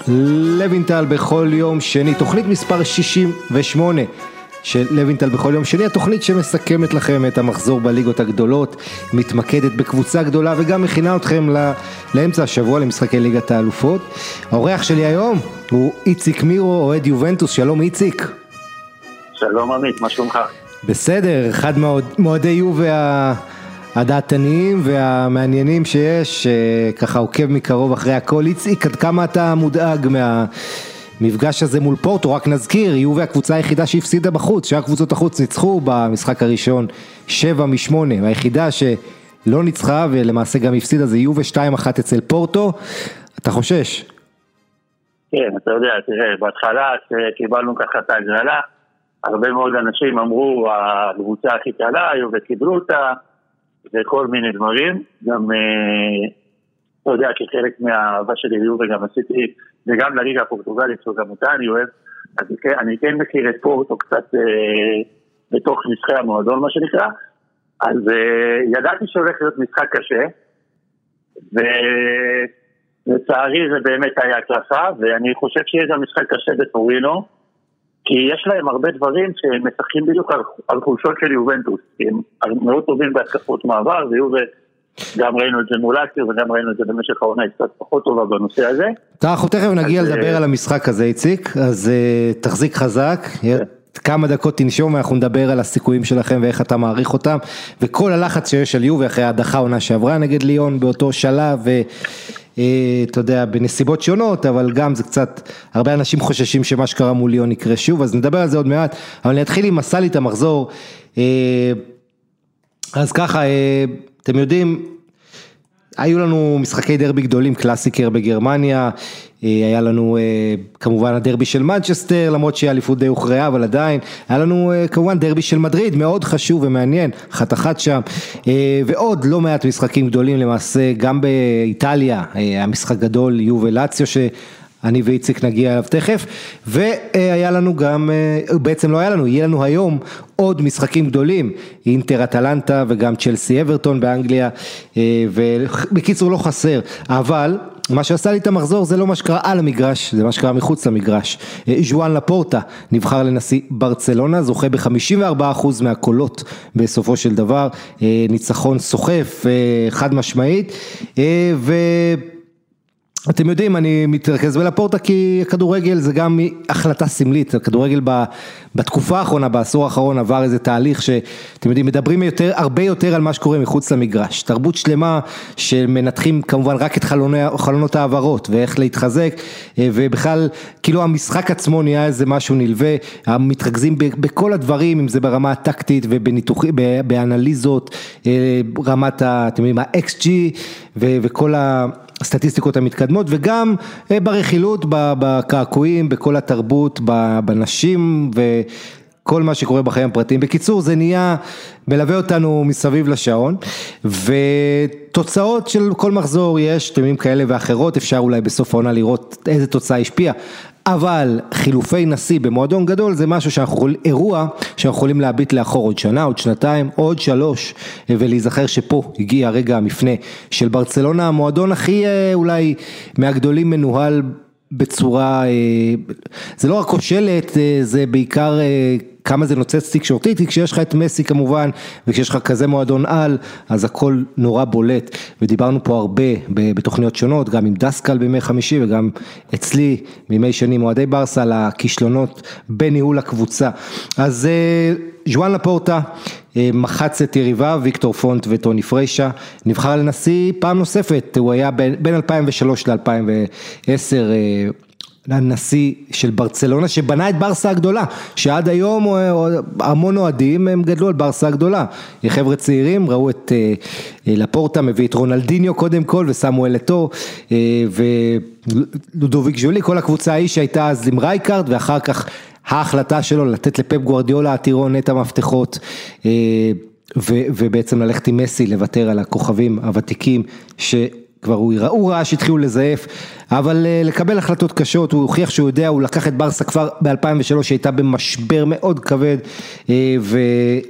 לוינטל בכל יום שני, תוכנית מספר 68 של לוינטל בכל יום שני, התוכנית שמסכמת לכם את המחזור בליגות הגדולות, מתמקדת בקבוצה גדולה וגם מכינה אתכם לאמצע השבוע למשחקי ליגת האלופות. האורח שלי היום הוא איציק מירו, אוהד יובנטוס. שלום איציק. שלום עמית, מה שלומך? בסדר, אחד מועדי יובה הדעתניים והמעניינים שיש, ככה עוקב מקרוב אחרי הכל. איציק, עד כמה אתה מודאג מהמפגש הזה מול פורטו? רק נזכיר, יובה הקבוצה היחידה שהפסידה בחוץ, שהקבוצות החוץ ניצחו במשחק הראשון 7-8, והיחידה שלא ניצחה ולמעשה גם הפסידה זה יובה 2-1 אצל פורטו. אתה חושש? כן, אתה יודע, תראה, בהתחלה שקיבלנו ככה את ההגרלה, הרבה מאוד אנשים אמרו, הקבוצה הכי קלה, יובה קיבלו אותה, וכל מיני דברים, גם, אתה יודע, כחלק מהאהבה שלי ליובה גם עשיתי, וגם לליגה הפורטוגלית, וגם אותה אני אוהב, אז אני כן מכיר את פורטו קצת בתוך משחקי המועדון, מה שנקרא, אז ידעתי שהולך להיות משחק קשה, ולצערי זה באמת היה קלפה, ואני חושב שיהיה גם משחק קשה בטורינו, כי יש להם הרבה דברים שהם משחקים בדיוק על חולשות של יובנטוס, הם מאוד טובים בהתקפות מעבר, וגם ראינו את זה מול אקסר, וגם ראינו את זה במשך העונה קצת פחות טובה בנושא הזה. אנחנו תכף נגיע לדבר על המשחק הזה, איציק, אז תחזיק חזק, כמה דקות תנשום, אנחנו נדבר על הסיכויים שלכם ואיך אתה מעריך אותם, וכל הלחץ שיש על יובה אחרי ההדחה עונה שעברה נגד ליון באותו שלב, אתה יודע, בנסיבות שונות, אבל גם זה קצת, הרבה אנשים חוששים שמה שקרה מול ליון יקרה שוב, אז נדבר על זה עוד מעט, אבל אני אתחיל עם מסלית המחזור. אז ככה, אתם יודעים, היו לנו משחקי דרבי גדולים, קלאסיקר בגרמניה, היה לנו כמובן הדרבי של מנצ'סטר, למרות שהאליפות די הוכרעה, אבל עדיין, היה לנו כמובן דרבי של מדריד, מאוד חשוב ומעניין, אחת שם, ועוד לא מעט משחקים גדולים למעשה, גם באיטליה, המשחק גדול, יובה לאציו, אני ואיציק נגיע אליו תכף, והיה לנו גם, בעצם לא היה לנו, יהיה לנו היום עוד משחקים גדולים, אינטר אטלנטה וגם צ'לסי אברטון באנגליה, ובקיצור לא חסר, אבל מה שעשה לי את המחזור זה לא מה שקרה על המגרש, זה מה שקרה מחוץ למגרש. ז'ואן לפורטה נבחר לנשיא ברצלונה, זוכה ב-54% מהקולות בסופו של דבר, ניצחון סוחף, חד משמעית, אתם יודעים, אני מתרכז בלפורטה כי הכדורגל זה גם החלטה סמלית, הכדורגל בתקופה האחרונה, בעשור האחרון עבר איזה תהליך שאתם יודעים, מדברים הרבה יותר על מה שקורה מחוץ למגרש, תרבות שלמה שמנתחים כמובן רק את חלונות העברות ואיך להתחזק, ובכלל כאילו המשחק עצמו נהיה איזה משהו נלווה, מתרכזים בכל הדברים, אם זה ברמה הטקטית ובאנליזות, רמת אתם יודעים, ה-XG וכל הסטטיסטיקות המתקדמות, וגם ברכילות, בקעקועים, בכל התרבות, בנשים, וכל מה שקורה בחיים הפרטיים. בקיצור, זה נהיה, מלווה אותנו מסביב לשעון, ותוצאות של כל מחזור יש, תמימים כאלה ואחרות, אפשר אולי בסוף העונה לראות איזה תוצאה השפיעה, אבל חילופי נשיא במועדון גדול זה משהו אירוע שאנחנו יכולים להביט לאחור עוד שנה, עוד שנתיים, עוד 3, ולהיזכר שפה הגיע הרגע המפנה של ברצלונה, המועדון הכי אולי מהגדולים מנוהל בצורה, זה לא רק כושלת, זה בעיקר כמה זה נוצץ תקשורתית, כי כשיש לך את מסי כמובן, וכשיש לך כזה מועדון על, אז הכל נורא בולט, ודיברנו פה הרבה בתוכניות שונות, גם עם דסקל בימי חמישי, וגם אצלי בימי שני מועדי ברסה, על הכישלונות בניהול הקבוצה. אז ז'ואן לפורטה, מחץ את יריבה, ויקטור פונט וטוני פריישה, נבחר לנשיא פעם נוספת, הוא היה בין 2003 ל-2010, הנשיא של ברצלונה, שבנה את ברסה הגדולה, שעד היום המון אוהדים הם גדלו על ברסה הגדולה, חבר'ה צעירים ראו את לפורטה, מביא את רונלדיניו קודם כל, וסמואל אתו, ולודוביק ז'ולי, כל הקבוצה ההיא שהייתה אז עם רייקארד, ואחר כך ההחלטה שלו לתת לפפ גוארדיולה הטירון את המפתחות, ובעצם ללכת עם מסי, לוותר על הכוכבים הוותיקים, כבר הוא ראה שהתחילו לזייף, אבל לקבל החלטות קשות, הוא הוכיח שהוא יודע, הוא לקח את ברסה כבר ב-2003, שהייתה במשבר מאוד כבד,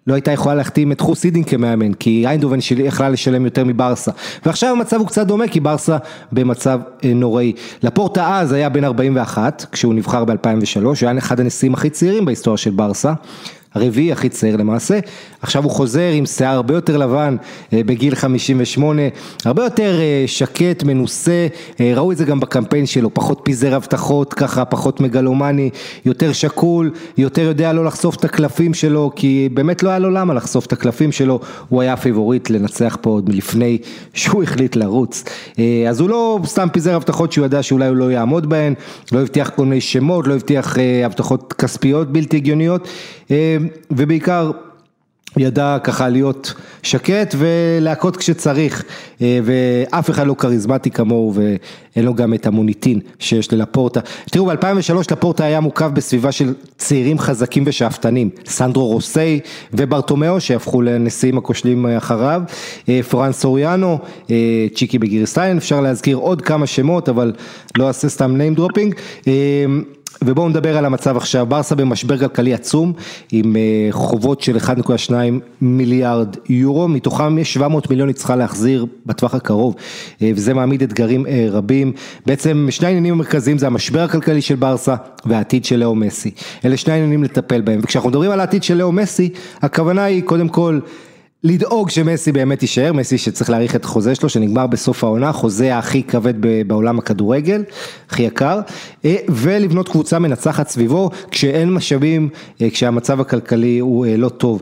לא הייתה יכולה להחתים את חוס הידין כמאמן, כי איינדהובן יכלה לשלם יותר מברסה, ועכשיו המצב הוא קצת דומה, כי ברסה במצב נוראי. לפורטה אז היה בן 41, כשהוא נבחר ב-2003, הוא היה אחד הנשיאים הכי צעירים בהיסטוריה של ברסה, הרביעי הכי צעיר למעשה, עכשיו הוא חוזר עם שיער הרבה יותר לבן, בגיל 58, הרבה יותר שקט, מנוסה, ראו את זה גם בקמפיין שלו, פחות פיזר הבטחות, ככה פחות מגלומני, יותר שקול, יותר יודע לא לחשוף את הקלפים שלו, כי באמת לא היה לו למה לחשוף את הקלפים שלו, הוא היה פיבוריט לנצח פה עוד מלפני שהוא החליט לרוץ, אז הוא לא סתם פיזר הבטחות שהוא ידע שאולי הוא לא יעמוד בהן, לא הבטיח כל מיני שמות, לא הבטיח הבטחות כספיות בלתי הגיוניות, ובעיקר ידע ככה להיות שקט ולהכות כשצריך, ואף אחד לא קריזמטי כמוהו, ואין לו גם את המוניטין שיש ללפורטה. תראו, ב-2003 לפורטה היה מוקף בסביבה של צעירים חזקים ושאפתנים, סנדרו רוסי וברטומאו שהפכו לנשיאים הכושלים אחריו, פרן סוריאנו, צ'יקי בגירסטיין, אפשר להזכיר עוד כמה שמות, אבל לא אעשה סתם name dropping, ובואו נדבר על המצב עכשיו. ברסה במשבר כלכלי עצום, עם חובות של 1.2 מיליארד יורו, מתוכם יש 700 מיליון היא צריכה להחזיר בטווח הקרוב, וזה מעמיד אתגרים רבים. בעצם שני העניינים המרכזיים זה המשבר הכלכלי של ברסה והעתיד של לאו מסי. אלה שני העניינים לטפל בהם, וכשאנחנו מדברים על העתיד של לאו מסי, הכוונה היא קודם כל לדאוג שמסי באמת יישאר, מסי שצריך להאריך את חוזה שלו, שנגמר בסוף העונה, חוזה הכי כבד בעולם הכדורגל, הכי יקר, ולבנות קבוצה מנצחת סביבו, כשאין משאבים, כשהמצב הכלכלי הוא לא טוב.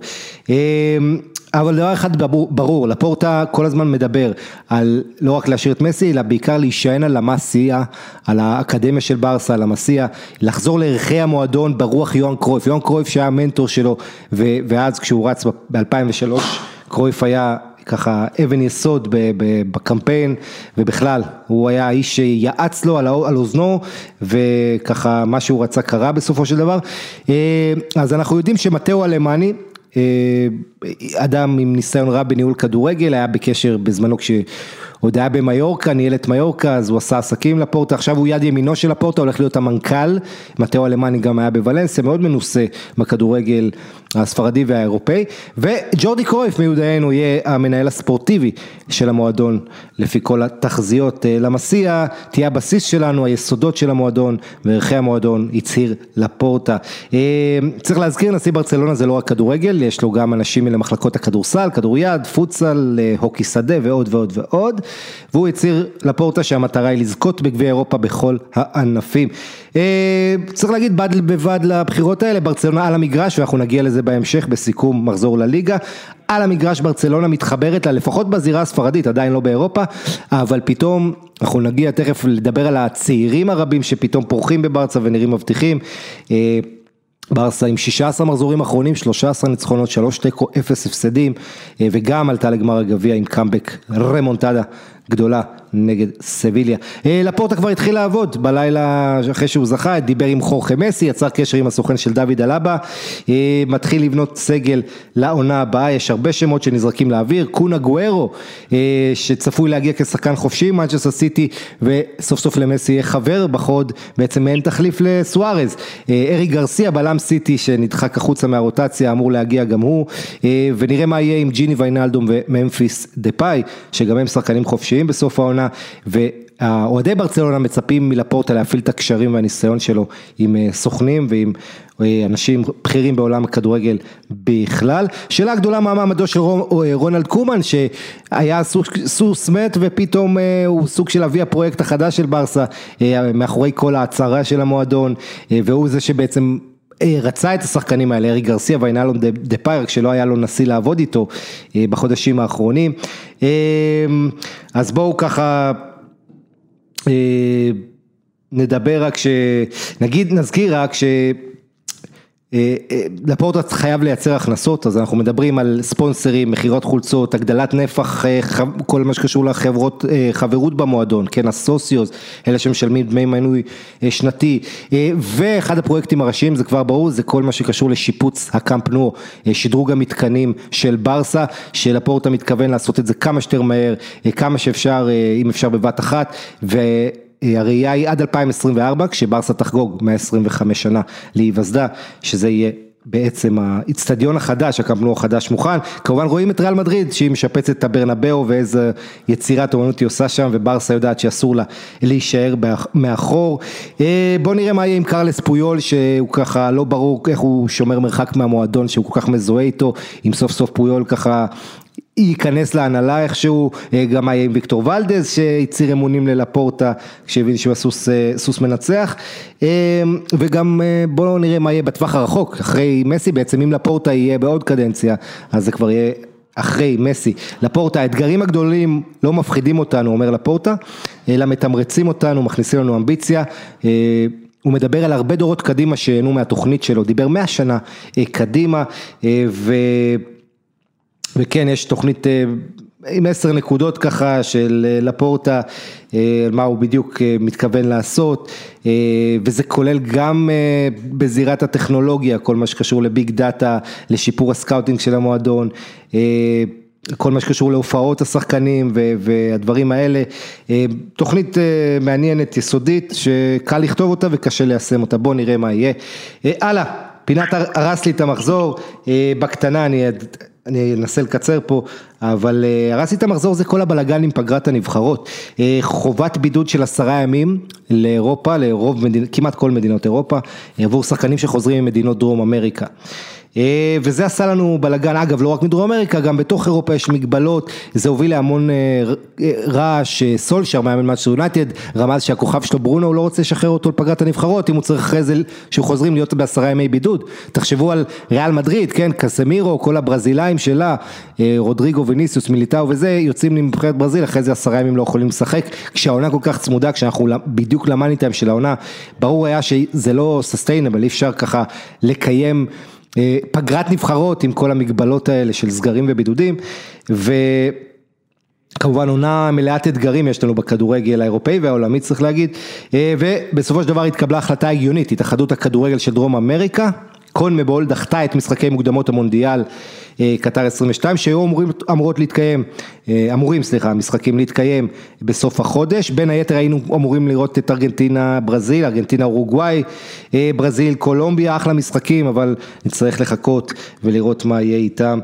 אבל דבר אחד ברור, לפורטה כל הזמן מדבר על לא רק להשאיר את מסי, אלא בעיקר להישען על המסיה, על האקדמיה של ברסה, על המסיה, לחזור לערכי המועדון ברוח יוהאן קרויף, יוהאן קרויף שהיה המנטור שלו, ואז כשהוא רץ ב-2003, קרויף היה ככה אבן יסוד בקמפיין, ובכלל הוא היה האיש שיעץ לו על אוזנו, וככה מה שהוא רצה קרה בסופו של דבר. אז אנחנו יודעים שמתאו אלמני, אדם עם ניסיון רב בניהול כדורגל, היה בקשר בזמנו כשעוד היה במיורקה, ניהל את מיורקה, אז הוא עשה עסקים לפורטה, עכשיו הוא יד ימינו של הפורטה, הולך להיות המנכ"ל, מתאו אלמני גם היה בוולנסיה, מאוד מנוסה בכדורגל הספרדי והאירופאי, וג'ורדי קרויף מיודענו יהיה המנהל הספורטיבי של המועדון, לפי כל התחזיות למסיה, תהיה הבסיס שלנו, היסודות של המועדון, וערכי המועדון הצהיר לפורטה. צריך להזכיר, נשיא ברצלונה זה לא רק כדורגל, יש לו גם אנשים למחלקות הכדורסל, כדוריד, פוטסל, הוקי שדה ועוד ועוד ועוד, והוא הצהיר לפורטה שהמטרה היא לזכות בגביע אירופה בכל הענפים. צריך להגיד בד בבד לבחירות האלה, ברצלונה על המגרש, ואנחנו נגיע לזה בהמשך בסיכום מחזור לליגה, על המגרש ברצלונה מתחברת לה, לפחות בזירה הספרדית, עדיין לא באירופה, אבל פתאום אנחנו נגיע תכף לדבר על הצעירים הרבים שפתאום פורחים בברצה ונראים מבטיחים. ברסה עם 16 מחזורים אחרונים, 13 ניצחונות, 3 תיקו, 0 הפסדים, וגם עלתה לגמר הגביע עם קאמבק רמונטדה גדולה נגד סביליה. לפורטה כבר התחיל לעבוד בלילה אחרי שהוא זכה, דיבר עם חורכה מסי, יצר קשר עם הסוכן של דוד אלבה, מתחיל לבנות סגל לעונה הבאה, יש הרבה שמות שנזרקים לאוויר, קון אגוארו שצפוי להגיע כשחקן חופשי, מנצ'סטר סיטי, וסוף סוף למסי יהיה חבר בחוד, בעצם אין תחליף לסוארז, ארי גרסיה בלם סיטי שנדחק החוצה מהרוטציה, אמור להגיע גם הוא, ונראה מה יהיה עם ג'יני ויינלדום וממפיס דפאי, שגם הם שחקנים חופשיים בסוף העונה, והאוהדי ברצלונה מצפים מלפורטה להפעיל את הקשרים והניסיון שלו עם סוכנים ועם אנשים בכירים בעולם הכדורגל בכלל. שאלה גדולה מה מעמדו של רונלד קומן, שהיה סוס מת ופתאום הוא סוג של אבי הפרויקט החדש של ברסה, מאחורי כל ההצהרה של המועדון, והוא זה שבעצם רצה את השחקנים האלה, ארי גרסיה ויינלדום דפאי, רק שלא היה לו נשיא לעבוד איתו בחודשים האחרונים. אז בואו ככה נדבר רק נזכיר רק לפורטה חייב לייצר הכנסות, אז אנחנו מדברים על ספונסרים, מחירות חולצות, הגדלת נפח, כל מה שקשור לחברות, חברות במועדון, כן, הסוציוס, אלה שמשלמים דמי מנוי שנתי, ואחד הפרויקטים הראשיים, זה כבר ברור, זה כל מה שקשור לשיפוץ הקאמפ נו, שדרוג המתקנים של ברסה, שלפורטה מתכוון לעשות את זה כמה שיותר מהר, כמה שאפשר, אם אפשר בבת אחת, הראייה היא עד 2024, כשברסה תחגוג 125 שנה להיווסדה, שזה יהיה בעצם האצטדיון החדש, הקמפנו החדש מוכן, כמובן רואים את ריאל מדריד שהיא משפצת את הברנבאו ואיזה יצירת אומנות היא עושה שם, וברסה יודעת שאסור לה להישאר מאחור. בוא נראה מה יהיה עם קרלס פויול, שהוא ככה לא ברור איך הוא שומר מרחק מהמועדון שהוא כל כך מזוהה איתו, אם סוף סוף פויול ככה ייכנס להנהלה איכשהו, גם היה עם ויקטור ולדז שהציר אמונים ללפורטה כשהבין שהוא סוס מנצח, וגם בואו נראה מה יהיה בטווח הרחוק אחרי מסי, בעצם אם לפורטה יהיה בעוד קדנציה אז זה כבר יהיה אחרי מסי. לפורטה האתגרים הגדולים לא מפחידים אותנו, אומר לפורטה, אלא מתמרצים אותנו, מכניסים לנו אמביציה. הוא מדבר על הרבה דורות קדימה שהינו מהתוכנית שלו, דיבר 100 שנה קדימה, וכן, יש תוכנית עם 10 נקודות ככה של לפורטה, מה הוא בדיוק מתכוון לעשות, וזה כולל גם בזירת הטכנולוגיה, כל מה שקשור לביג דאטה, לשיפור הסקאוטינג של המועדון, כל מה שקשור להופעות השחקנים והדברים האלה, תוכנית מעניינת, יסודית, שקל לכתוב אותה וקשה ליישם אותה, בואו נראה מה יהיה. הלאה, פינת הרס לי את המחזור, בקטנה אני אנסה לקצר פה, אבל הרס לי את המחזור זה כל הבלגן עם פגרת הנבחרות, חובת בידוד של 10 ימים לאירופה, כמעט כל מדינות אירופה, עבור שחקנים שחוזרים ממדינות דרום אמריקה. וזה עשה לנו בלגן, אגב לא רק מדרום אמריקה, גם בתוך אירופה יש מגבלות, זה הוביל להמון רעש, סולשר מאמן מאנצ'סטר יונייטד, רמז שהכוכב שלו ברונו הוא לא רוצה לשחרר אותו לפגרת הנבחרות, אם הוא צריך אחרי זה שחוזרים להיות ב10 ימי בידוד, תחשבו על ריאל מדריד, כן, קסמירו, כל הברזילאים שלה, רודריגו וניסיוס, מיליטאו וזה, יוצאים לנבחרת ברזיל, אחרי זה 10 ימים לא יכולים לשחק, כשהעונה כל כך צמודה, כשאנחנו בדיוק למאניטיים של העונה, ברור היה שזה לא sustainable, אי אפשר ככה לקיים פגרת נבחרות עם כל המגבלות האלה של סגרים ובידודים, וכמובן עונה מלאת אתגרים יש לנו בכדורגל האירופאי והעולמי צריך להגיד, ובסופו של דבר התקבלה החלטה הגיונית, התאחדות הכדורגל של דרום אמריקה, קונמבול דחתה את משחקי מוקדמות המונדיאל קטר 22 שהיו המשחקים להתקיים בסוף החודש, בין היתר היינו אמורים לראות את ארגנטינה ברזיל, ארגנטינה אורוגוואי, ברזיל קולומביה, אחלה משחקים, אבל נצטרך לחכות ולראות מה יהיה איתם.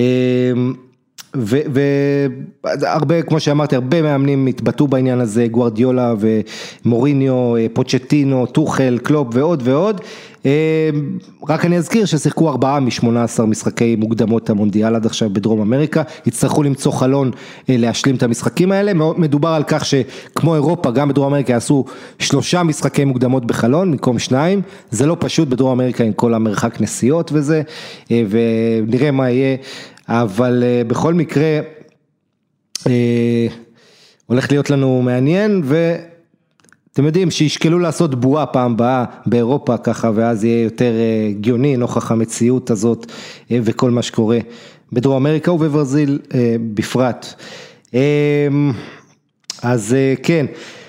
והרבה, כמו שאמרתי, הרבה מאמנים התבטאו בעניין הזה, גוארדיולה ומוריניו, פוצ'טינו, טוחל, קלופ ועוד ועוד. רק אני אזכיר ששיחקו 4 מ-18 משחקי מוקדמות המונדיאל עד עכשיו בדרום אמריקה, יצטרכו למצוא חלון להשלים את המשחקים האלה, מדובר על כך שכמו אירופה, גם בדרום אמריקה יעשו 3 משחקי מוקדמות בחלון, במקום 2, זה לא פשוט בדרום אמריקה עם כל המרחק נסיעות וזה, ונראה מה יהיה, אבל בכל מקרה, הולך להיות לנו מעניין, אתם יודעים שישקלו לעשות בועה פעם באה באירופה ככה, ואז יהיה יותר גיוני נוכח המציאות הזאת וכל מה שקורה בדרום אמריקה ובברזיל בפרט. אז כן,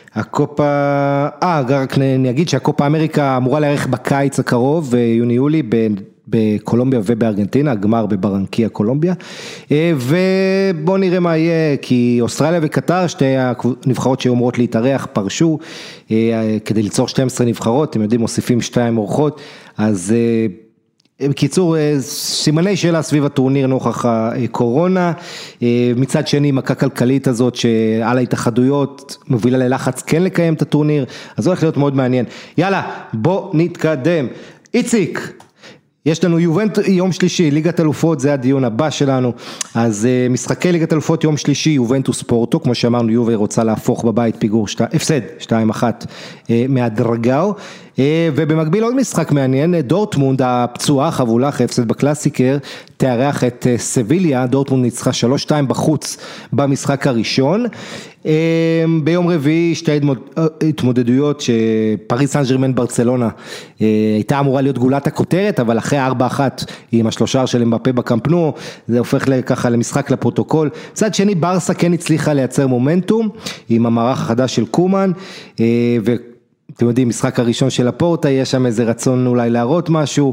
רק אני אגיד שהקופה אמריקה אמורה להיערך בקיץ הקרוב, יוני-יולי, בקולומביה ובארגנטינה, הגמר בברנקיה קולומביה, ובואו נראה מה יהיה, כי אוסטרליה וקטר, שתי הנבחרות שאומרות להתארח, פרשו, כדי ליצור 12 נבחרות, אתם יודעים, מוסיפים 2 אורחות, אז בקיצור, סימני שאלה סביב הטורניר נוכח הקורונה, מצד שני, מכה כלכלית הזאת, שעל ההתאחדויות מובילה ללחץ כן לקיים את הטורניר, אז זה הולך להיות מאוד מעניין. יאללה, בוא נתקדם. איציק, יש לנו יום שלישי, ליגת אלופות, זה הדיון הבא שלנו, אז משחקי ליגת אלופות יום שלישי, יובנטוס פורטו, כמו שאמרנו, יובה רוצה להפוך בבית פיגור, הפסד 2-1 מהדרגאו, ובמקביל עוד משחק מעניין, דורטמונד הפצועה חבולה, הפסד בקלאסיקר, תארח את סביליה, דורטמונד ניצחה 3-2 בחוץ במשחק הראשון, ביום רביעי שתי התמודדויות שפריז סן ז'רמן ברצלונה הייתה אמורה להיות גולת הכותרת, אבל אחרי 4-1 עם השלושה של אמבפה בקמפנו, זה הופך ככה למשחק לפרוטוקול. צד שני ברסה כן הצליחה לייצר מומנטום עם המערך החדש של קומן, ואתם יודעים, משחק הראשון של הפורטה, יש שם איזה רצון אולי להראות משהו,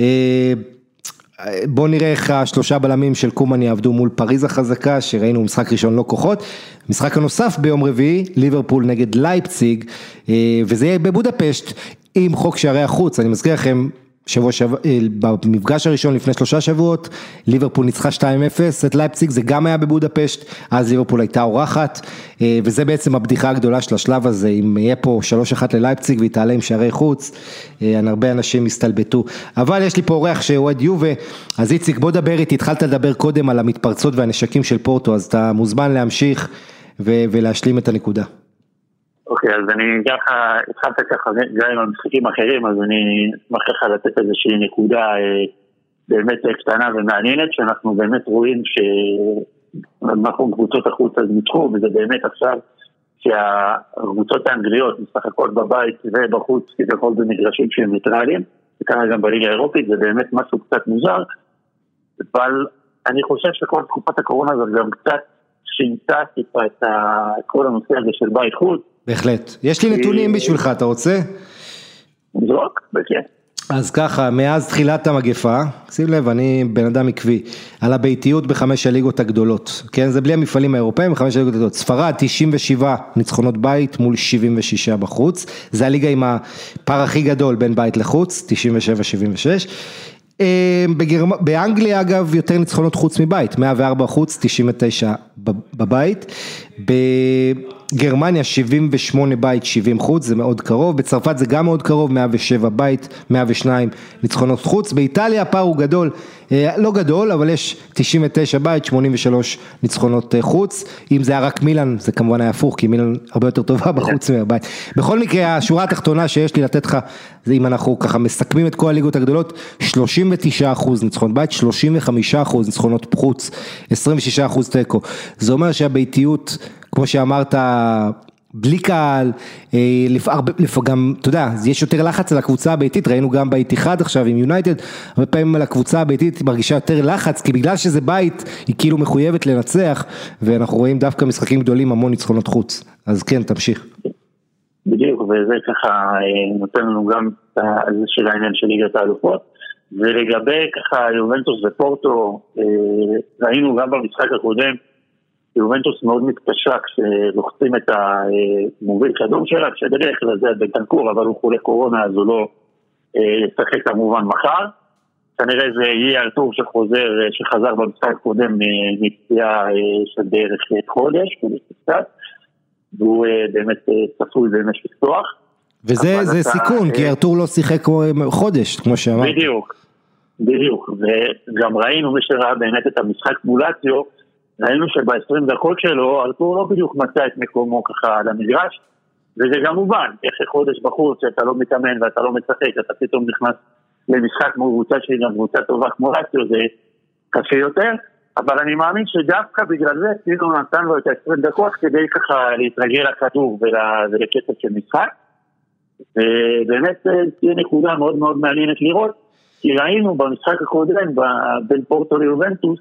בוא נראה איך השלושה בלמים של קומן יעבדו מול פריז החזקה, שראינו משחק ראשון לא כוחות, משחק הנוסף ביום רביעי, ליברפול נגד לייפציג, וזה יהיה בבודפשט, עם חוק שערי החוץ, אני מזכיר לכם, במפגש הראשון לפני 3 שבועות, ליברפול ניצחה 2-0 את לייפציג, זה גם היה בבודפשט, אז ליברפול הייתה אורחת, וזה בעצם הבדיחה הגדולה של השלב הזה, אם יהיה פה 3-1 ללייפציג והיא תעלה עם שערי חוץ, הרבה אנשים הסתלבטו, אבל יש לי פה אורח שאוהד יובה, אז איציק בוא דבר איתי, התחלת לדבר קודם על המתפרצות והנשקים של פורטו, אז אתה מוזמן להמשיך ולהשלים את הנקודה. אוקיי, אז אני ככה, התחלת ככה גם עם המשחקים אחרים, אז אני אשמח לך לתת איזושהי נקודה באמת קטנה ומעניינת, שאנחנו באמת רואים שאנחנו קבוצות החוץ אז ניצחו, וזה באמת עכשיו שהקבוצות האנגליות משחקות בבית ובחוץ כביכול במגרשים שהם ניטרליים, וכאן גם בליגה האירופית, זה באמת משהו קצת מוזר, אבל אני חושב שכל תקופת הקורונה הזאת גם קצת שינתה את כל הנושא הזה של בית חוץ, בהחלט. יש לי נתונים בשבילך, אתה רוצה? זרוק, בכן. אז ככה, מאז תחילת המגפה, שים לב, אני בן אדם עקבי, על הביתיות ב5 הליגות הגדולות, כן? זה בלי המפעלים האירופאים, 5 הליגות הגדולות. ספרד, 97 ניצחונות בית מול 76 בחוץ, זה הליגה עם הפער הכי גדול בין בית לחוץ, 97-76. באנגליה אגב יותר ניצחונות חוץ מבית, 104 חוץ, 99 בבית, בגרמניה 78 בית, 70 חוץ, זה מאוד קרוב, בצרפת זה גם מאוד קרוב, 107 בית, 102 ניצחונות חוץ, באיטליה הפער הוא גדול, לא גדול, אבל יש 99 בית, 83 ניצחונות חוץ, אם זה היה רק מילאן, זה כמובן היה הפוך, כי מילאן הרבה יותר טובה בחוץ מהבית. בכל מקרה, השורה התחתונה שיש לי לתת לך, זה אם אנחנו ככה מסכמים את כל הליגות הגדולות, 39% ניצחונות בית, 35% ניצחונות חוץ, 26% תיקו. זה אומר שהביתיות, כמו שאמרת, בלי קהל, גם, אתה יודע, יש יותר לחץ על הקבוצה הביתית, ראינו גם באיתיחד עכשיו עם יונייטד, הרבה פעמים על הקבוצה הביתית היא מרגישה יותר לחץ, כי בגלל שזה בית, היא כאילו מחויבת לנצח, ואנחנו רואים דווקא משחקים גדולים, המון ניצחונות חוץ, אז כן, תמשיך. בדיוק, וזה ככה נותן לנו גם איזה של העניין של ליגת האלופות, ולגבי ככה יובנטוס ופורטו, ראינו גם במשחק הקודם, יובנטוס מאוד מתקשה כשלוחצים את המוביל כדור שלה, שבדרך כלל זה בטנקור, אבל הוא חולה קורונה, אז הוא לא ישחק כמובן מחר. כנראה זה יהיה ארתור שחזר במשחק קודם מפציעה של בערך חודש, והוא באמת צפוי באמת לפתוח. וזה סיכון, כי ארתור לא שיחק חודש, כמו שאמרת. בדיוק, וגם ראינו מי שראה באמת את המשחק מולציו, ראינו שב-20 דקות שלו, ארתור לא בדיוק מצא את מקומו ככה על המגרש, וזה גם מובן, איך חודש בחוץ שאתה לא מתאמן ואתה לא משחק, אתה פתאום נכנס למשחק קבוצה שהיא גם קבוצה טובה כמו מולציו, זה קשה יותר, אבל אני מאמין שדווקא בגלל זה, כאילו נתן לו את ה-20 דקות כדי ככה להתרגל לכדור ולקצב של משחק, ובאמת תהיה נקודה מאוד מאוד מעניינת לראות, כי ראינו במשחק הקודם בין פורטו ליובנטוס,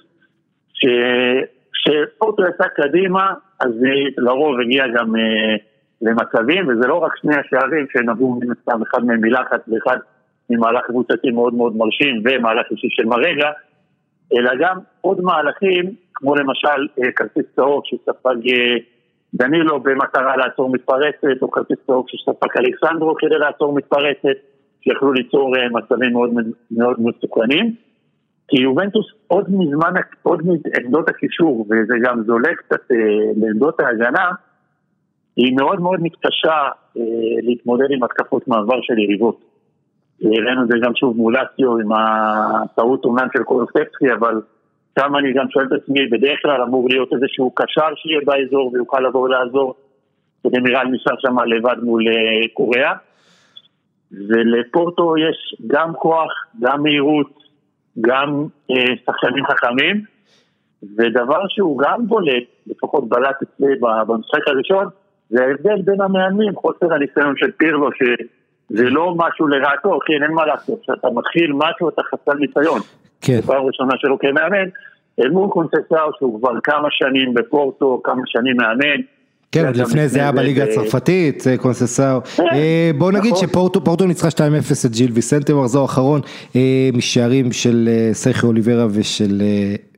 שפורטו יצא קדימה, אז לרוב הגיע גם למצבים, וזה לא רק שני השערים שנבעו מן הסתם, אחד מהם מלחץ ואחד ממהלך קבוצתי מאוד מאוד מרשים ומהלך אישי של מרגע, אלא גם עוד מהלכים, כמו למשל כרטיס צהוב שספג דנילו במטרה לעצור מתפרצת, או כרטיס צהוב שספג אלכסנדרו כדי לעצור מתפרצת, שיכלו ליצור מצבים מאוד מאוד מסוכנים. כי יובנטוס עוד מעמדות הקישור, וזה גם זולג קצת לעמדות ההגנה, היא מאוד מאוד מתקשה להתמודד עם התקפות מעבר של יריבות. ראינו את זה גם שוב מולציו עם הטעות אומנם של קולוספסקי, אבל שם אני גם שואל את עצמי, בדרך כלל אמור להיות איזשהו קשר שיהיה באזור ויוכל לבוא לעזור, כדי נראה נשאר שם לבד מול קוריאה. ולפורטו יש גם כוח, גם מהירות, גם שחקנים חכמים, ודבר שהוא גם בולט, לפחות בלט אצלי במשחק הראשון, זה ההבדל בין המאמנים, חוסר הניסיון של פירלו, שזה לא משהו לרעתו, כן, אין מה לעשות, כשאתה מתחיל משהו, אתה חסר ניסיון. כן. בפעם ראשונה שלו כמאמן, אל מול קונססאו, שהוא כבר כמה שנים בפורטו, כמה שנים מאמן, כן, עוד לפני זה היה בליגה הצרפתית, קונססאו. בואו נגיד שפורטו ניצחה 2-0 את ג'יל ויסנטה, מחזור אחרון, משערים של סרחיו אוליברה ושל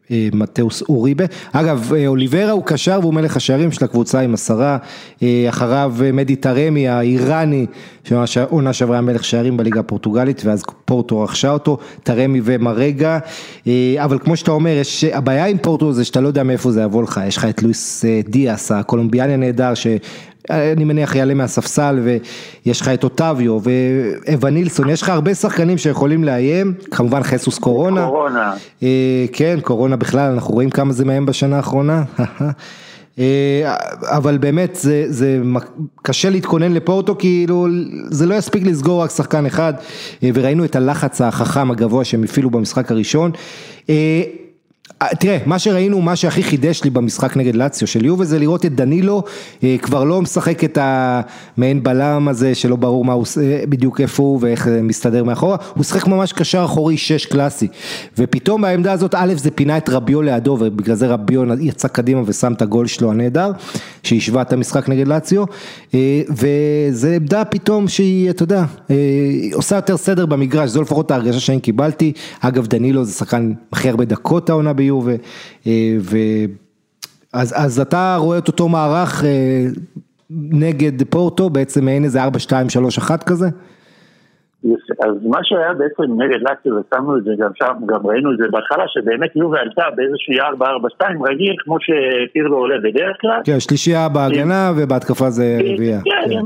מתאוס אוריבה. אגב, אוליברה הוא קשר והוא מלך השערים של הקבוצה עם 10, אחריו מדי טרמי האיראני, שעונה שעברה מלך שערים בליגה הפורטוגלית, ואז פורטו רכשה אותו, טרמי ומרגה, אבל כמו שאתה אומר, הבעיה עם פורטו זה שאתה לא יודע מאיפה זה יבוא לך, יש לך את לואיס דיאס, הקולומביאני הנהדר, אני מניח יעלה מהספסל, ויש לך את אוטביו ואבנילסון, יש לך הרבה שחקנים שיכולים לאיים, כמובן חסוס קורונה. כן, קורונה בכלל, אנחנו רואים כמה זה מהם בשנה האחרונה. אבל באמת זה קשה להתכונן לפורטו, כאילו זה לא יספיק לסגור רק שחקן אחד, וראינו את הלחץ החכם הגבוה שהם הפעילו במשחק הראשון. תראה, מה שראינו, מה שהכי חידש לי במשחק נגד לאציו של יובה, זה לראות את דנילו, כבר לא משחק את המעין בלם הזה, שלא ברור מה הוא, בדיוק איפה הוא ואיך מסתדר מאחורה, הוא שחק ממש קשר אחורי 6 קלאסי, ופתאום בעמדה הזאת, א' זה פינה את רביו לידו, ובגלל זה רביו יצא קדימה ושם את הגול שלו הנהדר, שהשווה את המשחק נגד לאציו, וזה עמדה פתאום שהיא, אתה יודע, עושה יותר סדר במגרש, זו לפחות ההרגשה שאני קיבלתי, אגב דנילו זה שחקן הכי הרבה דקות העונה ביובה, אז אתה רואה את אותו מערך נגד פורטו, בעצם אין איזה 4-2-3-1 כזה? אז מה שהיה בעצם נגד לאציו, ושמנו את זה גם שם, גם ראינו את זה בהתחלה, שבאמת יובה עלתה באיזושהי 4-4-2 רגיל, כמו שפירלו עולה בדרך כלל. כן, שלישייה בהגנה ובהתקפה זה רביעייה. כן,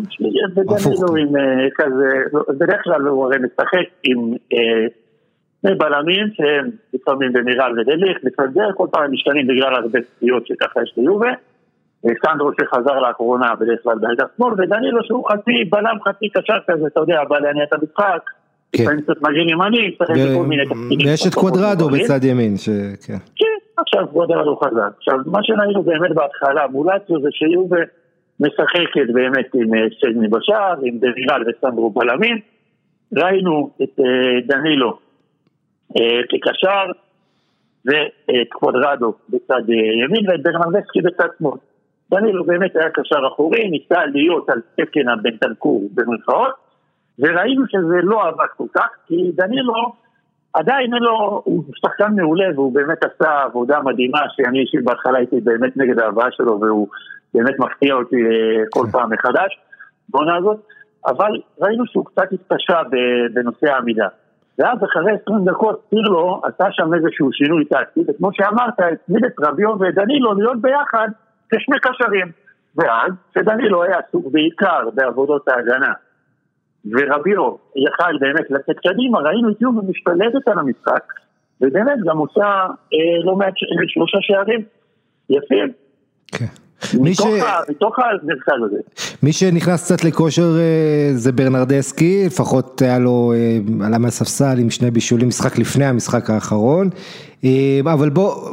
בדרך כלל הוא הרי משחק עם בלמים שהם לפעמים במירל ודליך, לפעמים כל פעם משתנים בגלל הרבה סטיות שככה יש ליובה, סנדרו שחזר לאחרונה בדרך כלל בעדה שמאל, ודנילו שהוא חצי בלם חצי קשר כזה, אתה יודע, בא להניע את המשחק, לפעמים קצת מגן ימני, ויש את קוואדרדו בצד ימין, כן, עכשיו קוואדרדו חזר. עכשיו, מה שראינו באמת בהתחלה, מולציו זה שיובה משחקת באמת עם שגני בשער, עם דמירל וסנדרו בלמים, ראינו את דנילו כקשר ואת קוואדרדו בצד ימין ואת ברנרדסקי בצד שמאל. דנילו באמת היה קשר אחורי, ניסה להיות על תקן הבנטנקור במרכאות, וראינו שזה לא עבד כל כך, כי דנילו עדיין הוא שחקן מעולה, והוא באמת עשה עבודה מדהימה, שאני אישית בהתחלה הייתי באמת נגד ההבאה שלו, והוא באמת מפתיע אותי כל פעם מחדש בעונה הזאת, אבל ראינו שהוא קצת התקשה בנושא העמידה. ואז אחרי 20 דקות פירלו עשה שם איזשהו שינוי טקטי, וכמו שאמרת, הצמיד את רביו ודנילו להיות ביחד כשני קשרים. ואז שדנילו היה עסוק בעיקר בעבודות ההגנה, ורביו יכל באמת לצאת קדימה, ראינו את יובה משתלטת על המשחק, ובאמת גם עושה לא מעט 3 שערים יפים. כן. מתוך המרכז הזה. מי שנכנס קצת לכושר זה ברנרדסקי, לפחות היה לו, עלה מהספסל עם 2 בישולים, משחק לפני המשחק האחרון, אבל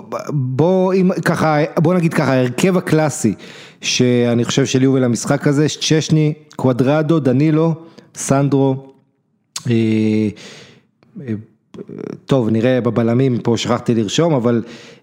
בוא נגיד ככה, הרכב הקלאסי, שאני חושב של יובל המשחק הזה, צ'שני, קוואדרדו, דנילו, סנדרו, טוב נראה בבלמים, פה שכחתי לרשום, אבל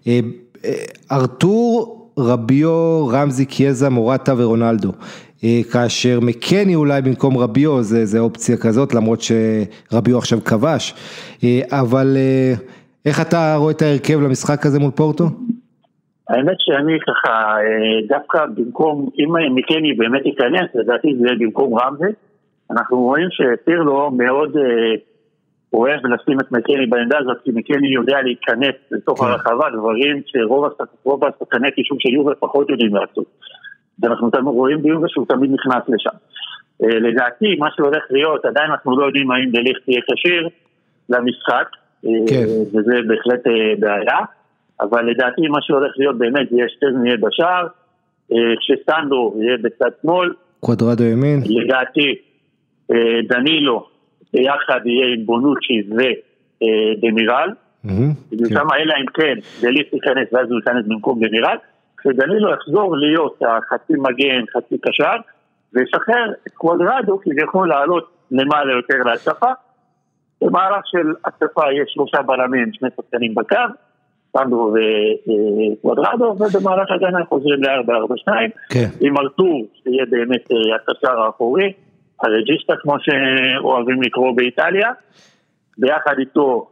ארתור, רביו, רמזי, קיאזה, מורטה ורונלדו, כאשר מקני אולי במקום רביו, זה אופציה כזאת, למרות שרביו עכשיו כבש, אבל איך אתה רואה את ההרכב למשחק הזה מול פורטו? האמת שאני ככה, דווקא במקום, אם מקני באמת ייכנס, לדעתי זה במקום רמזי, אנחנו רואים שפירלו מאוד אוהב לשים את מקני בעמדה הזאת, כי מקני יודע להיכנס לתוך הרחבה, דברים שרוב השחקני קישור של יובה פחות יודעים לעשות. ואנחנו רואים ביובה שהוא תמיד נכנס לשם. לדעתי, מה שהולך להיות, עדיין אנחנו לא יודעים האם דליך תהיה כשיר למשחק, וזה בהחלט בעיה, אבל לדעתי מה שהולך להיות באמת, יש שטזן יהיה בשער, כשסנדרו יהיה בצד שמאל, קוואדרדו ימין, לדעתי דנילו ביחד יהיה עם בונוצ'י ודמירל, שם אלא אם כן דליך ייכנס ואז הוא ייכנס במקום דמירל, כשדנילו יחזור להיות החצי מגן, חצי קשר, וישחרר את קוואדרדו כי זה יכול לעלות למעלה יותר להצפה. במהלך של הצפה יש 3 בלמים, 2 שחקנים בקו, סנדרו וקוואדרדו, ובמהלך הגנה חוזרים ל-4-4-2, עם ארתור שיהיה באמת הקשר האחורי, הרג'יסטה כמו שאוהבים לקרוא באיטליה, ביחד איתו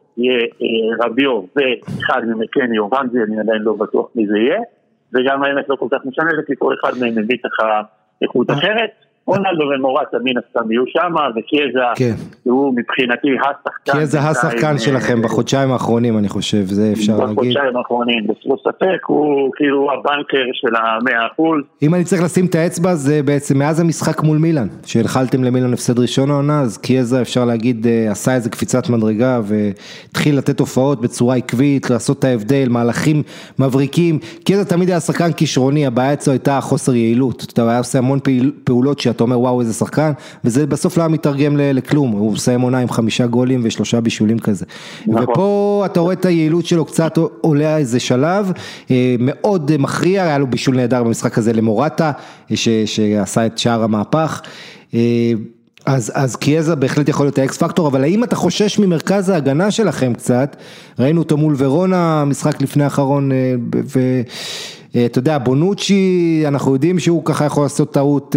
יהיה רביו ואחד ממקני או רמזי, אני עדיין לא בטוח מי זה יהיה, וגם האמת לא כל כך משנה, כי כל אחד מהם מביא ככה איכות אחרת, רונלדו ומורטה מן הסתם יהיו שם, וקיאזה הוא מבחינתי השחקן. קיאזה השחקן שלכם בחודשיים האחרונים, אני חושב, זה אפשר להגיד. בחודשיים האחרונים, בסופו ספק, הוא כאילו הבנקר של 100%. אם אני צריך לשים את האצבע, זה בעצם מאז המשחק מול מילאן, שהנחלתם למילאן הפסד ראשון העונה, אז קיאזה אפשר להגיד, עשה איזה קפיצת מדרגה, והתחיל לתת הופעות בצורה עקבית, לעשות את ההבדל, מהלכים מבריקים. קיאזה תמיד היה שחקן כישרוני, הבעיה אצלו הייתה חוסר יעילות. אתה היה עושה המון פעולות שאתה אומר וואו איזה שחקן, וזה בסוף לא מתרגם לכלום, הוא מסיים עונה עם 5 גולים ו3 בישולים כזה. ופה אתה רואה את היעילות שלו קצת עולה איזה שלב, מאוד מכריע, היה לו בישול נהדר במשחק הזה למורטה, שעשה את שער המהפך, אז קיאזה בהחלט יכול להיות האקס פקטור, אבל האם אתה חושש ממרכז ההגנה שלכם קצת? ראינו אותו מול ורונה, משחק לפני האחרון, אתה יודע, בונוצ'י, אנחנו יודעים שהוא ככה יכול לעשות טעות,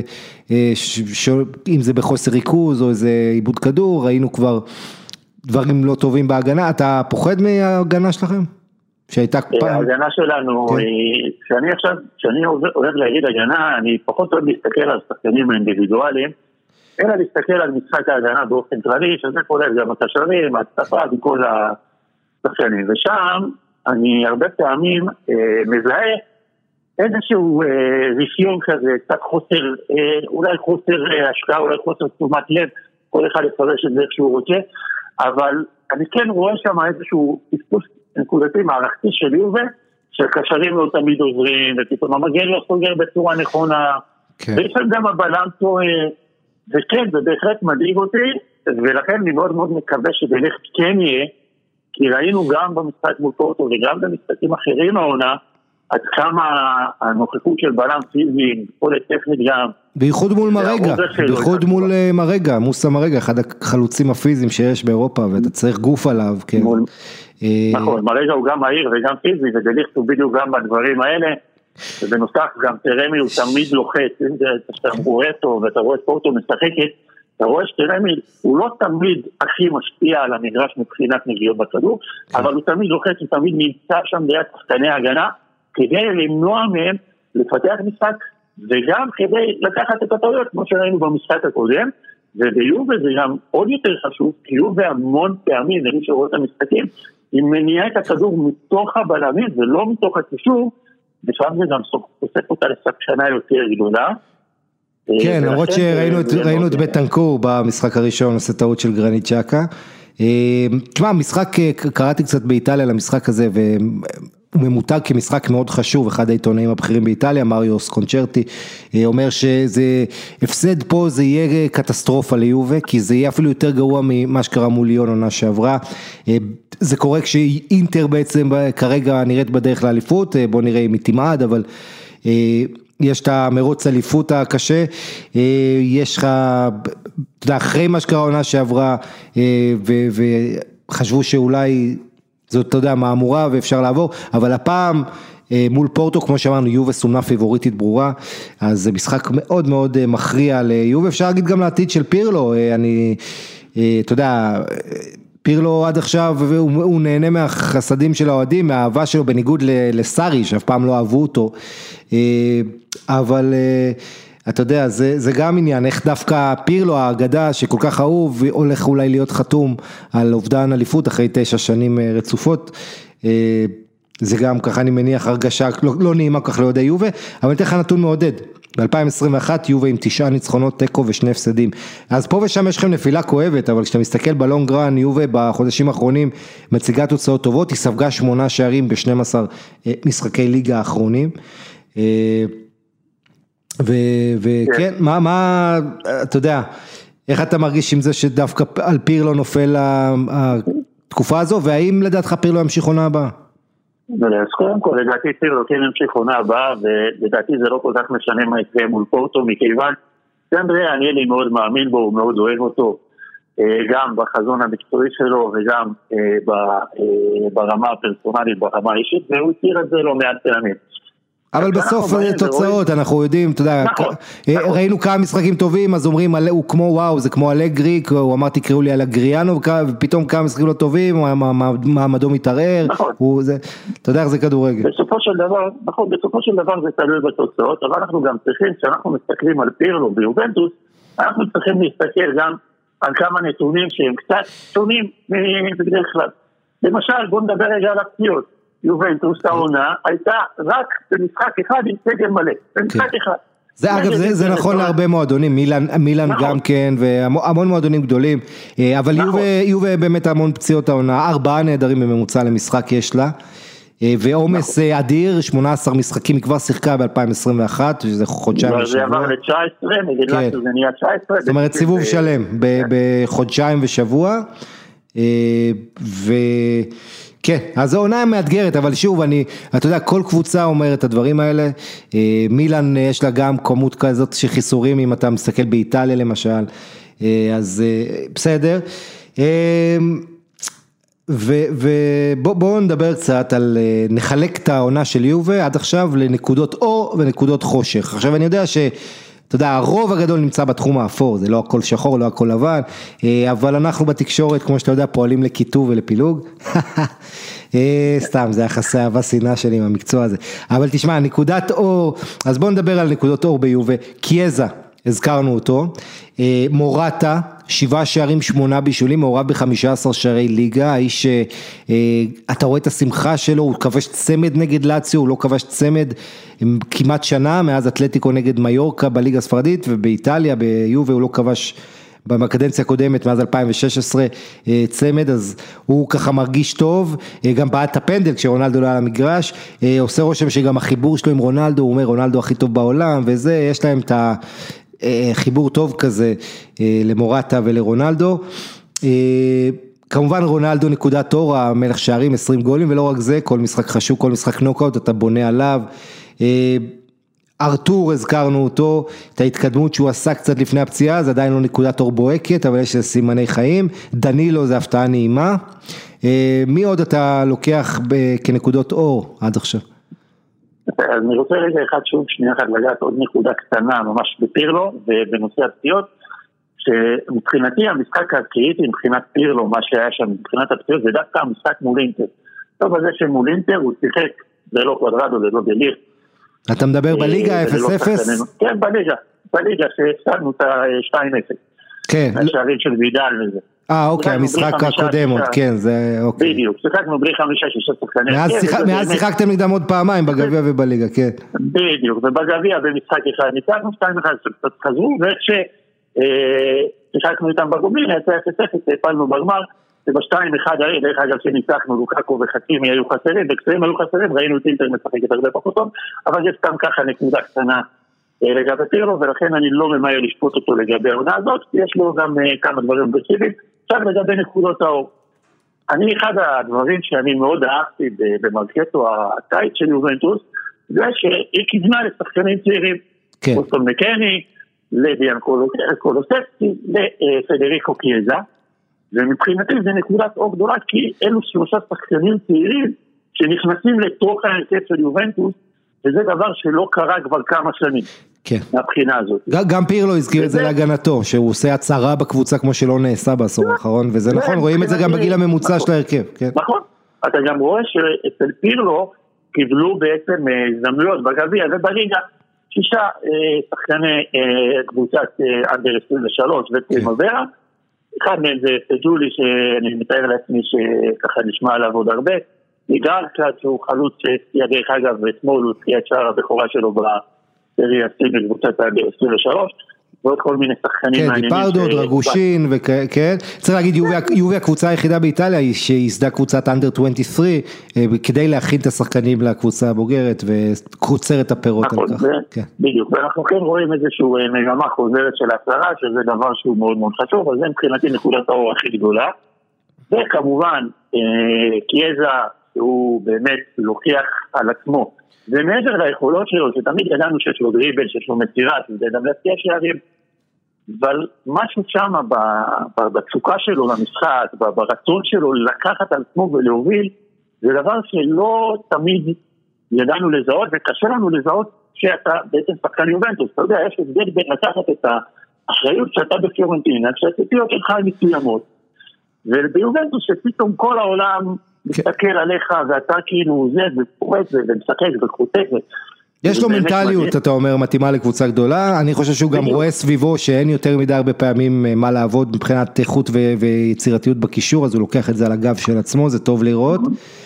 אם זה בחוסר ריכוז או איזה עיבוד כדור, ראינו כבר דברים לא טובים בהגנה, אתה פוחד מההגנה שלכם? ההגנה שלנו, כשאני אוהב להגיד הגנה, אני פחות אוהב להסתכל על שחקנים האינדיבידואליים, אלא להסתכל על משחק ההגנה באופן כללי, שזה כולל גם הקשרים, ההצטפה וכל השחקנים, ושם אני הרבה פעמים מזהה איזשהו רישיון כזה, קצת חוסר, אולי חוסר השקעה, אולי חוסר תשומת לב, כל אחד יפרש את זה איך שהוא רוצה, אבל אני כן רואה שם איזשהו פספוס נקודתי מערכתי של יובה, שקשרים לא תמיד עוזרים, ופתאום המגן לא סוגר בצורה נכונה, ויש גם הבלם טועה, וכן, זה בהחלט מדאיג אותי, ולכן אני מאוד מאוד מקווה שבאמת כן יהיה, כי ראינו גם במשחק מול פורטו וגם במשחקים אחרים העונה, עד כמה הנוכחות של בלם פיזי, יכולת טכנית גם. בייחוד מול מרגע, בייחוד מול מרגע, מוסה מרגע, אחד החלוצים הפיזיים שיש באירופה, ואתה צריך גוף עליו. נכון, מרגע הוא גם מהיר וגם פיזי, ודליכט הוא בדיוק גם בדברים האלה, ובנוסף גם תרמי הוא תמיד לוחץ, אם אתה רואה אותו ואתה רואה את פורטו משחקת, אתה רואה שתרמי הוא לא תמיד הכי משפיע על המגרש מבחינת נגיעות בכדור, אבל הוא תמיד לוחץ, הוא תמיד נמצא שם ליד שחקני הגנה, כדי למנוע מהם לפתח משחק, וגם כדי לקחת את הטעויות, כמו שראינו במשחק הקודם, וביובה זה גם עוד יותר חשוב, כי יובה המון פעמים, למי שרואה את המשחקים, היא מניעה את הכדור מתוך הבלמים, ולא מתוך הקישור, ושם זה גם עושה אותה לסכנה יותר גדולה. כן, למרות שראינו את בטנקור במשחק הראשון, עושה טעות של גרניט צ'קה. תשמע, המשחק, קראתי קצת באיטליה למשחק הזה, הוא ממותג כמשחק מאוד חשוב, אחד העיתונאים הבכירים באיטליה, מריוס קונצ'רטי, אומר שזה, הפסד פה זה יהיה קטסטרופה ליובה, כי זה יהיה אפילו יותר גרוע ממה שקרה מול ליון עונה שעברה, זה קורה כשאינטר בעצם כרגע נראית בדרך לאליפות, בוא נראה אם היא תמעד, אבל יש את המרוץ אליפות הקשה, יש לך, אתה יודע, אחרי מה שקרה עונה שעברה, וחשבו שאולי זאת, אתה יודע, מהמורה ואפשר לעבור, אבל הפעם מול פורטו, כמו שאמרנו, יובה סומנה פיבוריטית ברורה, אז זה משחק מאוד מאוד מכריע ליובה, אפשר להגיד גם לעתיד של פירלו, אתה יודע, פירלו עד עכשיו, הוא נהנה מהחסדים של האוהדים, מהאהבה שלו בניגוד לסארי, שאף פעם לא אהבו אותו, אבל אתה יודע, זה גם עניין, איך דווקא פירלו האגדה שכל כך אהוב, הולך אולי להיות חתום על אובדן אליפות אחרי 9 שנים רצופות, זה גם ככה אני מניח הרגשה לא נעימה כך ליהודי יובה, אבל אני אתן לך נתון מעודד, ב-2021 יובה עם 9 ניצחונות, תיקו ו2 הפסדים, אז פה ושם יש לכם נפילה כואבת, אבל כשאתה מסתכל בלונג רן, יובה בחודשים האחרונים מציגה תוצאות טובות, היא ספגה 8 שערים ב-12 משחקי ליגה האחרונים, וכן, מה, אתה יודע, איך אתה מרגיש עם זה שדווקא על פירלו נופל התקופה הזו, והאם לדעתך פירלו ימשיך עונה הבאה? אז קודם כל, לדעתי פירלו כן ימשיך עונה הבאה, ולדעתי זה לא כל כך משנה מה יקרה מול פורטו, מכיוון סנדרי אני מאוד מאמין בו, הוא מאוד אוהב אותו, גם בחזון המקצועי שלו, וגם ברמה הפרסונלית, ברמה האישית, והוא הכיר את זה לא מעט פעמים. אבל בסוף תוצאות, אנחנו יודעים, אתה יודע, ראינו כמה משחקים טובים, אז אומרים, הוא כמו וואו, זה כמו אלגרי, הוא אמר תקראו לי על אגריאנו, ופתאום כמה משחקים לא טובים, מעמדו מתערער, אתה יודע איך זה כדורגל. בסופו של דבר זה תלוי בתוצאות, אבל אנחנו גם צריכים, כשאנחנו מסתכלים על פירלו ביובנטוס, אנחנו צריכים להסתכל גם על כמה נתונים שהם קצת שונים בדרך כלל. למשל, בואו נדבר רגע על הפציעות. יובנטוס העונה הייתה רק במשחק אחד עם סגל מלא, במשחק אחד. זה אגב, זה נכון להרבה מועדונים, מילאן גם כן, והמון מועדונים גדולים, אבל יובה באמת המון פציעות העונה, 4 נהדרים בממוצע למשחק יש לה, ועומס אדיר, 18 משחקים, היא כבר שיחקה ב-2021, שזה חודשיים ושבוע. זה עבר ל-19, נגיד לך שזה נהיה 19. זאת אומרת סיבוב שלם, בחודשיים ושבוע, כן, אז זו עונה מאתגרת, אבל שוב, אתה יודע, כל קבוצה אומרת את הדברים האלה, מילאן יש לה גם כמות כזאת של חיסורים, אם אתה מסתכל באיטליה למשל, אז בסדר, ובואו נדבר קצת על, נחלק את העונה של יובה עד עכשיו לנקודות אור ונקודות חושך. עכשיו אני יודע אתה יודע, הרוב הגדול נמצא בתחום האפור, זה לא הכל שחור, לא הכל לבן, אבל אנחנו בתקשורת, כמו שאתה יודע, פועלים לכיתוב ולפילוג, סתם, זה יחסי אהבה שנאה שלי עם המקצוע הזה, אבל תשמע, נקודת אור, אז בואו נדבר על נקודות אור ביובה, קיאזה, הזכרנו אותו, מורטה, 7 שערים 8 בישולים, מעורב ב-15 שערי ליגה, האיש, אתה רואה את השמחה שלו, הוא כבש צמד נגד לאציו, הוא לא כבש צמד כמעט שנה, מאז אתלטיקו נגד מיורקה בליגה הספרדית, ובאיטליה, ביובה הוא לא כבש בקדנציה הקודמת, מאז 2016 צמד, אז הוא ככה מרגיש טוב, גם בעט הפנדל כשרונלדו לא היה למגרש, עושה רושם שגם החיבור שלו עם רונלדו, הוא אומר רונלדו הכי טוב בעולם, וזה, יש להם את חיבור טוב כזה למורטה ולרונלדו, כמובן רונלדו נקודת אור, המלך שערים 20 גולים, ולא רק זה, כל משחק חשוב, כל משחק נוקאוט, אתה בונה עליו, ארתור הזכרנו אותו, את ההתקדמות שהוא עשה קצת לפני הפציעה, זה עדיין לא נקודת אור בוהקת, אבל יש סימני חיים, דנילו זה הפתעה נעימה, מי עוד אתה לוקח כנקודות אור עד עכשיו? אז אני רוצה רגע אחד שוב, שנייה אחת לגעת עוד נקודה קטנה ממש בפירלו ובנושא הפציעות, שמבחינתי המשחק הקריטי מבחינת פירלו, מה שהיה שם מבחינת הפציעות, זה דווקא המשחק מול אינטר. טוב, בזה שמול אינטר הוא שיחק, זה לא קוודרדו, זה לא דליר. אתה מדבר בליגה 0-0? כן, בליגה שהפסדנו את ה-2-0. כן. השערים של וידל וזה. אוקיי, המשחק הקודם עוד, כן, זה אוקיי. בדיוק, שיחקנו בלי 5-6 שחקנים. מאז שיחקתם נגדם עוד פעמיים בגביע ובליגה, כן. בדיוק, ובגביע במשחק אחד ניצחנו, 2-1 קצת חזרו, וכששיחקנו איתם בגומלין, יצא 0-0, הפלנו בגמר, וב-2-1 דרך אגב שניצחנו, לוקאקו וחכימי היו חסרים, וכשהם היו חסרים, ראינו את אינטר משחקת הרבה פחות טוב, אבל זה סתם ככה נקודה קטנה לגבי פירלו, ולכן אני לא ממהר לשפוט אותו לגבי העונה הזאת, כי יש לו גם כמה דברים אובייקטיביים. עכשיו לגבי נקודות האור. אחד הדברים שאני מאוד אהבתי במרקטו הקיץ של יובנטוס, זה שהיא כיוונה לשחקנים צעירים. כן. אוסטון מקני, לדיאן קולוספסקי, לפדריקו קיאזה, ומבחינתי זה נקודת אור גדולה, כי אלו 3 שחקנים צעירים שנכנסים לתוך ההרכב של יובנטוס, וזה דבר שלא קרה כבר כמה שנים. כן. מהבחינה הזאת. גם פירלו הזכיר את זה להגנתו, שהוא עושה הצהרה בקבוצה כמו שלא נעשה בעשור האחרון, וזה נכון, רואים את זה גם בגיל הממוצע של ההרכב. נכון, אתה גם רואה שאצל פירלו קיבלו בעצם הזדמנויות בגביע ובליגה, 6 שחקני קבוצת אנדר 23 ופרימוורה, אחד מהם זה פג'ולי שאני מתאר לעצמי שככה נשמע עליו עוד הרבה, ניגר קצת שהוא חלוץ שסייע דרך אגב ואתמול הוא סייע את שער הבכורה שלו בסריה C בקבוצת האנדר 23 ועוד כל מיני שחקנים מעניינים. כן, דיפרדו, דרגושין וכן. צריך להגיד, יובי הקבוצה היחידה באיטליה היא שיסדה קבוצת אנדר 23 כדי להכין את השחקנים לקבוצה הבוגרת וקוצר את הפירות על כך. בדיוק, ואנחנו כן רואים איזשהו מגמה חוזרת של הצהרה, שזה דבר שהוא מאוד מאוד חשוב, אז זה מבחינתי נקודת האור הכי גדולה. וכמובן, קיאזה שהוא באמת לוקח על עצמו, ומעבר ליכולות שלו, שתמיד ידענו שיש לו דריבל, שיש לו מסירה, שזה גם להציע שערים, אבל משהו שם בתשוקה שלו למשחק, ברצון שלו לקחת על עצמו ולהוביל, זה דבר שלא תמיד ידענו לזהות, וקשה לנו לזהות שאתה בעצם שחקן יובנטוס. אתה יודע, יש הבדל בין לקחת את האחריות שאתה בפיורנטינה, כשהציפיות שלך הן מסוימות, וביובנטוס שפתאום כל העולם מסתכל עליך, ואתה כאילו זה ופורט ומשחק וחוטף. יש לו מנטליות, אתה אומר, מתאימה לקבוצה גדולה. אני חושב שהוא גם רואה סביבו שאין יותר מדי הרבה פעמים מה לעבוד מבחינת איכות ויצירתיות בקישור, אז הוא לוקח את זה על הגב של עצמו, זה טוב לראות.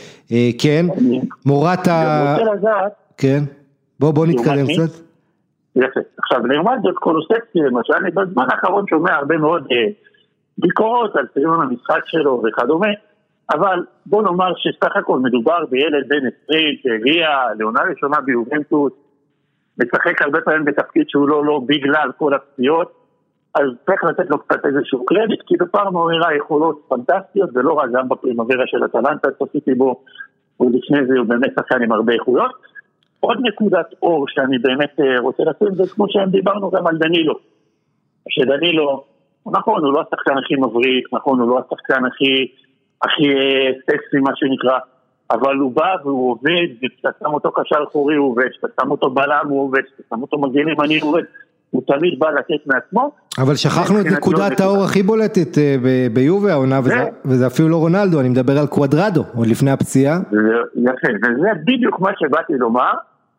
כן, מורטה... כן, בוא נתקדם קצת. יפה. עכשיו, לעומת זאת קולוספסקי, למשל, אני בזמן האחרון שומע הרבה מאוד ביקורות על סגנון המשחק שלו וכדומה, אבל בוא נאמר שסך הכל מדובר בילד בן 20 שהגיע לעונה ראשונה ביובנטוס, משחק הרבה פעמים בתפקיד שהוא לא בגלל כל הפציעות, אז צריך לתת לו קצת איזשהו קרדיט, כי בפעם הוא הראה יכולות פנטסטיות, ולא רק גם בפרימוורה של אטלנטה, צפיתי בו, ולפני זה הוא באמת שחקן עם הרבה איכויות. עוד נקודת אור שאני באמת רוצה לשים, זה כמו שהם דיברנו גם על דנילו. שדנילו, נכון, הוא לא השחקן הכי מבריק, נכון, הוא לא השחקן הכי סקסי מה שנקרא, אבל הוא בא והוא עובד, וכשאתה שם אותו קשר אחורי הוא עובד, כשאתה שם אותו בלם הוא עובד, כשאתה שם אותו מגן ימני הוא עובד, הוא תמיד בא לתת מעצמו. אבל שכחנו את נקודת האור הכי בולטת ביובה העונה, וזה אפילו לא רונלדו, אני מדבר על קוואדרדו, עוד לפני הפציעה. יפה, וזה בדיוק מה שבאתי לומר,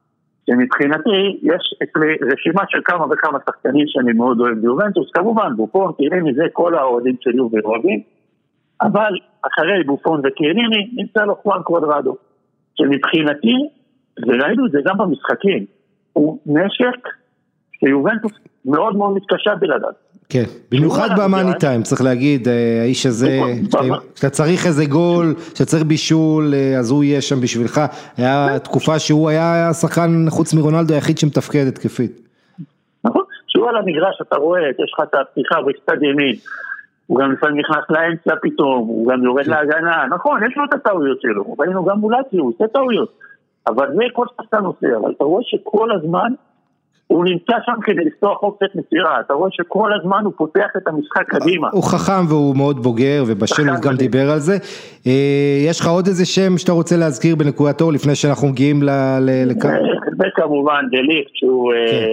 שמבחינתי יש רשימה של כמה וכמה שחקנים שאני מאוד אוהב ביובנטוס, כמובן בופון, קיאליני, זה כל האוהדים של יובה אוהבים, אבל אחרי בופון וקיאליני נמצא לו חואן קוואדרדו, שמבחינתי, וראינו את זה גם במשחקים, הוא נשק שיובנטוס מאוד מאוד מתקשה בלעדיו. כן, במיוחד במאני טיים, צריך להגיד, האיש הזה, כשאתה צריך איזה גול, כשאתה צריך בישול, אז הוא יהיה שם בשבילך. היה תקופה שהוא היה שחקן חוץ מרונלדו היחיד שמתפקד התקפית. נכון, שהוא על המגרש, אתה רואה, יש לך את הפתיחה בצד ימין, הוא גם לפעמים נכנס לאמצע פתאום, הוא גם יורד להגנה, נכון, יש לו את הטעויות שלו, ראינו גם מולטי, הוא עושה טעויות, אבל זה כל שחקן עושה, אבל אתה רואה שכל הזמן, הוא נמצא שם כדי לפתוח אופציות מסירה, אתה רואה שכל הזמן הוא פותח את המשחק קדימה. הוא חכם והוא מאוד בוגר, ובשל הוא גם דיבר על זה. יש לך עוד איזה שם שאתה רוצה להזכיר בנקודתו, לפני שאנחנו מגיעים לכאן? זה כמובן דליק, שהוא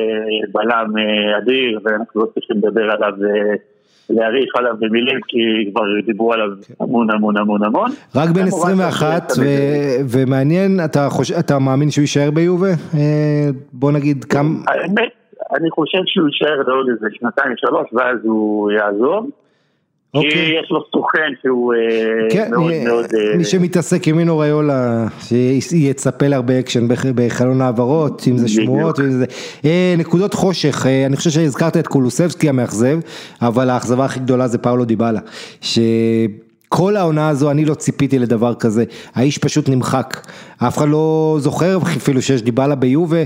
בלם אדיר, ואנחנו לא צריכים לדבר עליו, להעריך עליו במילים, כי כבר דיברו עליו המון המון המון המון. רק בין 21, ומעניין, אתה מאמין שהוא יישאר ביובה? בוא נגיד כמה... האמת, אני חושב שהוא יישאר לעוד איזה 2-3, ואז הוא יעזוב. כי יש לו סוכן שהוא מאוד מאוד... מי שמתעסק עם מינו ריולה, שיצפה להרבה אקשן בחלון העברות, אם זה שמועות, נקודות חושך, אני חושב שהזכרת את קולוסבסקי המאכזב, אבל האכזבה הכי גדולה זה פאולו דיבאלה, כל העונה הזו אני לא ציפיתי לדבר כזה, האיש פשוט נמחק, אף אחד לא זוכר אפילו שיש דיבאלה ביובה,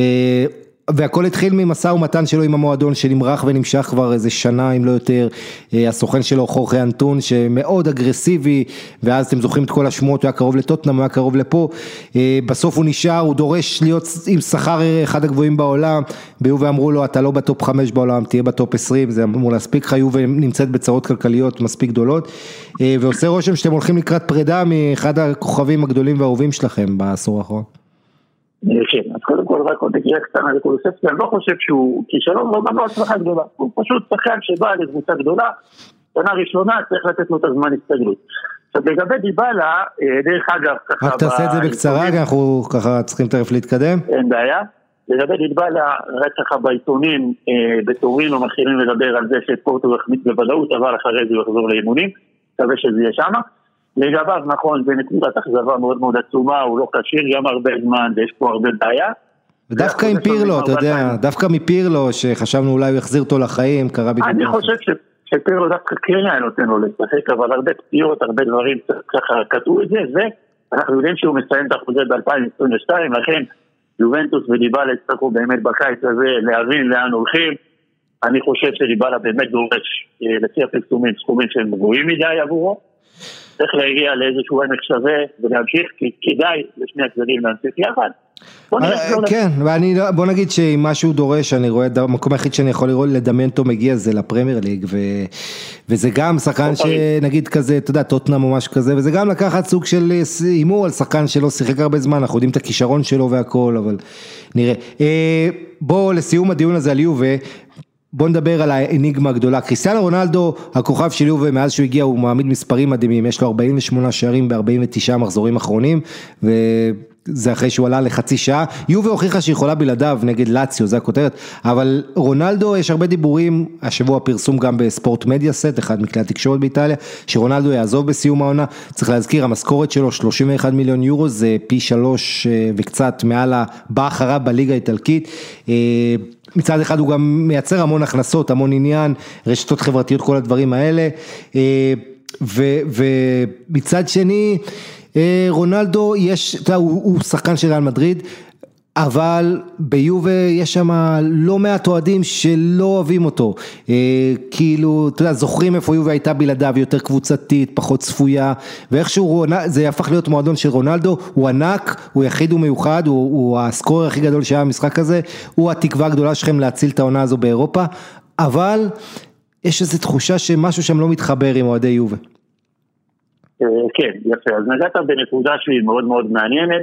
והכל התחיל ממשא ומתן שלו עם המועדון שנמרח ונמשך כבר איזה שנה אם לא יותר, הסוכן שלו חורכה אנטון שמאוד אגרסיבי, ואז אתם זוכרים את כל השמועות, הוא היה קרוב לטוטנהאם, הוא היה קרוב לפה, בסוף הוא נשאר, הוא דורש להיות עם שכר אחד הגבוהים בעולם, ביובה אמרו לו אתה לא בטופ 5 בעולם, תהיה בטופ 20, זה אמור להספיק לך, יובה נמצאת בצרות כלכליות מספיק גדולות, ועושה רושם שאתם הולכים לקראת פרידה מאחד הכוכבים הגדולים והאהובים שלכם בעשור האחרון. כן, אז קודם כל רק עוד נקרא קטנה לקולוספסקי, אני לא חושב שהוא כישלון, לא גם לא הצלחה גדולה, הוא פשוט שחקן שבא לקבוצה גדולה, שנה ראשונה צריך לתת לו את הזמן הסתגלות. עכשיו לגבי דיבאלה, דרך אגב ככה... רק תעשה את זה בקצרה, אנחנו ככה צריכים תרף להתקדם. אין בעיה, לגבי דיבאלה, רק ככה בעיתונים, בטורינו מתחילים לדבר על זה שפורטו יחמיץ בוודאות, אבל אחרי זה הוא יחזור לאימונים, מקווה שזה יהיה שמה. לגביו, נכון, זה נקודת אכזבה מאוד מאוד עצומה, הוא לא קשיר גם הרבה זמן, ויש פה הרבה בעיה. ודווקא עם פירלו, אתה יודע, דווקא מפירלו, שחשבנו אולי הוא יחזיר אותו לחיים, קרה בדיוק. אני חושב שפירלו דווקא כן נותן לו לשחק, אבל הרבה פציעות, הרבה דברים ככה כתבו את זה, ואנחנו יודעים שהוא מסיים את החוזה ב-2022, לכן יובנטוס ודיבאלה יצטרכו באמת בקיץ הזה להבין לאן הולכים. אני חושב שדיבאלה באמת דורש, לפי הפרסומים, סכומים שהם גבוהים מדי עבורו. צריך להגיע לאיזשהו עמק שווה ולהמשיך, כי כדאי לשני הצדדים להמשיך יחד. כן, בוא נגיד שאם משהו דורש, אני רואה, המקום היחיד שאני יכול לראות לדמיין אותו מגיע זה לפרמייר ליג, וזה גם שחקן שנגיד כזה, אתה יודע, טוטנהאם או משהו כזה, וזה גם לקחת סוג של אימור על שחקן שלא שיחק הרבה זמן, אנחנו יודעים את הכישרון שלו והכל, אבל נראה. בוא לסיום הדיון הזה על יובה, בוא נדבר על האניגמה הגדולה. קריסטיאנו רונלדו, הכוכב של יובה, מאז שהוא הגיע הוא מעמיד מספרים מדהימים, יש לו 48 שערים ב-49 מחזורים אחרונים, וזה אחרי שהוא עלה לחצי שעה. יובה הוכיחה שיכולה בלעדיו נגד לאציו, זה הכותרת, אבל רונלדו, יש הרבה דיבורים, השבוע פרסום גם בספורט מדיה סט, אחד מכלי התקשורת באיטליה, שרונלדו יעזוב בסיום העונה. צריך להזכיר, המשכורת שלו 31 מיליון יורו, זה פי 3 וקצת מעל הבא אחריו בליגה האיטלקית. מצד אחד הוא גם מייצר המון הכנסות, המון עניין, רשתות חברתיות, כל הדברים האלה, ומצד שני, רונלדו הוא שחקן של ריאל מדריד, אבל ביובה יש שם לא מעט אוהדים שלא אוהבים אותו, כאילו, אתה יודע, זוכרים איפה יובה הייתה בלעדיו, יותר קבוצתית, פחות צפויה, ואיכשהו זה הפך להיות מועדון של רונלדו, הוא ענק, הוא יחיד ומיוחד, הוא הסקורר הכי גדול שהיה במשחק הזה, הוא התקווה הגדולה שלכם להציל את העונה הזו באירופה, אבל יש איזו תחושה שמשהו שם לא מתחבר עם אוהדי יובה. כן, יפה, אז נגעת בנקודה שהיא מאוד מאוד מעניינת,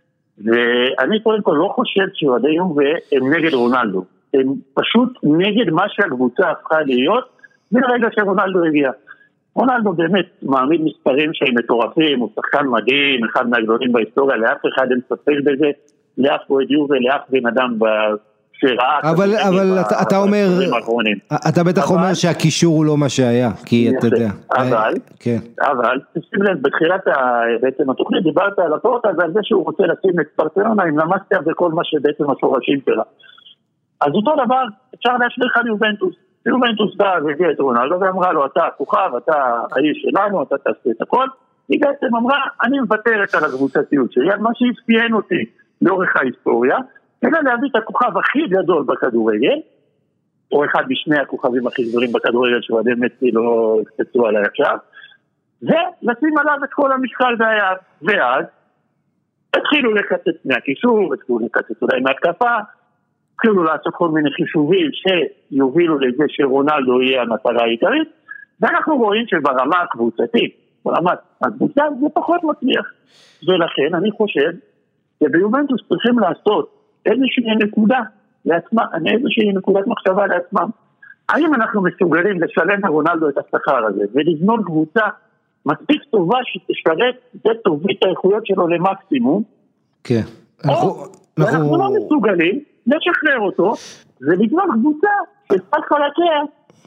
ואני קודם כל לא חושב שאוהדי יובה הם נגד רונלדו, הם פשוט נגד מה שהקבוצה הפכה להיות מרגע שרונלדו הגיע. רונלדו באמת מעמיד מספרים שהם מטורפים, הוא שחקן מדהים, אחד מהגדולים בהיסטוריה, לאף אחד אין ספק בזה, לאף אוהד יובה, לאף בן אדם שראה. אבל אתה אומר, אתה בטח אומר שהקישור הוא לא מה שהיה, כי אתה יודע. אבל, תשים לב, בתחילת בעצם התוכנית דיברת על הפורט הזה, על זה שהוא רוצה לשים את ברצלונה עם למאסטר וכל מה שבעצם השורשים שלה. אז אותו דבר אפשר להשליך לך ליובנטוס. יובנטוס באה והביאה את רונלדו ואמרה לו, אתה הכוכב, אתה האיש שלנו, אתה תעשה את הכל. היא בעצם אמרה, אני מוותרת על הקבוצתיות שלי, על מה שהפתיען אותי לאורך ההיסטוריה, אלא להביא את הכוכב הכי גדול בכדורגל, או אחד משני הכוכבים הכי גדולים בכדורגל, שהוא באמת לא הקצצו עליי עכשיו, ולשים עליו את כל המשקל והיד, ואז התחילו לקצץ מהקישור, התחילו לקצץ אולי מהתקפה, התחילו לעשות כל מיני חישובים שיובילו לזה שרונלדו יהיה המטרה העיקרית, ואנחנו רואים שברמה הקבוצתית, ברמת הקבוצה זה פחות מצליח, ולכן אני חושב שביובנטוס צריכים לעשות איזושהי נקודה לעצמה, איזושהי נקודת מחשבה לעצמם. האם אנחנו מסוגלים לשלם לרונלדו את השכר הזה, ולבנות קבוצה מספיק טובה שתשרת ותוביל את האיכויות שלו למקסימום, כן. אנחנו לא מסוגלים לשחרר אותו, ולבנות קבוצה ששחק חלקיה,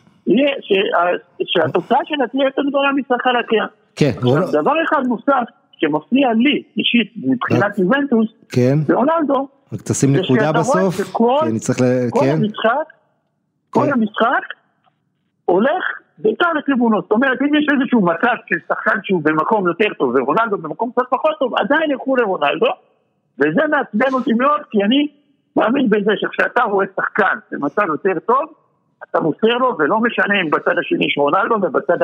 שהתוצאה שלה תהיה יותר גדולה משחק חלקיה. כן. דבר אחד נוסף שמפריע לי אישית מבחינת יובנטוס, ורונלדו, רק תשים נקודה בסוף, כל המשחק הולך בעיקר לכיוונו, זאת אומרת, אם יש איזשהו מצב של שחקן שהוא במקום יותר טוב, ורונלדו במקום קצת פחות טוב, עדיין ילכו לרונלדו, וזה מעצבן אותי מאוד, כי אני מאמין בזה שכשאתה רואה שחקן במצב יותר טוב, אתה מוסר לו, ולא משנה אם בצד השני יש רונלדו, ובצד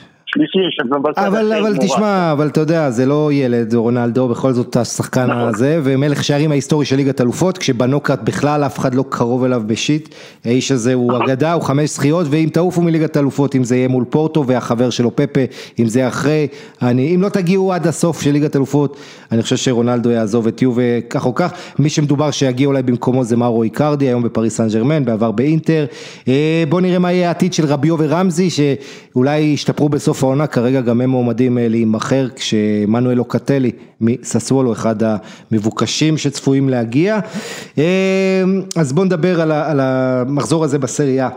אבל תשמע, אבל אתה יודע, זה לא ילד, רונלדו, בכל זאת השחקן הזה, ומלך שערים ההיסטורי של ליגת אלופות, כשבנוקרט בכלל אף אחד לא קרוב אליו בשיט, האיש הזה הוא אגדה, הוא 5 זכיות, ואם תעופו מליגת אלופות, אם זה יהיה מול פורטו, והחבר שלו פפה, אם זה אחרי, אם לא תגיעו עד הסוף של ליגת אלופות, אני חושב שרונלדו יעזוב את יובה כך או כך, מי שמדובר שיגיע אולי במקומו זה מאורו איקרדי, היום בפריס סן ז'רמן, בעבר באינטר. בוא נראה מה יהיה העתיד של רביו ורמזי, שאולי ישתפרו בסוף העונה, כרגע גם הם מועמדים להימחר, כשמנואל לוקטלי מססוולו, אחד המבוקשים שצפויים להגיע. אז בואו נדבר על המחזור הזה בסריה.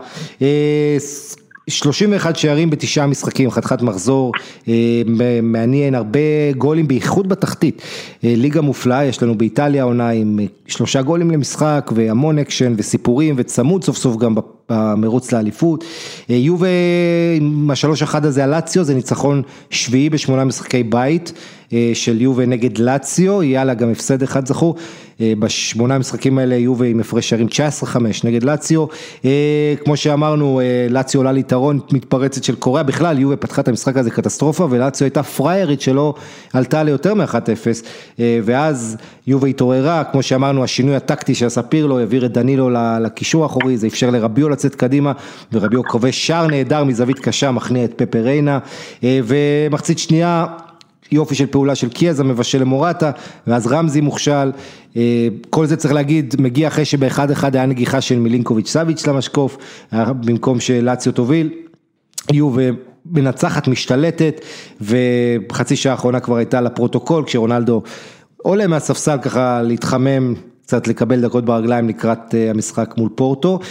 31 שערים ב9 משחקים, חתיכת מחזור מעניין, הרבה גולים, בייחוד בתחתית. ליגה מופלאה, יש לנו באיטליה עונה עם 3 גולים למשחק, והמון אקשן וסיפורים, וצמוד סוף סוף גם במרוץ לאליפות. יובה עם ה3-1 הזה על לאציו, זה ניצחון 7 ב8 משחקי בית, של יובה נגד לאציו, יאללה גם הפסד אחד זכור, בשמונה המשחקים האלה יובה עם הפרש שערים 19-5 נגד לאציו, כמו שאמרנו, לאציו עולה ליתרון מתפרצת של קוריאה, בכלל יובה פתחה את המשחק הזה קטסטרופה, ולאציו הייתה פריירית שלא עלתה ליותר מ-1-0, ואז יובה התעוררה, כמו שאמרנו, השינוי הטקטי שעשה פירלו, העביר את דנילו לקישור האחורי, זה אפשר לרביו לצאת קדימה, ורביו כובש שער נהדר מזווית קשה, מכניע את פפריינה, ומחצית שנייה, יופי של פעולה של קיאזה, מבשל למורטה, ואז רמזי מוכשל, כל זה צריך להגיד, מגיע אחרי שבאחד אחד היה נגיחה של מילינקוביץ' סביץ' למשקוף, במקום שלאציו תוביל, יובה מנצחת, משתלטת, וחצי שעה האחרונה כבר הייתה לפרוטוקול, כשרונלדו עולה מהספסל ככה להתחמם, קצת לקבל דקות ברגליים לקראת המשחק מול פורטו,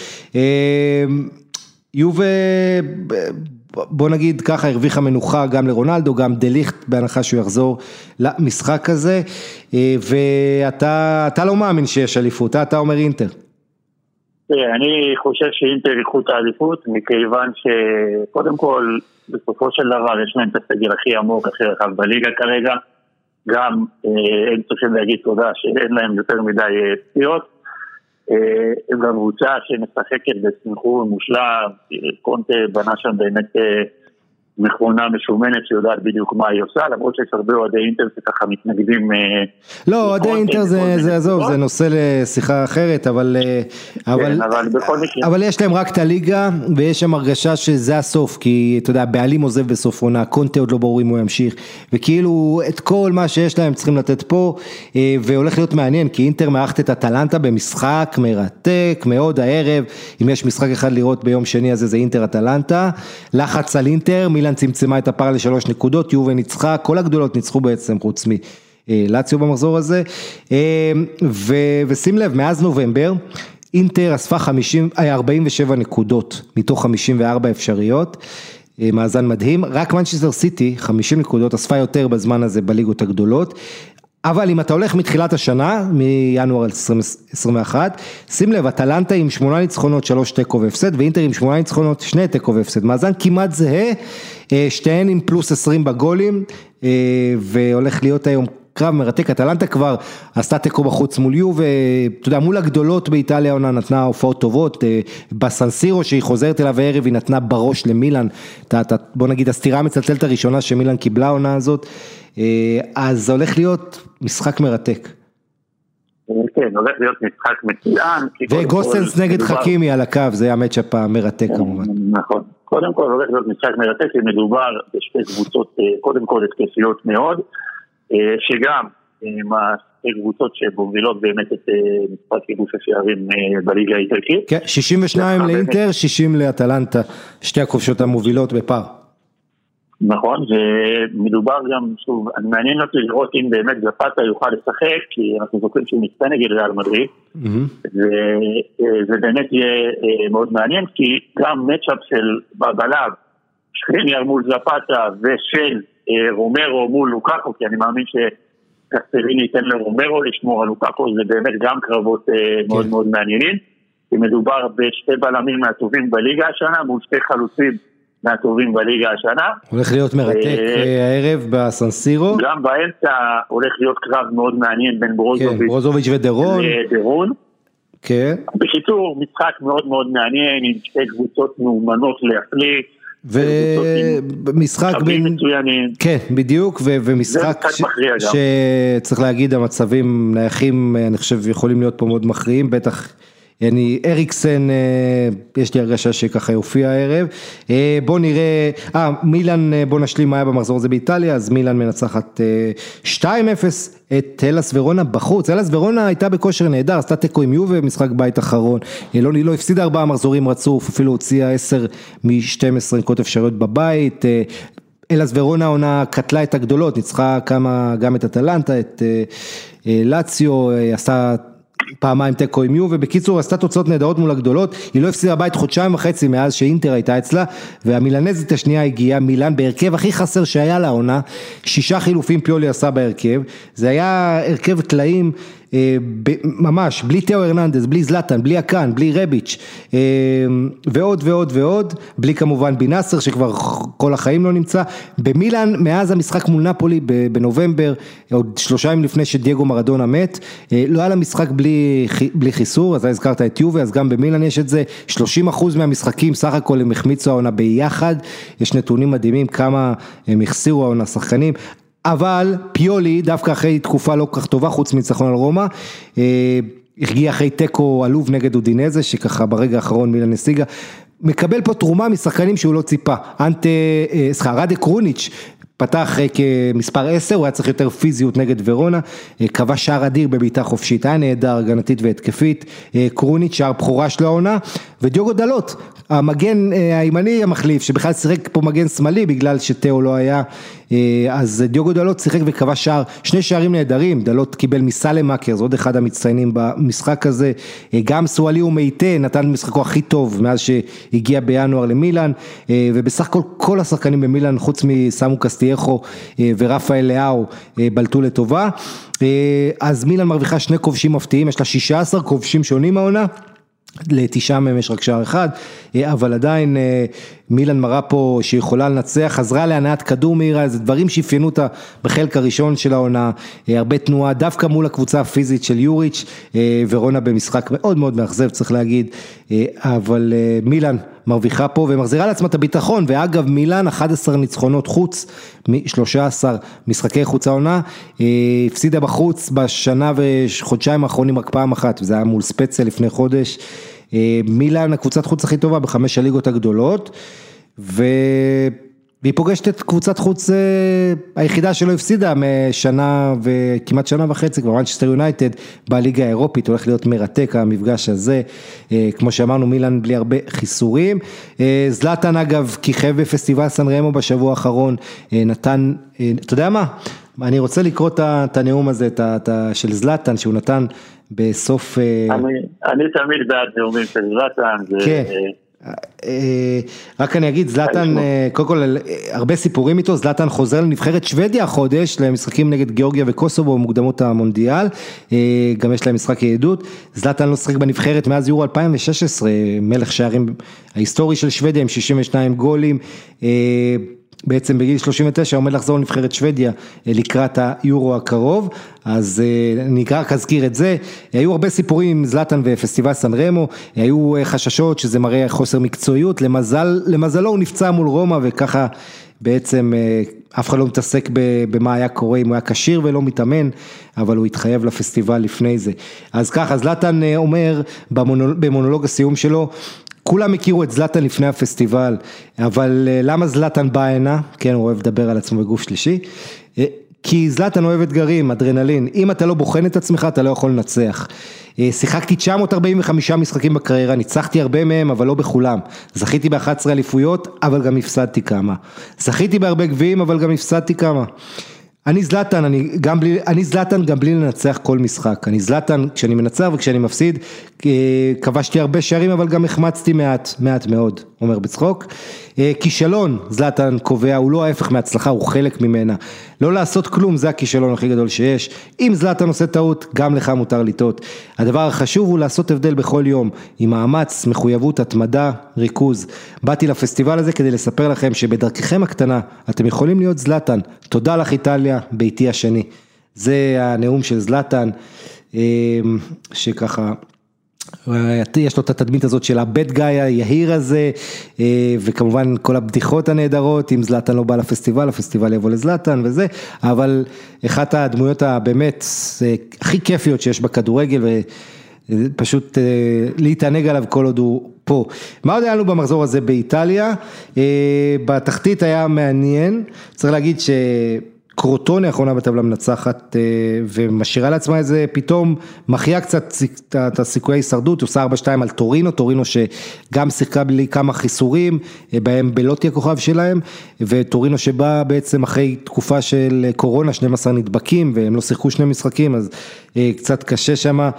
יובה, בוא נגיד ככה, הרוויחה מנוחה גם לרונלדו, גם דליכט, בהנחה שהוא יחזור למשחק הזה, ואתה לא מאמין שיש אליפות, אתה אומר אינטר. אני חושב שאינטר ייקחו את האליפות, מכיוון שקודם כל, בסופו של דבר, יש להם את הסגל הכי עמוק, הכי רחב בליגה כרגע, גם הם צריכים להגיד תודה שאין להם יותר מדי פציעות, הם גם קבוצה שמשחקת בסנכרון מושלם, קונטה בנה שם באמת מכונה משומנת שיודעת בדיוק מה היא עושה, למרות שיש הרבה אוהדי אינטר שככה מתנגדים. לא, אוהדי אינטר זה עזוב, זה נושא לשיחה אחרת, אבל יש להם רק את הליגה, ויש שם הרגשה שזה הסוף, כי אתה יודע, בעלים עוזב בסוף עונה, קונטה עוד לא ברור אם הוא ימשיך, וכאילו את כל מה שיש להם צריכים לתת פה, והולך להיות מעניין, כי אינטר מארחת את אטלנטה במשחק מרתק, מאוד הערב, אם יש משחק אחד לראות ביום שני הזה, זה אינטר אטלנטה, לחץ על אינטר, מילאן צמצמה את הפער ל3 נקודות, יובה ניצחה, כל הגדולות ניצחו בעצם חוץ מלאציו במחזור הזה, ושים לב, מאז נובמבר, אינטר אספה 47 נקודות מתוך 54 אפשריות, מאזן מדהים, רק מנצ'סטר סיטי 50 נקודות אספה יותר בזמן הזה בליגות הגדולות, אבל אם אתה הולך מתחילת השנה, מינואר 2021, שים לב, אטלנטה עם 8 ניצחונות, 3 תיקו והפסד, ואינטר עם 8 ניצחונות, 2 תיקו והפסד, מאזן כמעט זהה, שתיהן עם פלוס 20 בגולים, והולך להיות היום קרב מרתק, אטלנטה כבר עשתה תיקו בחוץ מול יובה, אתה יודע, מול הגדולות באיטליה עונה נתנה הופעות טובות, בסנסירו שהיא חוזרת אליו הערב, היא נתנה בראש למילאן, בוא נגיד הסתירה המצלצלת הראשונה שמילאן קיבלה העונה הזאת, אז זה הולך להיות משחק מרתק. כן, הולך להיות משחק מצוין. וגוסטנס נגד חכימי על הקו, זה המאצ'אפ המרתק כמובן. נכון. קודם כל הולך להיות משחק מרתק, כי מדובר בשתי קבוצות, קודם כל התקפיות מאוד, שגם קבוצות שמובילות באמת את מספר כיבוש השערים בליגה האיטלקית. כן, 62 לאינטר, 60 לאטלנטה, שתי הכובשות המובילות בפער. נכון, ומדובר גם, שוב, מעניין אותי לראות אם באמת זפתה יוכל לשחק, כי אנחנו זוכרים שהוא מצטה נגד ריאל מדריד, וזה באמת יהיה מאוד מעניין, כי גם מצ'אפ של בבלב, שכניאר מול זפתה ושל רומרו מול לוקאקו, כי אני מאמין שקסטריני ייתן לרומרו לשמור על לוקאקו, זה באמת גם קרבות מאוד מאוד מעניינים, כי מדובר בשתי בלמים מהטובים בליגה השנה, מול שתי חלוצים מהטובים בליגה השנה. הולך להיות מרתק הערב בסנסירו. גם באמצע הולך להיות קרב מאוד מעניין בין ברוזוביץ' ודרון. כן. בקיצור, משחק מאוד מאוד מעניין, עם שתי קבוצות מאומנות להחליט. ומשחק מצוינים. כן, בדיוק, ומשחק שצריך להגיד, המצבים נייחים, אני חושב, יכולים להיות פה מאוד מכריעים, בטח אריקסן, יש לי הרגשה שככה יופיע הערב, בוא נראה, מילאן, בוא נשלים מה היה במחזור הזה באיטליה, אז מילאן מנצחת 2-0 את אלאס ורונה בחוץ, אלאס ורונה הייתה בכושר נהדר, עשתה תיקו עם יובה, משחק בית אחרון, לא הפסידה 4 מחזורים רצוף, אפילו הוציאה 10 מ-12 נקודות אפשריות בבית, אלאס ורונה עונה קטלה את הגדולות, ניצחה גם את אטלנטה, את לאציו, עשתה פעמיים תיקו עם יובה, ובקיצור עשתה תוצאות נהדרות מול הגדולות, היא לא הפסידה בית 1.5 חודשים מאז שאינטר הייתה אצלה, והמילנזית השנייה הגיעה, מילאן בהרכב הכי חסר שהיה לעונה, 6 חילופים פיולי עשה בהרכב, זה היה הרכב טלאים, ממש, בלי תאו הרננדז, בלי זלטן, בלי הקאן, בלי רביץ', ועוד ועוד ועוד, בלי כמובן בינאסר שכבר כל החיים לא נמצא, במילאן מאז המשחק מול נפולי בנובמבר, עוד 3 ימים לפני שדייגו מרדונה מת, לא היה לה משחק בלי חיסור, אז הזכרת את יובה, אז גם במילאן יש את זה, 30% מהמשחקים סך הכל הם החמיצו העונה ביחד, יש נתונים מדהימים כמה הם החסירו העונה שחקנים, אבל פיולי דווקא אחרי תקופה לא כל כך טובה חוץ מניצחון על רומא, הגיע אחרי טקו עלוב נגד אודינזה שככה ברגע האחרון מילאן השיגה, מקבל פה תרומה משחקנים שהוא לא ציפה, רדה קרוניץ' פתח כמספר 10, הוא היה צריך יותר פיזיות נגד ורונה, קבע שער אדיר בביתה חופשית, היה נהדר, הגנתית והתקפית, קרוניץ' שער בחורה של העונה, ודיוגו דלות, המגן הימני המחליף, שבכלל שיחק פה מגן שמאלי, בגלל שתאו לא היה, אז דיוגו דלות שיחק וקבע שער, 2 שערים נהדרים, דלות קיבל מסלם מקר, זה עוד אחד המצטיינים במשחק הזה, גם סואלי ומייטה, נתן משחקו הכי טוב, מאז שהגיע בינואר למילאן, ובסך הכל כל השחקנים במילאן, חוץ מסמו קסטייחו ורפאל לאו, בלטו לטובה, אז מילאן מרוויחה 2 כובשים מפתיעים, יש לה 16 כובשים שונים העונה, ל9 מהם יש רק שער אחד, אבל עדיין מילאן מראה פה שיכולה לנצח, חזרה להנעת כדור מהירה, זה דברים שאפיינו אותה בחלק הראשון של העונה, הרבה תנועה, דווקא מול הקבוצה הפיזית של יוריץ' ורונה במשחק מאוד מאוד מאכזב צריך להגיד, אבל מילאן מרוויחה פה ומחזירה לעצמה את הביטחון, ואגב מילאן 11 ניצחונות חוץ, 13 משחקי חוץ העונה, הפסידה בחוץ בשנה וחודשיים האחרונים רק פעם אחת, וזה היה מול ספציה לפני חודש, מילאן הקבוצת חוץ הכי טובה ב5 הליגות הגדולות, והיא פוגשת את קבוצת חוץ היחידה שלא הפסידה משנה וכמעט שנה וחצי, כבר מנצ'סטר יונייטד בליגה האירופית, הולך להיות מרתק המפגש הזה, כמו שאמרנו מילאן בלי הרבה חיסורים, זלטן אגב כיכב בפסטיבל סן רמו בשבוע האחרון, נתן, אתה יודע מה? אני רוצה לקרוא את הנאום הזה של זלטן שהוא נתן בסוף... אני תמיד בעד נאומים של זלטן. כן. רק אני אגיד, זלטן, קודם כל, הרבה סיפורים איתו, זלטן חוזר לנבחרת שוודיה החודש, למשחקים נגד גיאורגיה וקוסובו במוקדמות המונדיאל, גם יש להם משחק יעדות, זלטן לא שחק בנבחרת מאז יורו 2016, מלך שערים ההיסטורי של שוודיה עם 62 גולים, בעצם בגיל 39 עומד לחזור לנבחרת שוודיה לקראת היורו הקרוב, אז אני רק אזכיר את זה, היו הרבה סיפורים עם זלטן ופסטיבל סן רמו, היו חששות שזה מראה חוסר מקצועיות, למזלו הוא נפצע מול רומא וככה בעצם אף אחד לא מתעסק במה היה קורה אם הוא היה קשיר ולא מתאמן, אבל הוא התחייב לפסטיבל לפני זה. אז ככה, זלטן אומר במונולוג הסיום שלו, כולם הכירו את זלטן לפני הפסטיבל, אבל למה זלטן בא הנה? כן, הוא אוהב לדבר על עצמו בגוף שלישי, כי זלטן אוהב אתגרים, אדרנלין, אם אתה לא בוחן את עצמך, אתה לא יכול לנצח. שיחקתי 945 משחקים בקריירה, ניצחתי הרבה מהם, אבל לא בכולם. זכיתי ב11 אליפויות, אבל גם הפסדתי כמה. זכיתי בהרבה גביעים, אבל גם הפסדתי כמה. אני זלטן גם בלי לנצח כל משחק, אני זלטן כשאני מנצח וכשאני מפסיד, כבשתי הרבה שערים אבל גם החמצתי מעט מאוד, אומר בצחוק, כישלון זלטן קובע, הוא לא ההפך מהצלחה, הוא חלק ממנה, לא לעשות כלום זה הכישלון הכי גדול שיש, אם זלטן עושה טעות, גם לך מותר לטעות, הדבר החשוב הוא לעשות הבדל בכל יום, עם מאמץ, מחויבות, התמדה, ריכוז, באתי לפסטיבל הזה כדי לספר לכם שבדרככם הקטנה, אתם יכולים להיות זלטן, תודה לך איטליה, ביתי השני, זה הנאום של זלטן, שככה, יש לו את התדמית הזאת של הבד גאי היהיר הזה, וכמובן כל הבדיחות הנהדרות, אם זלטן לא בא לפסטיבל, הפסטיבל יבוא לזלטן וזה, אבל אחת הדמויות הבאמת הכי כיפיות שיש בכדורגל, ופשוט להתענג עליו כל עוד הוא פה. מה עוד היה לנו במחזור הזה באיטליה? בתחתית היה מעניין, צריך להגיד ש... קרוטונה האחרונה בטבלה מנצחת ומשאירה לעצמה איזה פתאום מחיה קצת את הסיכויי הישרדות, עושה 4-2 על טורינו שגם שיחקה בלי כמה חיסורים, בהם בלוטי הכוכב שלהם, וטורינו שבא בעצם אחרי תקופה של קורונה, 12 נדבקים, והם לא שיחקו 2 משחקים, אז קצת קשה שמה,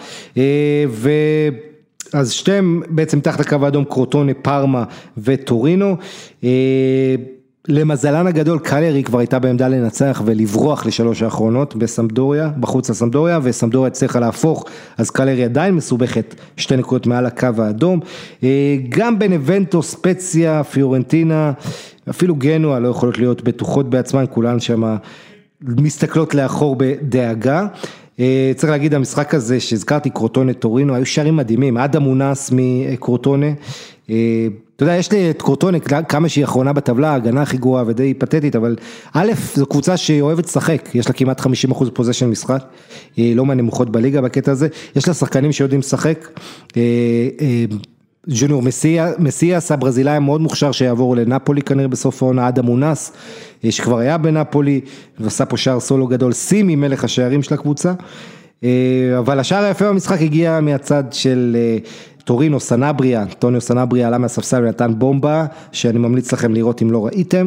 אז שתיהם בעצם תחת הקו האדום, קרוטונה, פארמה וטורינו, למזלן הגדול, קליירי כבר הייתה בעמדה לנצח ולברוח לשלוש האחרונות בסמפדוריה, בחוץ לסמפדוריה, וסמפדוריה הצליחה להפוך, אז קליירי עדיין מסובכת 2 נקודות מעל הקו האדום. גם בנבנטו, ספציה, פיורנטינה, אפילו גנואה לא יכולות להיות בטוחות בעצמן, כולן שם מסתכלות לאחור בדאגה. צריך להגיד, המשחק הזה שהזכרתי, קרוטונה טורינו, היו שערים מדהימים, אדם מונס מקרוטונה, אתה יודע, יש לי את קרוטונה, כמה שהיא אחרונה בטבלה, הגנה הכי גרועה ודי פתטית, אבל א', זו קבוצה שאוהבת לשחק, יש לה כמעט 50% פוזיישן משחק, לא מהנמוכות בליגה בקטע הזה, יש לה שחקנים שיודעים לשחק, ג'וניור מסיאס, הברזילאי מאוד מוכשר שיעבור לנפולי כנראה בסוף העונה, אדם מונס, שכבר היה בנפולי, ועשה פה שער סולו גדול, סימי מלך השערים של הקבוצה, אבל השער היפה במשחק הגיע מהצד של טורינו, סנבריה, טוניו סנבריה עלה מהספסל ונתן בומבה, שאני ממליץ לכם לראות אם לא ראיתם.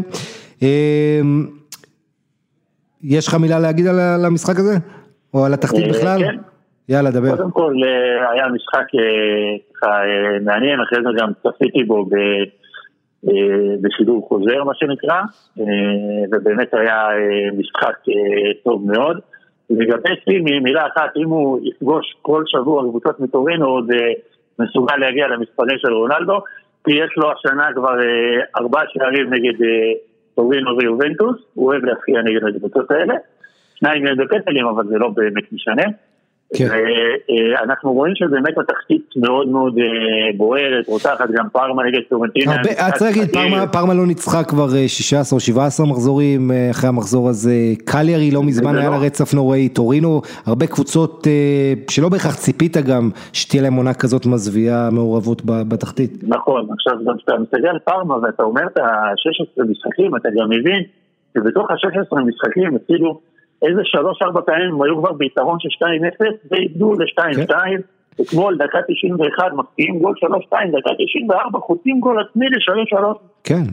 יש לך מילה להגיד על המשחק הזה? או על התחתית בכלל? כן. יאללה, דבר. קודם כל, היה משחק מעניין, אחרי זה גם צפיתי בו בשידור חוזר, מה שנקרא, ובאמת היה משחק טוב מאוד. לגבי סימי, מילה אחת, אם הוא יפגוש כל שבוע קבוצות מטורינו, עוד מסוגל להגיע למספרים של רונלדו, כי יש לו השנה כבר 4 שערים נגד טורינו ויובנטוס, הוא אוהב להפקיע נגד הקבוצות האלה, 2 מהם בפנדלים, אבל זה לא באמת משנה. כן. אנחנו רואים שבאמת התחתית מאוד מאוד בוערת, רותחת גם פארמה נגד פיורנטינה. צריך להגיד, פארמה לא ניצחה כבר 16 או 17 מחזורים אחרי המחזור הזה, קליירי לא מזמן היה לה רצף נוראי, טורינו, הרבה קבוצות שלא בהכרח ציפית גם שתהיה להם עונה כזאת מזוויעה מעורבות בתחתית. נכון, עכשיו גם כשאתה מסתכל על פארמה ואתה אומר את ה-16 משחקים, אתה גם מבין שבתוך ה-16 משחקים אפילו איזה 3-4 פעמים היו כבר ביתרון של 2-0, ואיבדו ל-2-2, אתמול דקה 91, מפקיעים גול 3-2, דקה 94, חוצים גול עצמי ל-3-3. כן,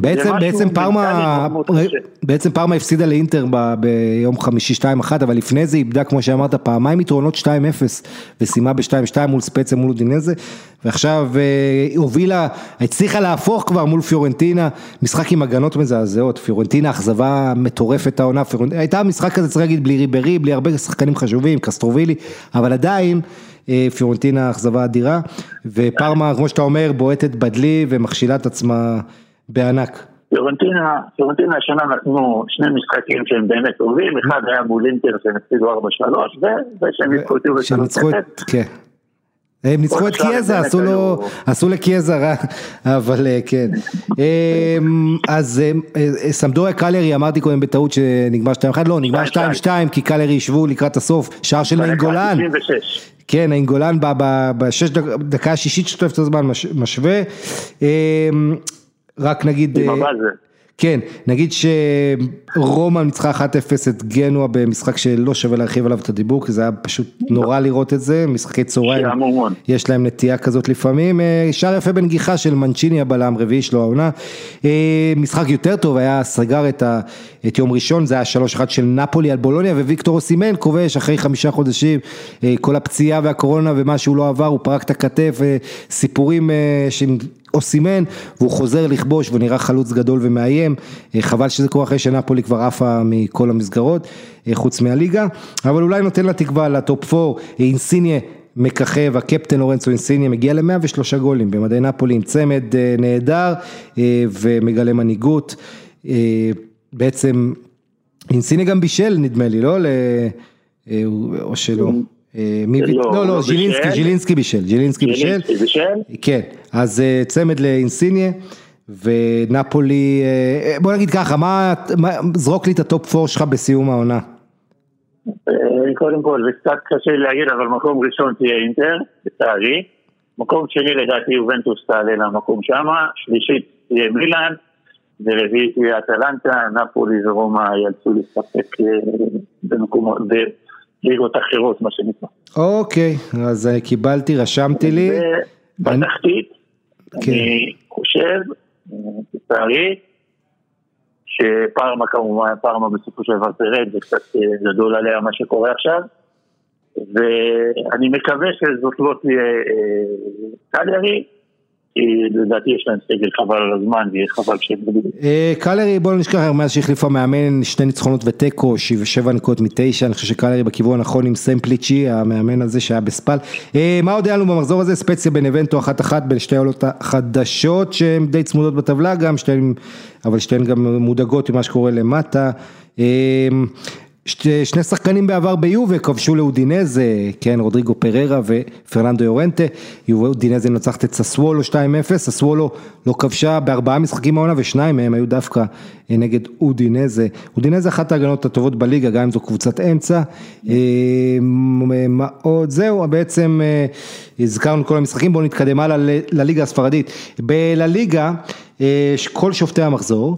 בעצם פארמה הפסידה לאינטר ביום חמישי 2-1, אבל לפני זה איבדה, כמו שאמרת, פעמיים יתרונות 2-0, ושימה ב-2-2 מול ספציה מול אודינזה, ועכשיו הובילה, הצליחה להפוך כבר מול פיורנטינה, משחק עם הגנות מזעזעות, פיורנטינה אכזבה מטורפת העונה, הייתה משחק כזה צריך להגיד בלי ריברי, בלי הרבה שחקנים חשובים, קסטרובילי, אבל עדיין פיורנטינה אכזבה אדירה, ופארמה, כמו שאתה אומר, בועטת בדלי ומכשילה את עצמה בענק. פיורנטינה השנה נתנו 2 משחקים שהם באמת טובים, אחד היה מול אינטר שהם הפסידו 4-3, ושהם ניצחו את כן. הם ניצחו את קיאזה, עשו לקיאזה רע, אבל כן. אז סמפדוריה קליירי, אמרתי קודם בטעות שנגמר 2-1, לא, נגמר 2-2, כי קליירי ישבו לקראת הסוף, שער של אינגולן. כן, אינגולן דקה השישית שטוף את הזמן משווה. רק נגיד, כן, נגיד שרומא ניצחה 1-0 את גנואה במשחק שלא שווה להרחיב עליו את הדיבור, כי זה היה פשוט נורא לראות את זה, משחקי צהריים, יש להם נטייה כזאת לפעמים, שער יפה בנגיחה של מנצ'יני הבלם, רביעי שלו העונה, משחק יותר טוב, היה סגר את יום ראשון, זה היה 3-1 של נפולי על בולוניה, וויקטור אוסימן כובש אחרי 5 חודשים, כל הפציעה והקורונה ומה שהוא לא עבר, הוא פרק את הכתף, סיפורים אוסימן, והוא חוזר לכבוש, והוא נראה חלוץ גדול ומאיים, חבל שזה קורה אחרי שנפולי כבר עפה מכל המסגרות, חוץ מהליגה, אבל אולי נותן לה תקווה לטופ 4, אינסיניה מככב, הקפטן לורנצו אינסיניה מגיע ל103 גולים, במדי נפולי עם צמד נהדר, ומגלה מנהיגות, בעצם אינסיניה גם בישל נדמה לי, לא? או שלא? לא, ז'ילינסקי בישל, כן, אז צמד לאינסיניה, ונפולי, בוא נגיד ככה, זרוק לי את הטופ 4 שלך בסיום העונה. קודם כל, זה קצת קשה להגיד, אבל מקום ראשון תהיה אינטר, בצערי, מקום שני לדעתי יובנטוס תעלה למקום שמה, שלישית תהיה מילאן, ורביעית תהיה אטלנטה, נפולי ורומא ילצו להסתפק במקומות, ליגות אחרות, מה שנקרא. אוקיי, אז קיבלתי, רשמתי לי. בתחתית, אני חושב, בצערי, שפארמה כמובן, פארמה בסופו של דבר תרד, זה קצת גדול עליה מה שקורה עכשיו, ואני מקווה שזאת לא תהיה קליירי, כי לדעתי יש להם סגל חבל על הזמן, ויהיה חבל שהם בדיוק. קלרי, בואו נשכח, מאז שהחליפה מאמן, 2 ניצחונות וטקו, 7 נקודות מ9, אני חושב שקלרי בכיוון הנכון עם סמפליצ'י, המאמן הזה שהיה בספל. מה עוד היה לנו במחזור הזה? ספציה בנבנטו 1-1 בין שתי העולות החדשות, שהן די צמודות בטבלה גם, אבל שתיהן גם מודאגות עם מה שקורה למטה. שני שחקנים בעבר ביובה כבשו לאודינזה, כן, רודריגו פררה ופרננדו יורנטה. אודינזה נצחת את ססוולו 2-0, ססוולו לא כבשה ב4 משחקים העונה, ושניים מהם היו דווקא נגד אודינזה. אודינזה אחת ההגנות הטובות בליגה, גם אם זו קבוצת אמצע. עוד זהו, בעצם הזכרנו כל המשחקים, בואו נתקדם הלאה לליגה הספרדית. בליגה, כל שופטי המחזור,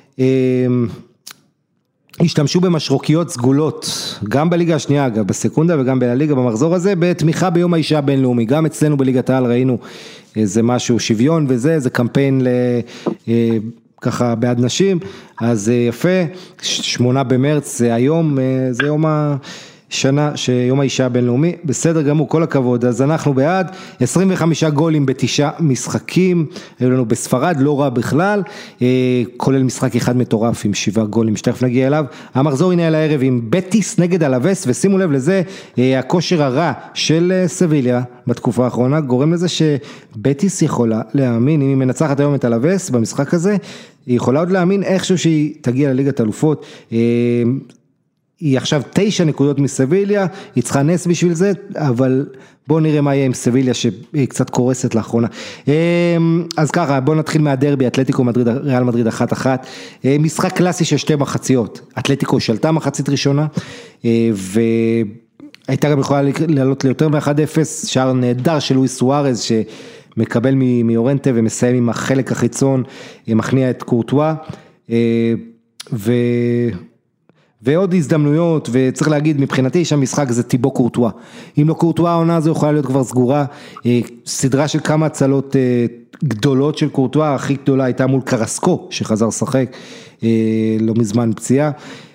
השתמשו במשרוקיות סגולות, גם בליגה השנייה אגב, בסקונדה וגם בליגה במחזור הזה, בתמיכה ביום האישה הבינלאומי, גם אצלנו בליגת העל ראינו איזה משהו שוויון וזה, זה קמפיין ככה בעד נשים, אז יפה, 8 במרץ זה היום, זה יום שנה שיום האישה הבינלאומי, בסדר גמור, כל הכבוד, אז אנחנו בעד, 25 גולים ב9 משחקים, היו לנו בספרד, לא רע בכלל, כולל משחק אחד מטורף עם 7 גולים, שתכף נגיע אליו, המחזור הנה על הערב עם בטיס נגד אלווס, ושימו לב לזה, הכושר הרע של סביליה בתקופה האחרונה, גורם לזה שבטיס יכולה להאמין, אם היא מנצחת היום את אלווס במשחק הזה, היא יכולה עוד להאמין איכשהו שהיא תגיע לליגת אלופות, היא עכשיו 9 נקודות מסביליה, היא צריכה נס בשביל זה, אבל בואו נראה מה יהיה עם סביליה שהיא קצת קורסת לאחרונה. אז ככה, בואו נתחיל מהדרבי, אתלטיקו מדריד, ריאל מדריד 1-1, משחק קלאסי של 2 מחציות, אתלטיקו שלטה מחצית ראשונה, והייתה גם יכולה לעלות ליותר מ-1-0, שער נהדר של לואיס סוארז, שמקבל מיורנטה ומסיים עם החלק החיצון, מכניע את קורטואה, ועוד הזדמנויות, וצריך להגיד, מבחינתי שהמשחק זה טיבו קורטואה. אם לא קורטואה, העונה הזו יכולה להיות כבר סגורה, סדרה של כמה הצלות גדולות של קורטואה, הכי גדולה הייתה מול קרסקו, שחזר שחק, לא מזמן פציעה.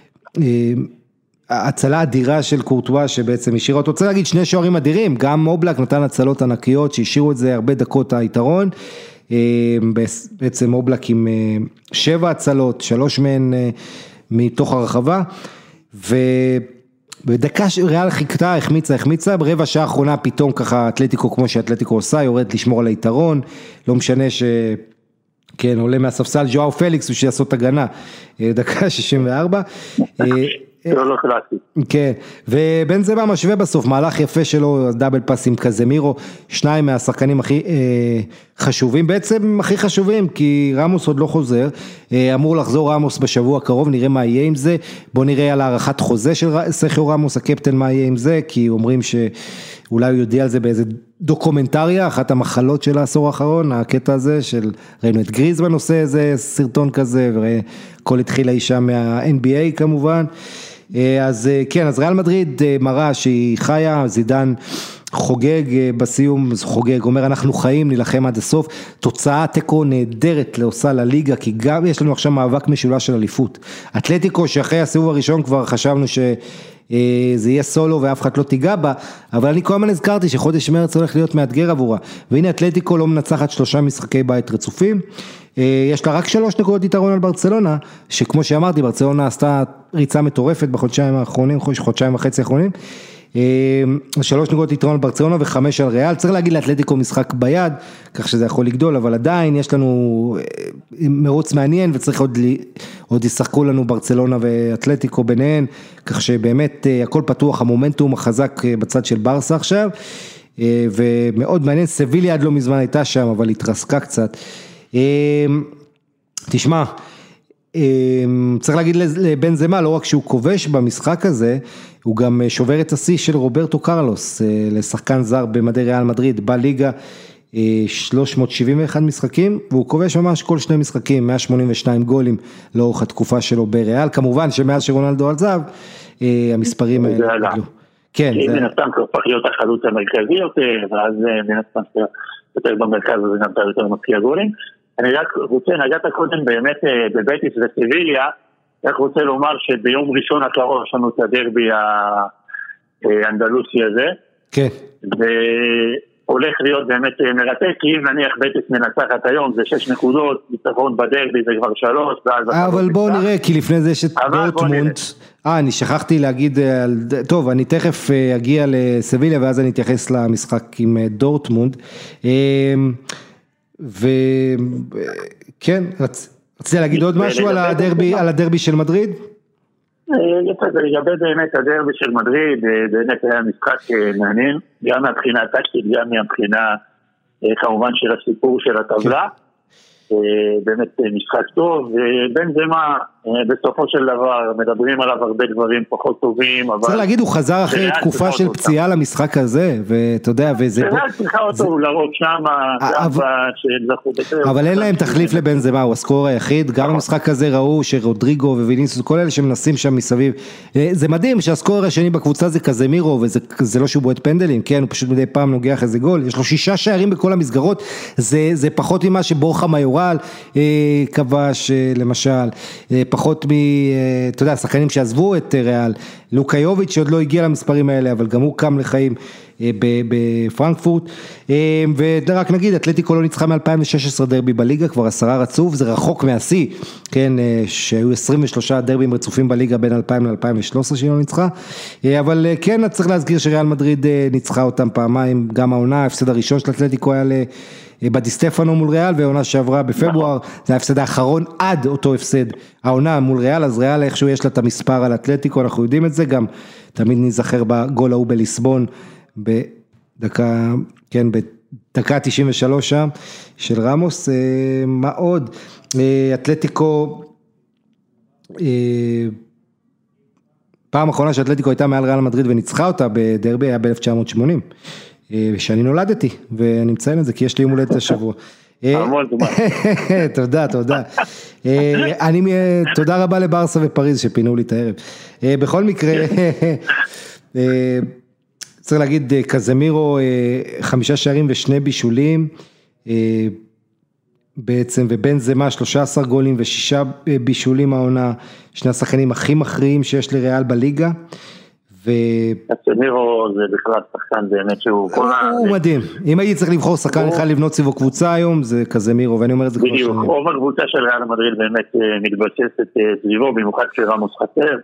הצלה אדירה של קורטואה, שבעצם השאירה אותו, צריך להגיד, 2 שוערים אדירים, גם אובלק נתן הצלות ענקיות, שהשאירו את זה הרבה דקות היתרון, בעצם אובלק עם 7 הצלות, 3 מהן מתוך הרחבה, ובדקה ריאל חיכתה, החמיצה, ברבע שעה האחרונה פתאום ככה אתלטיקו, כמו שאתלטיקו עושה, יורד לשמור על היתרון, לא משנה כן, עולה מהספסל ז'ואאו פליקס, הוא שיעשות הגנה, דקה 64, לא קלאסי. כן, ובנזמה משווה בסוף, מהלך יפה שלו, דאבל פאס עם קזמירו, 2 מהשחקנים הכי חשובים, בעצם הכי חשובים, כי רמוס עוד לא חוזר, אמור לחזור רמוס בשבוע הקרוב, נראה מה יהיה עם זה, בוא נראה על הערכת חוזה של סרחיו רמוס, הקפטן מה יהיה עם זה, כי אומרים שאולי הוא יודיע על זה באיזה דוקומנטריה, אחת המחלות של העשור האחרון, הקטע הזה ראינו את גריזמן עושה איזה סרטון כזה, וכל התחיל האישה מה-NBA כמובן, אז כן, אז ריאל מדריד מראה שהיא חיה, זידן חוגג בסיום, חוגג, אומר אנחנו חיים, נלחם עד הסוף, תוצאה תיקו נהדרת לעושה לליגה, כי גם יש לנו עכשיו מאבק משולש של אליפות, אתלטיקו שאחרי הסיבוב הראשון כבר חשבנו זה יהיה סולו ואף אחד לא תיגע בה, אבל אני כל הזמן הזכרתי שחודש מרץ הולך להיות מאתגר עבורה, והנה אתלטיקו לא מנצחת 3 משחקי בית רצופים, יש לה רק 3 נקודות יתרון על ברצלונה, שכמו שאמרתי, ברצלונה עשתה ריצה מטורפת בחודשיים האחרונים, חודשיים וחצי האחרונים, 3 נקודות יתרון על ברצלונה ו5 על ריאל, צריך להגיד לאתלטיקו משחק ביד, כך שזה יכול לגדול, אבל עדיין יש לנו מרוץ מעניין, וצריך עוד ישחקו לנו ברצלונה ואתלטיקו ביניהן, כך שבאמת הכל פתוח, המומנטום החזק בצד של ברסה עכשיו, ומאוד מעניין, סביליה עד לא מזמן הייתה שם, אבל התרסקה קצת. תשמע, צריך להגיד לבנזמה, לא רק שהוא כובש במשחק הזה, הוא גם שובר את השיא של רוברטו קרלוס, לשחקן זר במדי ריאל מדריד, בליגה 371 משחקים, והוא כובש ממש כל 2 משחקים, 182 גולים לאורך התקופה שלו בריאל, כמובן שמאז שרונלדו עזב, המספרים האלה גדלו. כן, זה נסתם כהפך להיות החלוץ המרכזי יותר, ואז נסתם יותר במרכז, וזה גם יותר מפקיע גולים. אני רק רוצה, נגעת קודם באמת בבטיס וסביליה, רק רוצה לומר שביום ראשון הקרוב יש לנו את הדרבי האנדלוסי הזה. כן. הולך להיות באמת מרתק, כי אם נניח בטס מנצחת היום, זה 6 נקודות, ניצחון בדרבי זה כבר 3, אבל בואו נראה, כי לפני זה יש את דורטמונד, אני שכחתי להגיד, טוב, אני תכף אגיע לסביליה, ואז אני אתייחס למשחק עם דורטמונד, וכן, רציתי להגיד עוד משהו על הדרבי של מדריד? לגבי באמת הדרבי של מדריד, באמת היה משחק מעניין, גם מהבחינה הטקטית, גם מהבחינה כמובן של הסיפור של הטבלה, באמת משחק טוב, ובין זה מה, בסופו של דבר מדברים עליו הרבה דברים פחות טובים, אבל... צריך להגיד, הוא חזר אחרי תקופה של פציעה למשחק הזה, ואתה יודע, וזה... צריכה אותו לראות שם, אבל אין להם תחליף לבן זה מה, הוא הסקורר היחיד, גם במשחק הזה ראו שרודריגו וויניסיוס, כל אלה שמנסים שם מסביב, זה מדהים שהסקורר השני בקבוצה זה קזמירו, וזה לא שהוא בועט פנדלים, כן, הוא פשוט מדי פעם נוגח איזה גול, יש לו 6 שערים בכל המסגרות, זה פחות ממה שבורחה מיורל כבש למשל, פחות אתה יודע, שחקנים שעזבו את ריאל, לוקאיוביץ' שעוד לא הגיע למספרים האלה, אבל גם הוא קם לחיים בפרנקפורט, ורק נגיד, אתלטיקו לא ניצחה מ-2016 דרבי בליגה, כבר 10 רצוף, זה רחוק מהשיא, כן, שהיו 23 דרבים רצופים בליגה בין 2000 ל-2013 שהיא לא ניצחה, אבל כן, צריך להזכיר שריאל מדריד ניצחה אותם פעמיים, גם העונה, ההפסד הראשון של אתלטיקו היה בדיסטפנו מול ריאל, והעונה שעברה בפברואר, זה ההפסד האחרון עד אותו הפסד, העונה מול ריאל, אז ריאל איכשהו יש לה את המספר על אתלטיקו, אנחנו יודעים את זה, גם תמיד נזכר בגול ההוא בליסבון, בדקה 93 שם, של רמוס, מה עוד, אתלטיקו, פעם האחרונה שאתלטיקו הייתה מעל ריאל מדריד וניצחה אותה בדרבי, היה ב-1980, שאני נולדתי, ואני מציין את זה, כי יש לי יום הולדת השבוע. תודה. תודה רבה לברסה ופריז שפינו לי את הערב. בכל מקרה, צריך להגיד, קזמירו 5 שערים ו2 בישולים, בעצם, ובין זה מה, 13 גולים ו6 בישולים העונה, שני השחקנים הכי מכריעים שיש לריאל בליגה, קזמירו זה בכלל שחקן באמת שהוא... הוא מדהים, אם הייתי צריך לבחור שחקן אחד לבנות סביבו קבוצה היום, זה קזמירו, ואני אומר את זה כבר שנים. בדיוק, רוב הקבוצה של ריאל מדריד באמת מתבססת סביבו, במיוחד כשרמוס חסר,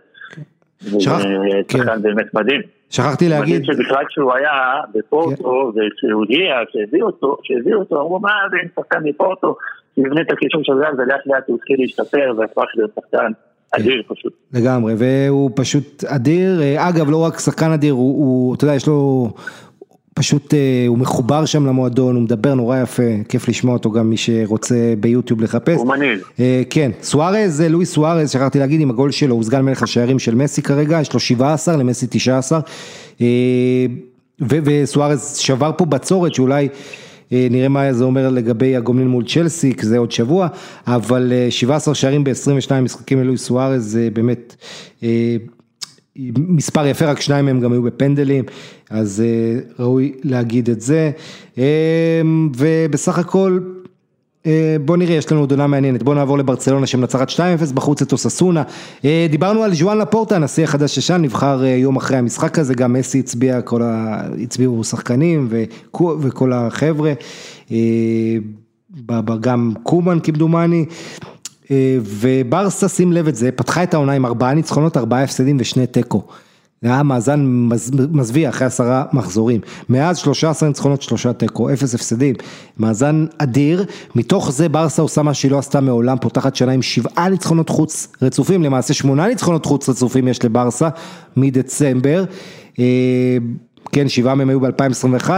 שחקן באמת מדהים. שכחתי להגיד... שבכלל כשהוא היה בפורטו, וכשהוא הגיע, כשהביאו אותו, אמרו מה זה שחקן מפורטו, שיבנה את הקישור של ריאל, ולאט לאט הוא התחיל להשתפר, והפך להיות שחקן אדיר פשוט. לגמרי, והוא פשוט אדיר, אגב לא רק שחקן אדיר, הוא, אתה יודע, יש לו, פשוט, הוא מחובר שם למועדון, הוא מדבר נורא יפה, כיף לשמוע אותו גם מי שרוצה ביוטיוב לחפש. הוא מניל. כן, סוארז, לואי סוארז, שכחתי להגיד, עם הגול שלו, הוא סגן מלך השערים של מסי כרגע, יש לו 17, למסי 19, וסוארז שבר פה בצורת, שאולי נראה מה זה אומר לגבי הגומלין מול צ'לסי, זה עוד שבוע, אבל 17 שערים ב-22 משחקים ללואי סוארז, זה באמת מספר יפה, רק 2 מהם גם היו בפנדלים, אז ראוי להגיד את זה, ובסך הכל, בוא נראה, יש לנו עונה מעניינת, בוא נעבור לברצלונה שמנצחת 2-0 בחוץ את אוססונה, דיברנו על ז'ואן לפורטה, הנשיא החדש ששן, נבחר יום אחרי המשחק הזה, גם מסי הצביעו שחקנים וכל החבר'ה, גם קומן כמדומני, וברסה שים לב את זה, פתחה את העונה עם 4 ניצחונות, 4 הפסדים ו2 טקו, זה היה מאזן מזוויע אחרי 10 מחזורים, מאז 13 ניצחונות 3 טקו, 0 הפסדים, מאזן אדיר, מתוך זה ברסה עושה מה שהיא לא עשתה מעולם, פותחת שנה עם 7 ניצחונות חוץ רצופים, למעשה 8 ניצחונות חוץ רצופים יש לברסה, מדצמבר, כן 7 מהם היו ב-2021,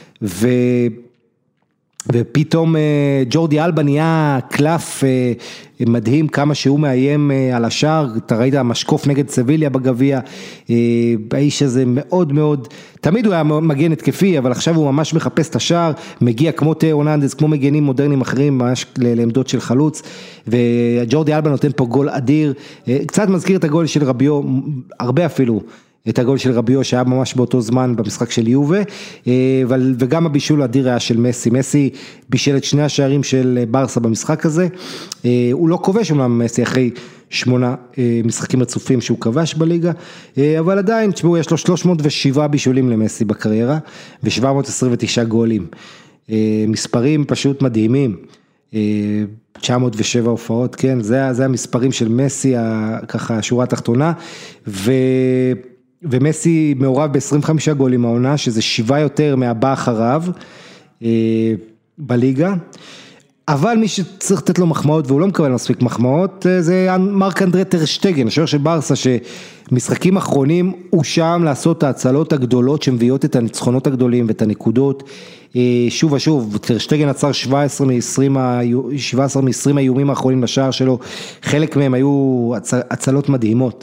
ופתאום ג'ורדי אלבה נהיה קלף מדהים, כמה שהוא מאיים על השער, אתה ראית המשקוף נגד סביליה בגביע, האיש הזה מאוד מאוד, תמיד הוא היה מגן התקפי, אבל עכשיו הוא ממש מחפש את השער, מגיע כמו תאו הרננדז, כמו מגנים מודרניים אחרים, ממש לעמדות של חלוץ, וג'ורדי אלבה נותן פה גול אדיר, קצת מזכיר את הגול של רביו, הרבה אפילו, את הגול של רביו שהיה ממש באותו זמן במשחק של יובה, וגם הבישול האדיר היה של מסי, מסי בישל את שני השערים של ברסה במשחק הזה, הוא לא כובש אומנם מסי אחרי 8 משחקים רצופים שהוא כבש בליגה, אבל עדיין יש לו 307 בישולים למסי בקריירה, ו729 גולים, מספרים פשוט מדהימים, 907 הופעות, כן, זה המספרים של מסי, ככה השורה התחתונה, ומסי מעורב ב-25 גולים העונה, שזה 7 יותר מהבא אחריו בליגה, אבל מי שצריך לתת לו מחמאות, והוא לא מקבל מספיק מחמאות, זה מרק אנדרי טר שטגן, השוער של ברסה, שמשחקים אחרונים הוא שם לעשות את ההצלות הגדולות, שמביאות את הניצחונות הגדולים ואת הנקודות, שוב ושוב, טר שטגן עצר 17 מ-20 האיומים האחרונים לשער שלו, חלק מהם היו הצלות מדהימות,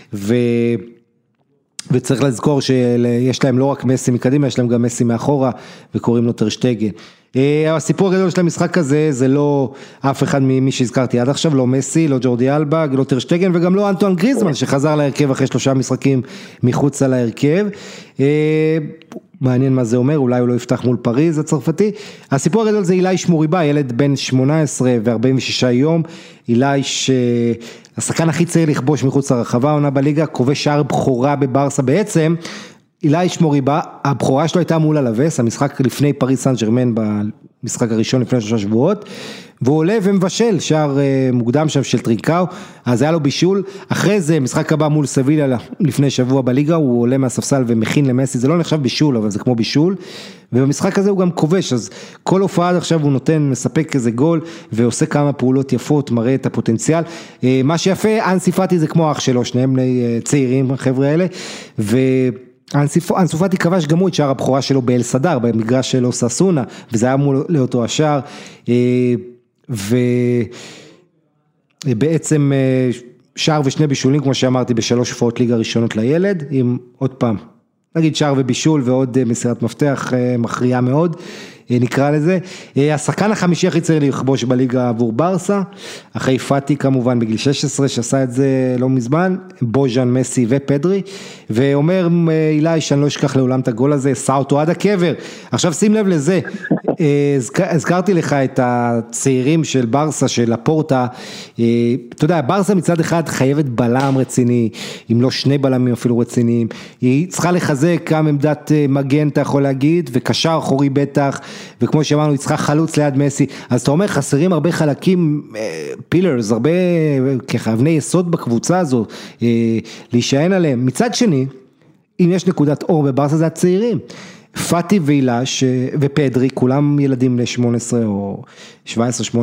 וצריך לזכור שיש להם לא רק מסי מקדימה, יש להם גם מסי מאחורה, וקוראים לו טר שטגן. הסיפור הגדול של המשחק הזה, זה לא אף אחד ממי שהזכרתי עד עכשיו, לא מסי, לא ג'ורדי אלבה, לא טר שטגן, וגם לא אנטואן גריזמן, שחזר להרכב אחרי 3 משחקים מחוץ על ההרכב. מעניין מה זה אומר, אולי הוא לא יפתח מול פריז הצרפתי. הסיפור הגדול זה אילי שמוריבה, ילד בן 18 ו46 יום, אילי שהשחקן הכי צעיר לכבוש מחוץ לרחבה, עונה בליגה, כובש שער בכורה בברסה בעצם, אילי שמוריבה, הבכורה שלו הייתה מול הלווס, המשחק לפני פריז סן ז'רמן, במשחק הראשון לפני 3 שבועות, והוא עולה ומבשל, שער מוקדם שם של טרינקאו, אז היה לו בישול, אחרי זה משחק הבא מול סביליה לפני שבוע בליגה, הוא עולה מהספסל ומכין למסי, זה לא נחשב בישול, אבל זה כמו בישול, ובמשחק הזה הוא גם כובש, אז כל הופעה עכשיו הוא נותן, מספק איזה גול, ועושה כמה פעולות יפות, מראה את הפוטנציאל, מה שיפה, אנסי פאטי זה כמו אח שלו, שניהם צעירים, החבר'ה האלה, אנסו פאטי כבש גם הוא את שער הבכורה שלו באל סדר, במגרש שלו ססונה, וזה היה מול לאותו השער, ובעצם שער ושני בישולים, כמו שאמרתי, ב3 הופעות ליגה ראשונות לילד, עם עוד פעם, נגיד שער ובישול ועוד מסירת מפתח מכריעה מאוד, נקרא לזה, השחקן החמישי הכי צעיר לכבוש בליגה עבור ברסה, אחרי פאטי כמובן בגיל 16 שעשה את זה לא מזמן, בוז'אן, מסי ופדרי, ואומר אילי שאני לא אשכח לעולם את הגול הזה, סע אותו עד הקבר, עכשיו שים לב לזה, הזכרתי לך את הצעירים של ברסה, של הפורטה, אתה יודע, ברסה מצד אחד חייבת בלם רציני, אם לא 2 בלמים אפילו רציניים, היא צריכה לחזק גם עמדת מגן, אתה יכול להגיד, וקשר אחורי בטח, וכמו שאמרנו, היא צריכה חלוץ ליד מסי, אז אתה אומר, חסרים הרבה חלקים, פילרס, הרבה ככה, אבני יסוד בקבוצה הזו, להישען עליהם. מצד שני, אם יש נקודת אור בברסה, זה הצעירים. פאטי ואילש ופדרי, כולם ילדים בני 18 או 17-18,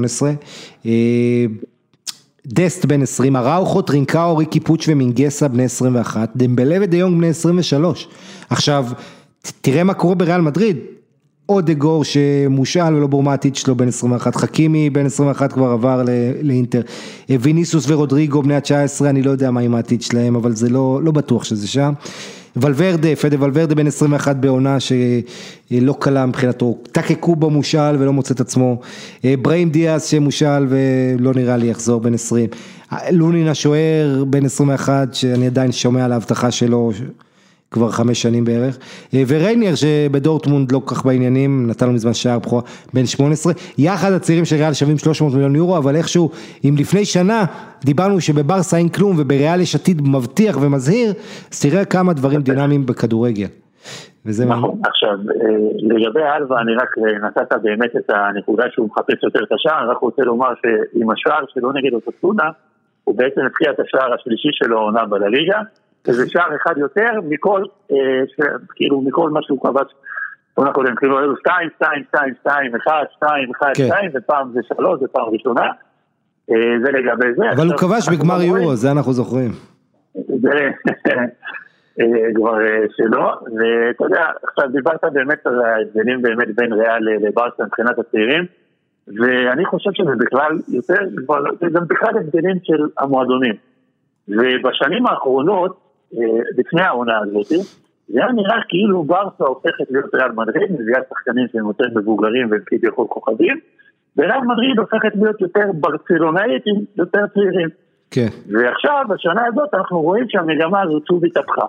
דסט בן 20, אראוחו, טרינקאו, ריקי פוץ' ומינגסה בני 21, דמבלה ודיונג בני 23. עכשיו, תראה מה קורה בריאל מדריד, אודגור שמושל ולא בורמטיץ' שלו בן 21, חכימי בן 21 כבר עבר לאינטר, ויניסוס ורודריגו בני 19, אני לא יודע מה עם העתיד שלהם, אבל זה לא בטוח שזה שם, ולוורדה, פדה ולוורדה בן 21 בעונה שלא קלה מבחינתו, טקקו במושל ולא מוצא את עצמו, בראים דיאס שמושל ולא נראה לי יחזור בן 20, לונין השוער בן 21 שאני עדיין שומע על ההבטחה שלו כבר 5 שנים בערך, וריינר שבדורטמונד לא כך בעניינים, נתנו מזמן שער בכורה בן 18, יחד הצעירים של ריאל שווים 300 מיליון יורו, אבל איכשהו, אם לפני שנה דיברנו שבברסה אין כלום, ובריאל יש עתיד מבטיח ומזהיר, אז תראה כמה דברים דינמיים בכדורגל. נכון, עכשיו, לגבי אלבה, אני רק נתת באמת את הנקודה שהוא מחפש יותר את השער, אני רק רוצה לומר שעם השער שלו נגד אוססונה, הוא בעצם התחיל את השער השלישי שלו עונה בליגה, זה שער אחד יותר מכל, כאילו מכל מה שהוא כבש, עונה קודם, כאילו היו 2, 2, 2, 2, 1, 2, 1, 2, ופעם זה 3, זה פעם ראשונה, זה לגבי זה. אבל הוא כבש בגמר יורו, זה אנחנו זוכרים. זה כבר שלו, ואתה יודע, עכשיו דיברת באמת על ההבדלים באמת בין ריאל לברסה מבחינת הצעירים, ואני חושב שזה בכלל יותר, זה גם בכלל הבדלים של המועדונים. ובשנים האחרונות, לפני העונה הזאת, זה היה נראה כאילו ברסה הופכת להיות ריאל מדריד, מביאה שחקנים שהם יותר מבוגרים וכביכול כוכבים, וריאל מדריד הופכת להיות יותר ברצלונאית עם יותר צעירים. כן. ועכשיו, בשנה הזאת, אנחנו רואים שהמגמה הזאת שוב התהפכה.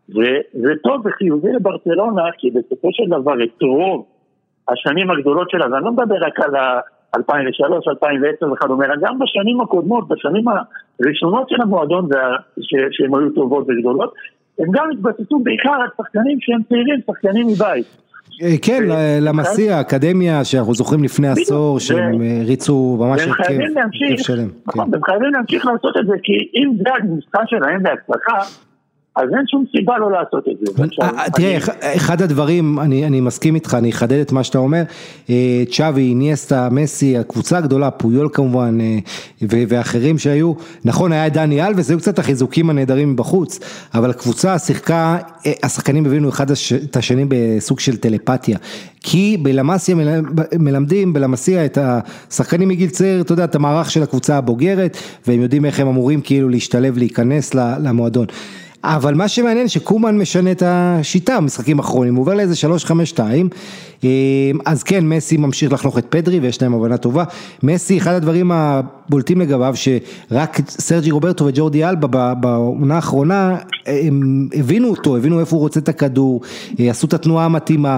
וזה טוב וחיובי לברצלונה, כי בסופו של דבר את רוב השנים הגדולות שלה, ואני לא מדבר רק על 2003, 2010 וכדומה, אלא גם בשנים הקודמות, בשנים הראשונות של המועדון, שהן היו טובות וגדולות, הם גם התבססו בעיקר על שחקנים שהם צעירים, שחקנים מבית. כן, למסיע, האקדמיה שאנחנו זוכרים לפני עשור, שהם ריצו ממש כיף שלם. הם חייבים להמשיך לעשות את זה, כי אם זה הנוסחה שלהם בהצלחה, אז אין שום סיבה לא לעשות את זה. תראה, אחד הדברים, אני מסכים איתך, אני אחדד את מה שאתה אומר, צ'אבי, איניאסטה, מסי, הקבוצה הגדולה, פויול כמובן, ואחרים שהיו, נכון, היה דני אלווס, היו קצת החיזוקים הנהדרים בחוץ, אבל הקבוצה שיחקה, השחקנים הבינו אחד את השני בסוג של טלפתיה, כי בלמסיה מלמדים, בלמסיה את השחקנים מגיל צעיר, אתה יודע, את המערך של הקבוצה הבוגרת, והם יודעים איך הם אמורים כאילו להשתלב, להיכנס למועדון. אבל מה שמעניין שקומן משנה את השיטה, משחקים אחרונים, הוא עובר לאיזה 3-5-2, אז כן, מסי ממשיך לחנוך את פדרי, ויש להם הבנה טובה. מסי, אחד הדברים הבולטים לגביו, שרק סרג'י רוברטו וג'ורדי אלבה, בעונה האחרונה, הם הבינו אותו, הבינו איפה הוא רוצה את הכדור, עשו את התנועה המתאימה,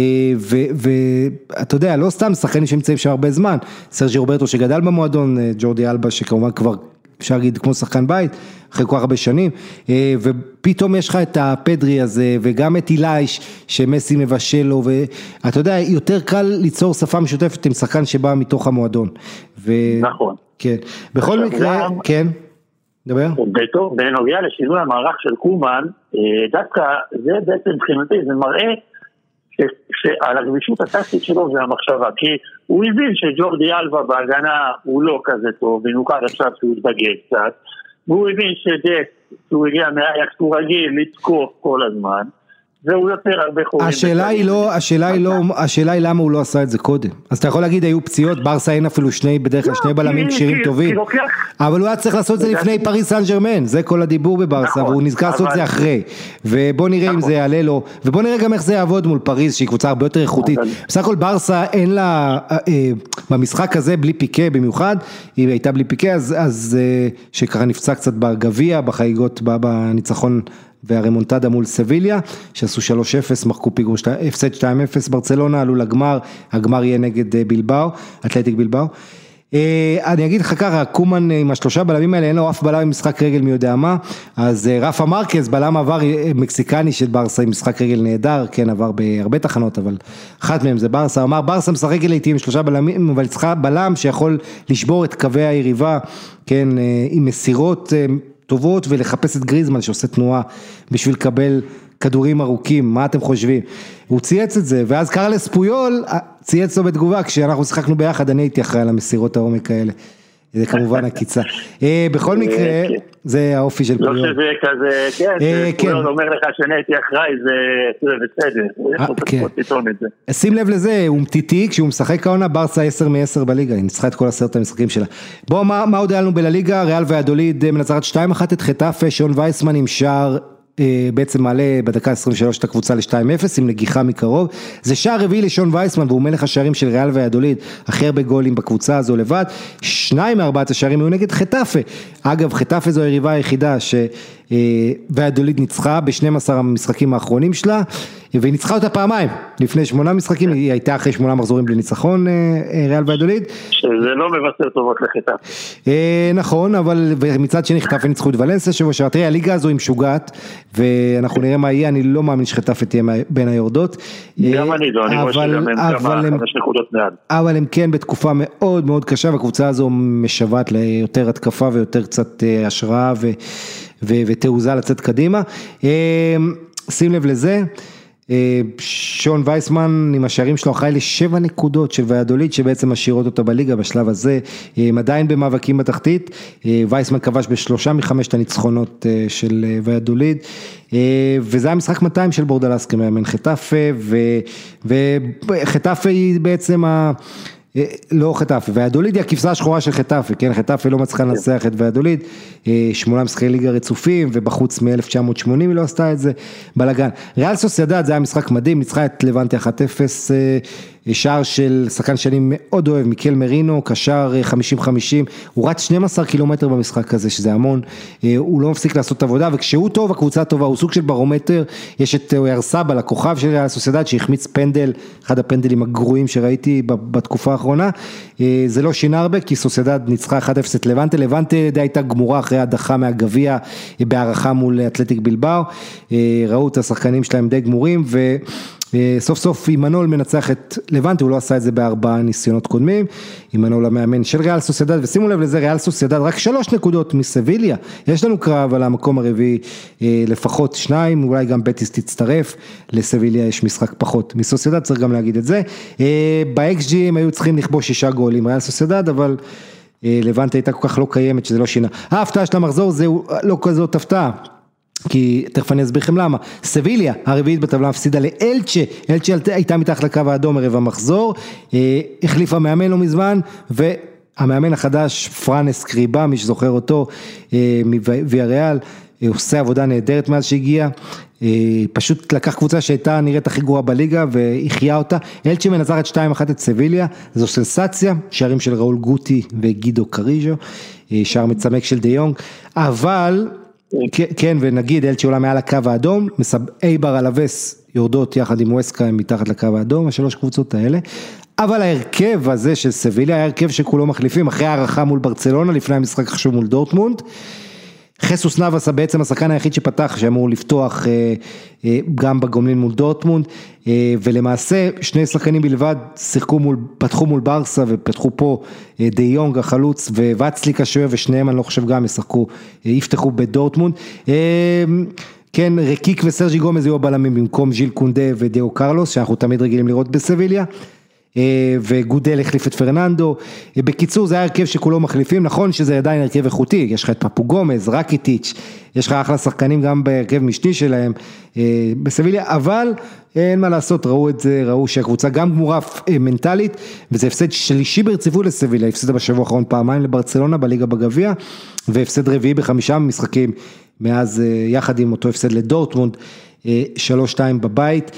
ואתה יודע, לא סתם שחקנים שנמצאים שם הרבה זמן, סרג'י רוברטו שגדל במועדון, ג'ורדי אלבה שכמובן כבר, אפשר להגיד כמו שחקן בית, אחרי כל כך הרבה שנים, ופתאום יש לך את הפדרי הזה, וגם את אילייש, שמסי מבשל לו, ואתה יודע, יותר קל ליצור שפה משותפת עם שחקן שבא מתוך המועדון. נכון. כן. בכל מקרה, כן, דבר. בנוגע לשינוי המערך של קומן, דווקא זה בעצם מבחינתי, זה מראה שעל הגמישות הטקטית שלו זה המחשבה, כי הוא הבין שג'ורדי אלבה בהגנה הוא לא כזה טוב, במיוחד עכשיו שהוא התבגר קצת, והוא הבין שדק, שהוא הגיע מהאייקס, הוא רגיל לתקוף כל הזמן, והוא יותר הרבה חורים. השאלה היא למה הוא לא עשה את זה קודם. אז אתה יכול להגיד, היו פציעות, ברסה אין אפילו בדרך כלל שני בלמים קשירים טובים, אבל הוא היה צריך לעשות את זה לפני פריס סן ז'רמן, זה כל הדיבור בברסה, והוא נזכר לעשות את זה אחרי, ובוא נראה אם זה יעלה לו, ובוא נראה גם איך זה יעבוד מול פריס, שהיא קבוצה הרבה יותר איכותית. בסך הכל ברסה אין לה, במשחק הזה בלי פיקה במיוחד, היא הייתה בלי פיקה, אז שככה נפצע קצת בגביע, בחגיגות, בניצחון והרמונטדה מול סביליה, שעשו 3-0, מחקו פיגור הפסד 2-0, ברצלונה עלו לגמר, הגמר יהיה נגד בילבאו, אתלטיק בילבאו. אני אגיד לך ככה, קומן עם השלושה בלמים האלה, אין לו אף בלם עם משחק רגל מי יודע מה, אז רפה מרקז, בלם עבר מקסיקני של ברסה עם משחק רגל נהדר, כן עבר בהרבה תחנות, אבל אחת מהם זה ברסה, אמר ברסה משחק לעתים עם שלושה בלמים, אבל צריכה בלם שיכול לשבור את קווי היריבה, כן, עם מסירות טובות ולחפש את גריזמן שעושה תנועה בשביל לקבל כדורים ארוכים, מה אתם חושבים? הוא צייץ את זה, ואז קרלס פויול צייץ לו בתגובה, כשאנחנו שיחקנו ביחד, אני הייתי אחראי על המסירות העומק האלה, זה כמובן הקיצה. בכל מקרה, זה האופי של פויול. לא שזה כזה, כן, פויול אומר לך שאני הייתי אחראי, זה בסדר, שים לב לזה, הוא מטיטי, כשהוא משחק העונה, ברסה 10-10 בליגה, היא ניצחה את כל 10 המשחקים שלה. בואו, מה עוד היה לנו בלליגה? ריאל ויאדוליד מנצחת 2-1 את חטאפה, שון וייסמן עם שער, בעצם מעלה בדקה 23 את הקבוצה ל-2-0 עם נגיחה מקרוב, זה שער רביעי לשון וייסמן והוא מלך השערים של ריאל ויאדוליד, הכי הרבה גולים בקבוצה הזו לבד, 2 מארבעת השערים היו נגד חטאפה, אגב חטאפה זו היריבה היחידה ויאדוליד ניצחה ב-12 המשחקים האחרונים שלה, והיא ניצחה אותה פעמיים, לפני 8 משחקים, היא הייתה אחרי 8 מחזורים בלי ניצחון, ריאל ויאדוליד. שזה לא מבשר טובות לחטאפה. נכון, אבל מצד שני חטאפה ניצחו את ולנסיה שבוע שעבר, תראה, הליגה הזו היא משוגעת, ואנחנו נראה מה יהיה, אני לא מאמין שחטאפה תהיה בין היורדות. גם אני לא, אני רואה שגם הם כמה 5 נקודות מעל. אבל הם כן בתקופה מאוד מאוד קשה, והקבוצה הזו משוועת ליותר התקפה ויותר קצת השראה ותעוזה לצאת קדימה. שים לב לזה, שון וייסמן עם השערים שלו אחראי ל7 נקודות של ויאדוליד שבעצם משאירות אותו בליגה בשלב הזה, עדיין במאבקים בתחתית, וייסמן כבש ב3 מ-5 הניצחונות של ויאדוליד, וזה היה משחק 200 של בורדלסקי מאמן חטאפה, וחטאפה היא בעצם לא חטאפה, ויאדוליד היא הכבשה השחורה של חטאפה, כן, חטאפה לא מצליחה לנצח את ויאדוליד, 8 משחקי ליגה רצופים, ובחוץ מ-1980 היא לא עשתה את זה, בלגן. ריאל סוסיידד זה היה משחק מדהים, ניצחה את לבנטה 1-0, שער של שחקן שאני מאוד אוהב, מיקל מרינו, קשר 50-50, הוא רץ 12 קילומטר במשחק הזה, שזה המון, הוא לא מפסיק לעשות עבודה, וכשהוא טוב, הקבוצה טובה, הוא סוג של ברומטר, יש את אוירסבא, הכוכב של ריאל סוסיידד, שהחמיץ פנדל, אחד הפנדלים הגרועים שראיתי בתקופה האחרונה, זה לא שינה הרבה, כי סוסיידד ניצחה 1-0 את לבנטה, לבנטה די הייתה גמורה אחרי הדחה מהגביע, בהערכה מול אתלטיק בלבאו, ראו את השחקנים שלהם די גמורים, וסוף סוף אימנול מנצח את לבנטה, הוא לא עשה את זה ב4 ניסיונות קודמים, אימנול המאמן של ריאל סוסיידד, ושימו לב לזה, ריאל סוסיידד רק 3 נקודות מסביליה, יש לנו קרב על המקום הרביעי, לפחות 2, אולי גם בטיס תצטרף, לסביליה יש משחק פחות מסוסיידד, צריך גם להגיד את זה, ב-XG הם היו צריכים לכבוש 6 גולים, ריאל סוסיידד, אבל לבנטה הייתה כל כך לא קיימת, שזה לא שינה, ההפתעה של המחזור זה לא כזאת הפתעה, כי תכף אני אסביר לכם למה, סביליה הרביעית בטבלה הפסידה לאלצ'ה, אלצ'ה הייתה מתחת לקו האדום ערב המחזור, החליפה מאמן לא מזמן, והמאמן החדש פרנס קריבה, מי שזוכר אותו, מוויה ריאל, עושה עבודה נהדרת מאז שהגיע, פשוט לקח קבוצה שהייתה נראית הכי גרועה בליגה, והחיה אותה, אלצ'ה מנצחת 2-1 את סביליה, זו סנסציה, שערים של ראול גוטי וגידו קריז'ו, שער מצמק של די יונג, אבל כן, ונגיד אלצ'ה עולה מעל הקו האדום, אייבר אלווס יורדות יחד עם ווסקה מתחת לקו האדום, 3 קבוצות האלה, אבל ההרכב הזה של סביליה, היה הרכב שכולו מחליפים, אחרי הערכה מול ברצלונה, לפני המשחק חשוב מול דורטמונד, חסוס נאבס בעצם השחקן היחיד שפתח, שאמור לפתוח גם בגומלין מול דורטמונד, ולמעשה 2 שחקנים בלבד פתחו מול ברסה, ופתחו פה די יונג החלוץ, ווואצליק השוער, ושניהם אני לא חושב גם יפתחו בדורטמונד, כן, רקיק וסרג'י גומז יהיו הבלמים, במקום ז'יל קונדה ודיאו קרלוס, שאנחנו תמיד רגילים לראות בסביליה, וגודל החליף את פרננדו, בקיצור זה היה הרכב שכולו מחליפים, נכון שזה עדיין הרכב איכותי, יש לך את פפו גומז, רקיטיץ', יש לך אחלה שחקנים גם בהרכב משני שלהם, בסביליה, אבל אין מה לעשות, ראו את זה, ראו שהקבוצה גם גמורה מנטלית, וזה הפסד שלישי ברציפות לסביליה, הפסדה בשבוע האחרון פעמיים לברצלונה בליגה בגביע, והפסד רביעי ב5 משחקים, מאז יחד עם אותו הפסד לדורטמונד, 3-2 בבית,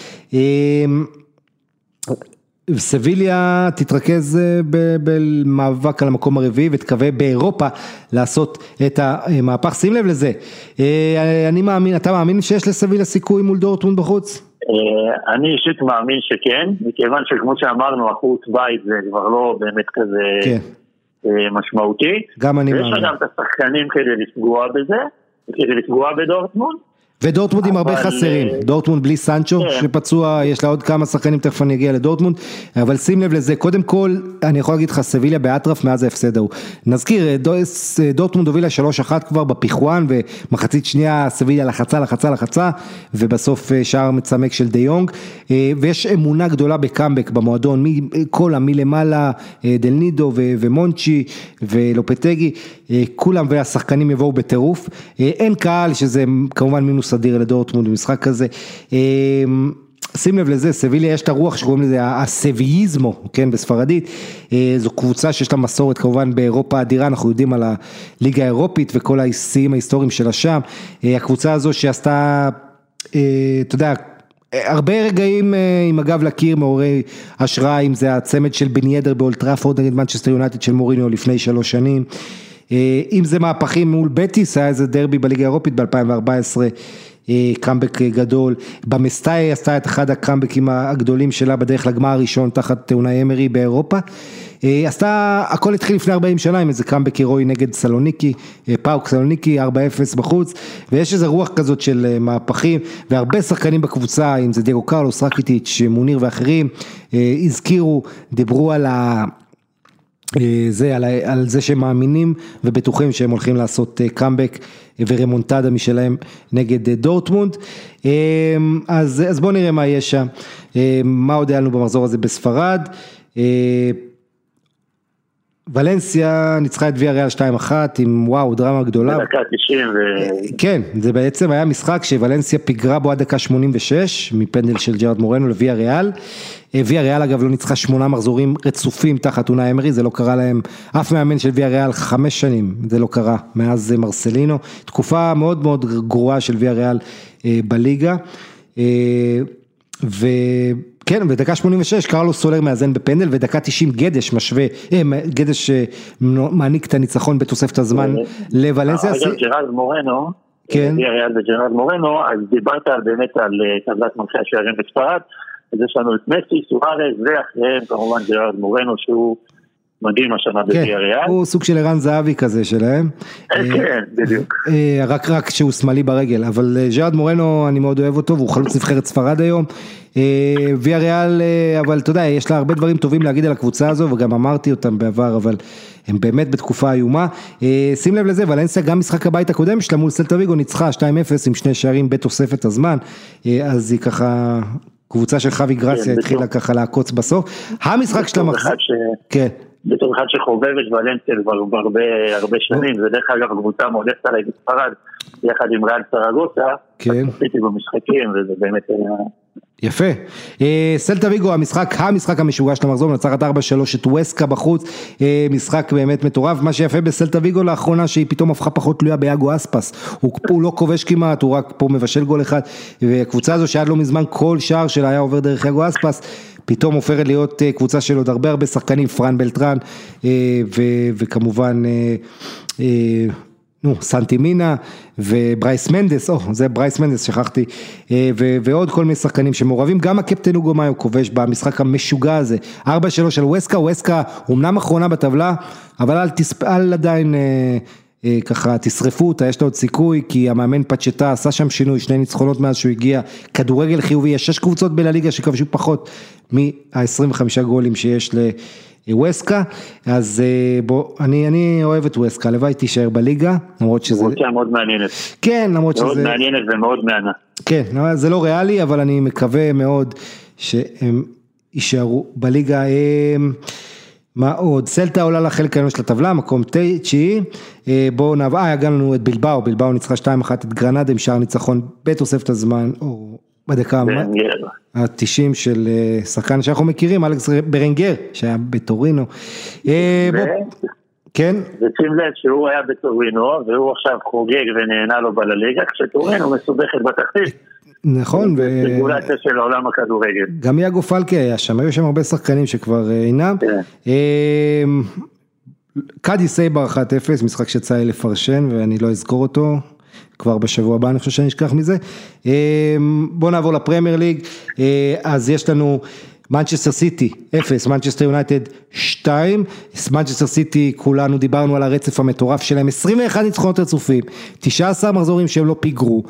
סביליה תתרכז במאבק על המקום הרביעי ותקווה באירופה לעשות את המהפך, שים לב לזה, אני מאמין, אתה מאמין שיש לסביליה סיכוי מול דורטמונד בחוץ? אני אישית מאמין שכן, מכיוון שכמו שאמרנו, החוץ בית זה כבר לא באמת כזה משמעותי, גם אני מאמין. ויש גם את השחקנים כדי לפגוע בזה, כדי לפגוע בדורטמונד, ודורטמונד עם הרבה חסרים, דורטמונד בלי סנצ'ו שפצוע, יש לה עוד כמה שחקנים, תכף אני אגיע לדורטמונד, אבל שים לב לזה, קודם כל, אני יכול להגיד לך, סביליה באטרף מאז ההפסד ההוא, נזכיר, דורטמונד הובילה 3-1 כבר בפיחואן, ומחצית שנייה סביליה לחצה, ובסוף שער מצמק של די יונג, ויש אמונה גדולה בקאמבק במועדון, כל מלמעלה, דל נידו ומונצ'י ולופטגי, כולם והשחקנים יבואו בטירוף, אין קהל שזה כמובן מינוס אדיר לדורטמונד במשחק כזה, שים לב לזה, סביליה יש את הרוח שקוראים לזה הסבייזמו, כן, בספרדית, זו קבוצה שיש לה מסורת כמובן באירופה אדירה, אנחנו יודעים על הליגה האירופית וכל השיאים ההיסטוריים שלה שם, הקבוצה הזו שעשתה, אתה יודע, הרבה רגעים עם הגב לקיר מעוררי השראה, אם זה הצמד של בן ידר באולד טראפורד נגד מנצ'סטר יונייטד של מוריניו לפני 3 שנים, אם זה מהפכים מול בטיס, היה איזה דרבי בליגה האירופית ב-2014, קאמבק גדול, במסטאי עשתה את אחד הקאמבקים הגדולים שלה בדרך לגמר הראשון תחת אונאי אמרי באירופה, עשתה, הכל התחיל לפני 40 שנה עם איזה קאמבק הירואי נגד סלוניקי, פאוק סלוניקי 4-0 בחוץ, ויש איזה רוח כזאת של מהפכים, והרבה שחקנים בקבוצה, אם זה דיאגו קרלוס, רקיטיץ', מוניר ואחרים, הזכירו, דיברו על על זה שהם מאמינים ובטוחים שהם הולכים לעשות קאמבק ורמונטדה משלהם נגד דורטמונד, אז בואו נראה מה יש שם, מה עוד היה לנו במחזור הזה בספרד, ולנסיה ניצחה את ויה ריאל 2-1 עם וואו דרמה גדולה. בדקה 90 כן, זה בעצם היה משחק שוולנסיה פיגרה בו עד דקה 86 מפנדל של ג'רארד מורנו לויה ריאל. ויה ריאל אגב לא ניצחה 8 מחזורים רצופים תחת אונאי אמרי, זה לא קרה להם, אף מאמן של ויה ריאל 5 שנים, זה לא קרה מאז מרסלינו, תקופה מאוד מאוד גרועה של ויה ריאל בליגה, כן, בדקה 86 קרלוס סולר מאזן בפנדל, ודקה 90 גדש משווה, גדש מעניק את הניצחון בתוספת הזמן לוולנסיה. אגב, ג'רארד מורנו, ויאריאל וג'רארד מורנו, אז דיברת באמת על טבלת מלכי השערים בספרד, אז יש לנו את מסי, סוארז, ואחריהם כמובן ג'רארד מורנו, שהוא מדהים השנה בוויאריאל. הוא סוג של ערן זהבי כזה שלהם. כן, בדיוק. רק שהוא שמאלי ברגל, אבל ג'רארד מורנו אני מאוד אוהב אותו, והוא חלוץ נבחרת ספרד היום. ויאריאל, אבל אתה יודע, יש לה הרבה דברים טובים להגיד על הקבוצה הזו, וגם אמרתי אותם בעבר, אבל הם באמת בתקופה איומה. שים לב לזה, ולנסיה גם משחק הבית הקודם שלה מול סלטה ויגו ניצחה 2-0 עם 2 שערים בתוספת הזמן, אז היא ככה, קבוצה של חווי גרסיה התחילה ככה לעקוץ בסוף. המשחק שלה מחזיק. כן. בתור אחד שחובבת ולנסיה כבר הרבה שנים, זה דרך אגב הקבוצה מועדפת עליי בספרד, יחד עם ריאל סרגוסה, עשיתי במשחקים, וזה באמת יפה. סלטה ויגו, המשחק המשוגע של המחזור, נצחת 4-3 את ווסקה בחוץ, משחק באמת מטורף. מה שיפה בסלטה ויגו לאחרונה, שהיא פתאום הפכה פחות תלויה ביאגו אספס, הוא לא כובש כמעט, הוא רק פה מבשל גול אחד, והקבוצה הזו שעד לא מזמן כל שער שלה היה עובר דרך יאגו אספס, פתאום הופכת להיות קבוצה של עוד הרבה שחקנים, פרן בלטרן, וכמובן סנטי מינה וברייס מנדס, זה ברייס מנדס שכחתי, ועוד כל מיני שחקנים שמעורבים, גם הקפטן אוגו מאיו כובש במשחק המשוגע הזה, 4-3 על ווסקה אומנם אחרונה בטבלה, אבל אל עדיין ככה תשרפו אותה, יש לה עוד סיכוי, כי המאמן פצ'טה עשה שם שינוי, 2 ניצחונות מאז שהוא הגיע, כדורגל חיובי, יש 6 קבוצות בליגה שכבשו פחות מה-25 גולים שיש ווסקה, אז אני אוהב את ווסקה, הלוואי תישאר בליגה, למרות שזה... קבוצה מאוד מעניינת. כן, למרות שזה... מאוד מעניינת ומאוד מענה. כן, זה לא ריאלי, אבל אני מקווה מאוד שהם יישארו בליגה. מה עוד? סלטה עולה לחלק העליון של הטבלה, מקום 9, בואו נעבור, הגענו את בלבאו ניצחה 2-1 את גרנדה עם שער ניצחון בתוספת הזמן, או בדקה ה-90 של שחקן שאנחנו מכירים, אלכס ברנגר, שהיה בטורינו. כן? ושים לב שהוא היה בטורינו, והוא עכשיו חוגג ונהנה לו בלליגה, כשטורינו מסובכת בתחתית. נכון. רגולציה של העולם הכדורגל. גם יאגו פלקה היה שם, היו שם הרבה שחקנים שכבר אינם. קאדי סייבר 1-0, משחק שצא לפרשן, ואני לא אזכור אותו. כבר בשבוע הבא, אני חושב שאני אשכח מזה. בואו נעבור לפרמייר ליג, אז יש לנו מנצ'סטר סיטי 0, מנצ'סטר יונייטד 2, מנצ'סטר סיטי כולנו דיברנו על הרצף המטורף שלהם, 21 ניצחונות רצופים, 19 מחזורים שהם לא פיגרו,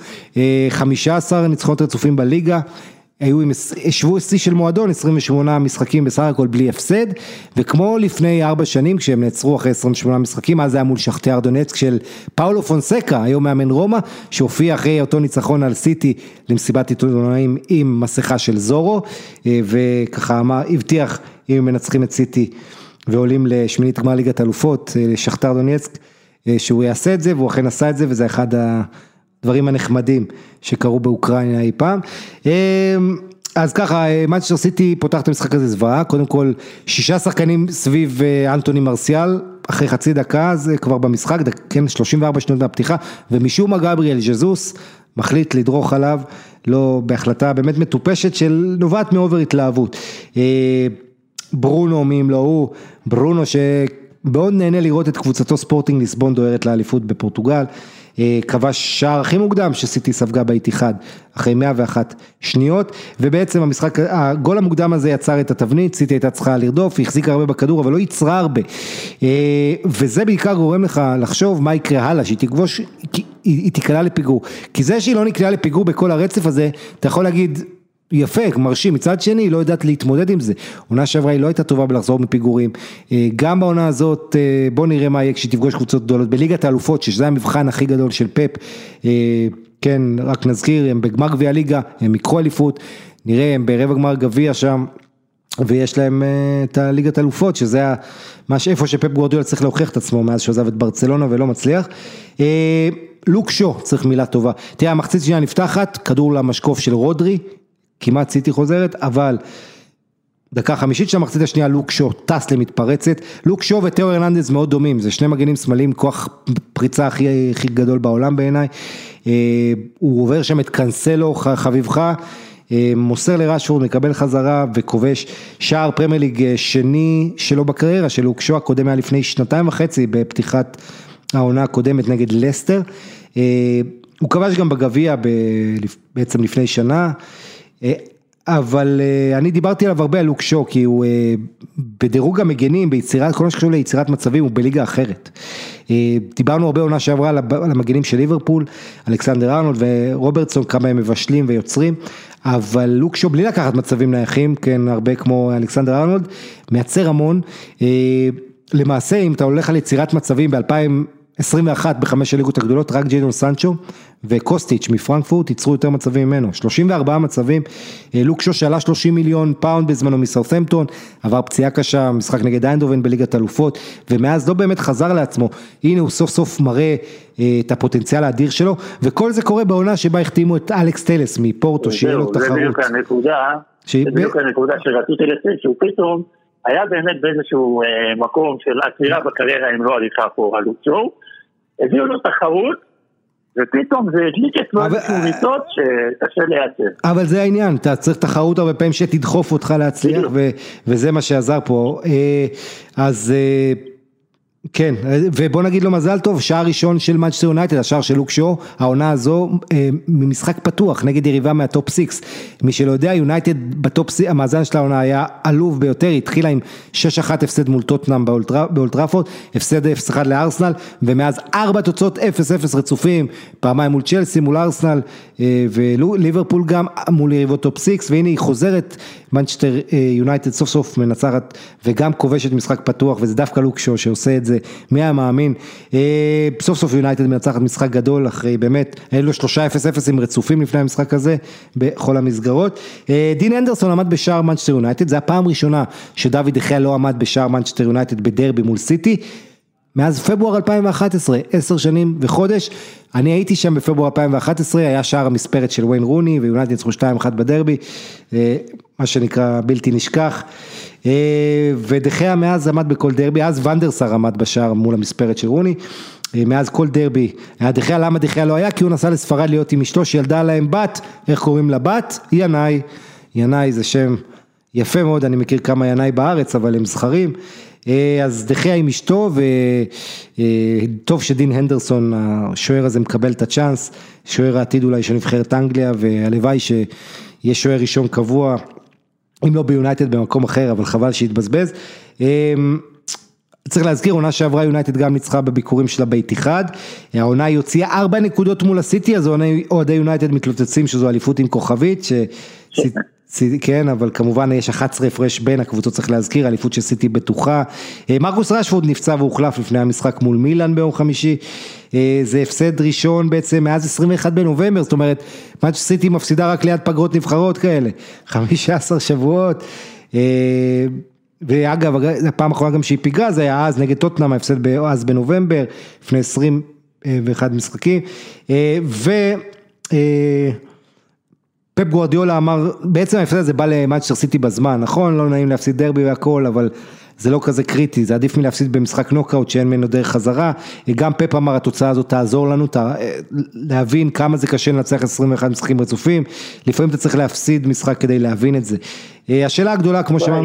15 ניצחונות רצופים בליגה, ישבו שיא של מועדון, 28 משחקים בסך הכל בלי הפסד, וכמו לפני 4 שנים, כשהם נעצרו אחרי 28 משחקים, אז זה היה מול שכתר דונצק של פאולו פונסקה, היום מאמן רומא, שהופיע אחרי אותו ניצחון על סיטי, למסיבת עיתונאים עם מסכה של זורו, וככה אמר, הבטיח, אם הם מנצחים את סיטי, ועולים לשמינית גמר ליגת אלופות, לשכתר דונצק, שהוא יעשה את זה, והוא אכן עשה את זה, וזה אחד דברים הנחמדים שקרו באוקראינה אי פעם. אז ככה, מנצ'סטר סיטי פותח את המשחק הזה זוועה, קודם כל 6 שחקנים סביב אנטוני מרסיאל, אחרי חצי דקה, זה כבר במשחק, כן, 34 שניות מהפתיחה, ומשום מה גבריאל ז'זוס מחליט לדרוך עליו, לא בהחלטה באמת מטופשת של נובעת מאובר התלהבות. ברונו, מי אם לא הוא, ברונו שבעוד נהנה לראות את קבוצתו ספורטינג ליסבון דוהרת לאליפות בפורטוגל, כבש שער הכי מוקדם שסיטי ספגה באיתיחד אחרי 101 שניות, ובעצם המשחק, הגול המוקדם הזה יצר את התבנית, סיטי הייתה צריכה לרדוף, היא החזיקה הרבה בכדור, אבל לא יצרה הרבה, וזה בעיקר גורם לך לחשוב מה יקרה הלאה, שהיא תגבוש, היא תקלה לפיגור, כי זה שהיא לא נקלעה לפיגור בכל הרצף הזה, אתה יכול להגיד, יפה, מרשים, מצד שני, לא יודעת להתמודד עם זה, עונה שעברה היא לא הייתה טובה בלחזור מפיגורים, גם בעונה הזאת, בוא נראה מה יהיה כשהיא תפגוש קבוצות גדולות, בליגת האלופות, שזה המבחן הכי גדול של פפ, כן, רק נזכיר, הם בגמר גביע הליגה, הם יקחו אליפות, נראה, הם ברבע גמר גביע שם, ויש להם את הליגת האלופות, שזה איפה שפפ גוארדיולה צריך להוכיח את עצמו, מאז שעזב את ברצלונה ולא מצליח, לוק שו, צריך מילה טובה, תראה, המחצית שנייה נפתחת, כדור למשקוף של רודרי, כמעט סיטי חוזרת, אבל דקה 5 של המחצית השנייה, לוק שו טס למתפרצת, לוק שו ותאו הרננדז מאוד דומים, זה 2 מגנים שמאליים, כוח פריצה הכי גדול בעולם בעיניי, הוא עובר שם את קנסלו חביבך, מוסר לרשפורד, מקבל חזרה וכובש שער פרמייר ליג שני שלו בקריירה, של לוק שואו הקודם היה לפני 2.5 בפתיחת העונה הקודמת נגד לסטר, הוא כבש גם בגביע בעצם לפני שנה, אבל אני דיברתי עליו הרבה על לוק שואו, כי הוא בדירוג המגנים, ביצירת, כל מה שקשור ליצירת מצבים, הוא בליגה אחרת. דיברנו הרבה עונה שעברה על המגנים של ליברפול, אלכסנדר ארנולד ורוברטסון, כמה הם מבשלים ויוצרים, אבל לוק שואו בלי לקחת מצבים נייחים, כן, הרבה כמו אלכסנדר ארנולד, מייצר המון, למעשה אם אתה הולך על יצירת מצבים ב-2021 בחמש הליגות הגדולות, רק ג'יידון סנצ'ו וקוסטיץ' מפרנקפורט ייצרו יותר מצבים ממנו, 34 מצבים, לוק שואו שעלה 30 מיליון פאונד בזמנו מסאות'המפטון, עבר פציעה קשה, משחק נגד איינדהובן בליגת אלופות, ומאז לא באמת חזר לעצמו, הנה הוא סוף סוף מראה את הפוטנציאל האדיר שלו, וכל זה קורה בעונה שבה החתימו את אלכס טלס מפורטו, שיהיה לו תחרות. זה בדיוק הנקודה שרציתי לציין, שהוא פתאום היה באמת באיזשהו מקום של עצירה בקריירה עם לא הליכה פה על לוק שואו, הביאו לו תחרות, ופתאום זה הדליק את איזשהו מיטות שקשה לייצר. אבל זה העניין, אתה צריך תחרות הרבה פעמים שתדחוף אותך להצליח, וזה מה שעזר פה. אז כן, ובוא נגיד לו מזל טוב, שער ראשון של מנצ'סטר יונייטד, השער של לוק שואו, העונה הזו ממשחק פתוח, נגד יריבה מהטופ 6, מי שלא יודע, יונייטד בטופ 6, המאזן של העונה היה עלוב ביותר, התחילה עם 6-1 הפסד מול טוטנהאם באולד טראפורד, הפסד 0-1 לארסנל, ומאז 4 תוצאות 0-0 רצופים, פעמיים מול צ'לסי, מול ארסנל, וליברפול גם מול יריבות טופ 6, והנה היא חוזרת, מנצ'סטר יונייטד סוף סוף מנצחת, וגם כובשת משחק פתוח, וזה דווקא לוק שואו שעושה את זה, מי היה מאמין, סוף סוף יונייטד מנצחת משחק גדול, אחרי באמת, היו לו 3-0-0 עם רצופים לפני המשחק הזה, בכל המסגרות, דין הנדרסון עמד בשער מנצ'סטר יונייטד, זה הפעם ראשונה שדוד דחיה לא עמד בשער מנצ'סטר יונייטד בדרבי מול סיטי, מאז פברואר 2011, 10 שנים וחודש, אני הייתי שם בפברואר 2011, היה שער המספרת של ויין רוני, ויונייטד ניצחו 2-1 בדרבי, מה שנקרא בלתי נשכח, ודחיה מאז עמד בכל דרבי, אז ונדרסר עמד בשער מול המספרת של רוני, מאז כל דרבי, היה דחיה, למה דחיה לא היה? כי הוא נסע לספרד להיות עם אשתו, שילדה להם בת, איך קוראים לה בת? ינאי, ינאי זה שם יפה מאוד, אני מכיר כמה ינאי בארץ, אבל הם זכרים, אז דחיה עם אשתו, וטוב שדין הנדרסון, השוער הזה מקבל את הצ'אנס, שוער העתיד אולי של נבחרת אנגליה, והלוואי שיהיה שוער ראשון קבוע, אם לא ביונייטד במקום אחר, אבל חבל שיתבזבז. צריך להזכיר, עונה שעברה יונייטד גם ניצחה בביקורים שלה בית אחד, העונה היא הוציאה 4 נקודות מול הסיטי, אז אוהדי יונייטד מתלוצצים שזו אליפות עם כוכבית, כן, אבל כמובן יש 11 הפרש בין הקבוצות, צריך להזכיר, אליפות של סיטי בטוחה, מרקוס רשפורד נפצע והוחלף לפני המשחק מול מילאן ביום חמישי, זה הפסד ראשון בעצם מאז 21 בנובמבר, זאת אומרת, מאנצ'סטר סיטי מפסידה רק ליד פגרות נבחרות כאלה, 15 שבועות, ואגב, הפעם האחרונה גם שהיא פיגרה, זה היה אז נגד טוטנהאם, ההפסד אז בנובמבר, לפני 21 משחקים, פפ גוארדיולה אמר, בעצם ההפסד הזה בא למנצ'סטר סיטי בזמן, נכון? לא נעים להפסיד דרבי והכל, אבל זה לא כזה קריטי, זה עדיף מלהפסיד במשחק נוקאוט שאין ממנו דרך חזרה, גם פפ אמר, התוצאה הזאת תעזור לנו, להבין כמה זה קשה לנצח 21 משחקים רצופים, לפעמים אתה צריך להפסיד משחק כדי להבין את זה. השאלה הגדולה, כמו שאמרנו,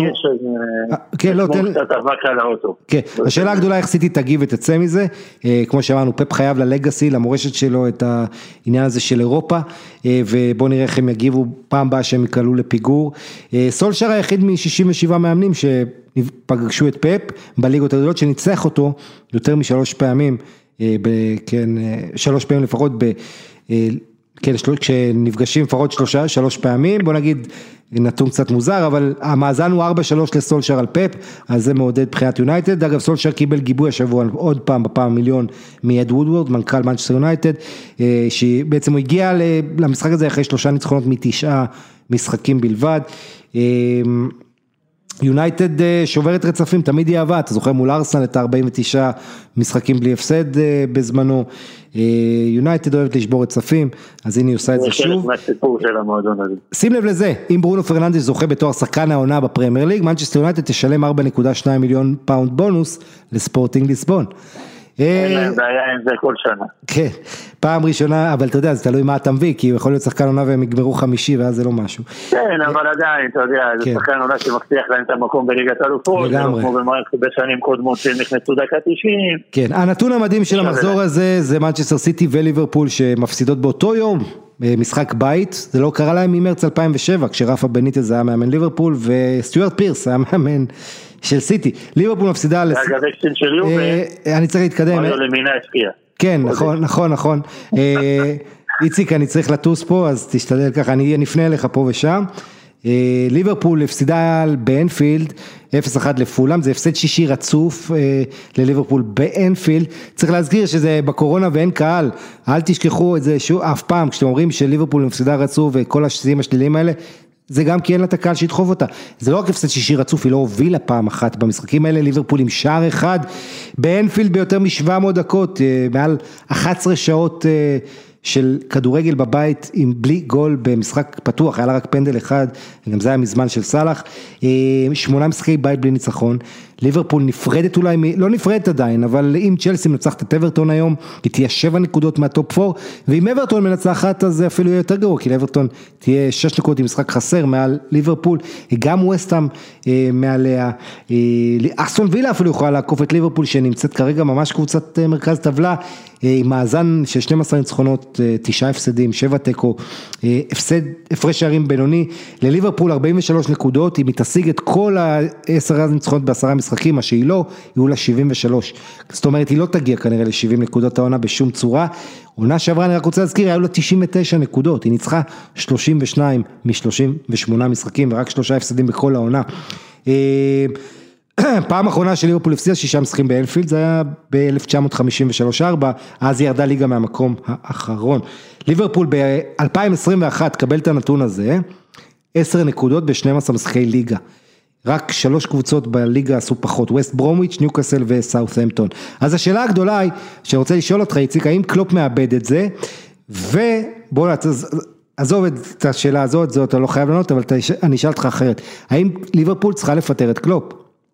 השאלה הגדולה איך סיטי תגיב ותצא מזה, כמו שאמרנו, פפ חייב ללגאסי, למורשת שלו, את העניין הזה של אירופה, ובוא נראה איך הם יגיבו פעם הבאה שהם יקלו לפיגור. סולשר היחיד מ-67 מאמנים שפגשו את פפ בליגות הגדולות, שניצח אותו יותר מ3 פעמים, כן, 3 פעמים לפחות כן, כשנפגשים לפחות 3 פעמים, בוא נגיד נתון קצת מוזר, אבל המאזן הוא 4-3 לסולשר על פפ, אז זה מעודד בחיית יונייטד. אגב, סולשר קיבל גיבוי השבוע עוד פעם, בפעם מיליון מאד וודוורד, מנכ"ל מנצ'סטר יונייטד, שבעצם הוא הגיע למשחק הזה אחרי 3 ניצחונות מ9 משחקים בלבד. יונייטד שוברת רצפים, תמיד היא אהבה, אתה זוכר מול ארסנל את 49 משחקים בלי הפסד בזמנו, יונייטד אוהבת לשבור רצפים, אז הנה היא עושה את זה שוב. שים לב לזה, אם ברונו פרננדס זוכה בתואר שחקן העונה בפרמייר ליג, מנצ'סטר יונייטד תשלם 4.2 מיליון פאונד בונוס לספורטינג ליסבון. אין להם בעיה עם זה כל שנה. כן, פעם ראשונה, אבל אתה יודע, זה תלוי מה אתה מביא, כי יכול להיות שחקן עונה והם יגמרו חמישי, ואז זה לא משהו. כן, אבל עדיין, אתה יודע, זה שחקן עונה שמבטיח להם את המקום בליגת האלופות, כמו במערכת בשנים קודמות שנכנסו דקה 90. כן, הנתון המדהים של המחזור הזה, זה מנצ'סטר סיטי וליברפול שמפסידות באותו יום, משחק בית, זה לא קרה להם ממרץ 2007, כשרפה בניטז היה מאמן ליברפול, וסטיוארט פירס היה מאמן של סיטי. ליברפול מפסידה... זה אגב אקסטין של יובה. אני צריך להתקדם. אולי למינה השפיע. כן, נכון. איציק, אני צריך לטוס פה, אז תשתדל ככה, אני נפנה אליך פה ושם. ליברפול הפסידה באנפילד 0-1 לפולאם, זה הפסד שישי רצוף לליברפול באנפילד. צריך להזכיר שזה בקורונה ואין קהל, אל תשכחו את זה אף פעם, כשאתם אומרים שליברפול הפסידה רצוף וכל השזים השליליים האלה, זה גם כי אין לה את הקהל שידחוף אותה. זה לא רק הפסד שישי רצוף, היא לא הובילה פעם אחת במשחקים האלה. ליברפול עם שער אחד באנפילד ביותר מ-700 דקות, מעל 11 שעות של כדורגל בבית עם בלי גול במשחק פתוח, היה לה רק פנדל אחד, גם זה היה מזמן של סלח, 8 משחקי בית בלי ניצחון. ליברפול נפרדת אולי, לא נפרדת עדיין, אבל אם צ'לסי מנצחת את אברטון היום, היא תהיה 7 נקודות מהטופ 4, ואם אברטון מנצחת, אז זה אפילו יהיה יותר גרוע, כי לאברטון תהיה 6 נקודות עם משחק חסר מעל ליברפול, גם ווסטהאם מעליה, אסטון וילה אפילו יכולה לעקוף את ליברפול, שנמצאת כרגע ממש קבוצת מרכז טבלה, עם מאזן של 12 ניצחונות, 9 הפסדים, 7 תיקו, הפרש שערים בינוני, לליברפול 43 נקודות, היא מתשיג את כל ה10 ניצחונות ב10 משחקים, מה שהיא לא, יהיו לה 73, זאת אומרת היא לא תגיע כנראה ל-70 נקודות העונה בשום צורה, עונה שעברה אני רק רוצה להזכיר, היו לה 99 נקודות, היא ניצחה 32 מ-38 משחקים, ורק 3 הפסדים בכל העונה, פעם אחרונה של ליברפול הפסידה 6 משחקים באנפילד, זה היה ב-1953-4, אז היא ירדה ליגה מהמקום האחרון. ליברפול ב-2021 קבל את הנתון הזה, 10 נקודות ב-12 משחקי ליגה. רק 3 קבוצות בליגה עשו פחות, ווסט ברומוויץ', ניוקאסל וסאות'המפטון. אז השאלה הגדולה היא, שאני רוצה לשאול אותך, איציק, האם קלופ מאבד את זה, ובוא עזוב את השאלה הזאת, זאת אתה לא חייב לענות, אבל אני אשאל אותך אחרת. האם ליברפול צריכה לפטר את קלופ?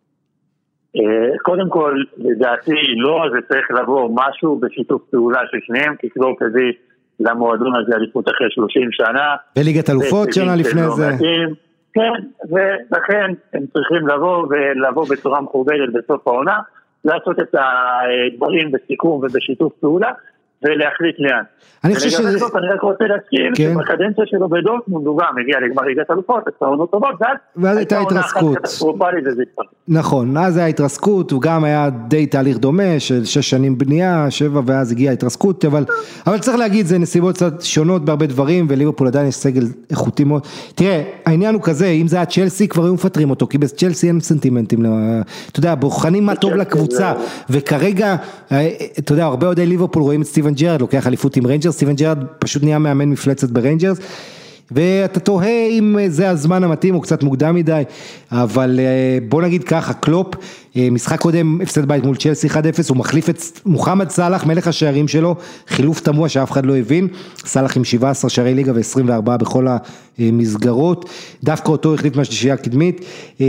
קודם כל, לדעתי לא, זה צריך לבוא משהו בשיתוף פעולה של שניהם, כי קלופ הביא למועדון הזה אליפות אחרי 30 שנה. בליגת אלופות שנה לפני זה. כן, ולכן הם צריכים לבוא בצורה מכובדת בסוף העונה, לעשות את הדברים בסיכום ובשיתוף פעולה, ולהחליט לאן. אני חושב שזה... אני רק רוצה להסכים שבקדנציה שלו בדורטמונד הוא גם הגיע לגמר ליגת אלופות, את העונות טובות, ואז הייתה התרסקות. נכון, אז היה התרסקות, הוא גם היה די תהליך דומה, של 6 שנים בנייה, 7, ואז הגיעה התרסקות, אבל צריך להגיד, זה נסיבות קצת שונות בהרבה דברים, וליברפול עדיין יש סגל איכותי מאוד. תראה, העניין הוא כזה, אם זה היה צ'לסי, כבר היו מפטרים אותו, כי בצ'לסי אין סנטימנטים, אתה יודע, בוחנים מה טוב לקבוצה, וכרגע, אתה יודע, הרבה עודי ליברפול רואים את סטיבן ג'רארד, לוקח אליפות עם ריינג'רס, סטיבן ג'רארד פשוט נהיה מאמן מפלצת בריינג'רס, ואתה תוהה אם זה הזמן המתאים, או קצת מוקדם מדי, אבל בוא נגיד ככה, קלופ, משחק קודם, הפסד בית מול צ'לסי 1-0, הוא מחליף את מוחמד סלח, מלך השערים שלו, חילוף תמוה שאף אחד לא הבין, סלח עם 17 שערי ליגה ו24 בכל המסגרות, דווקא אותו החליף מהשלישייה הקדמית,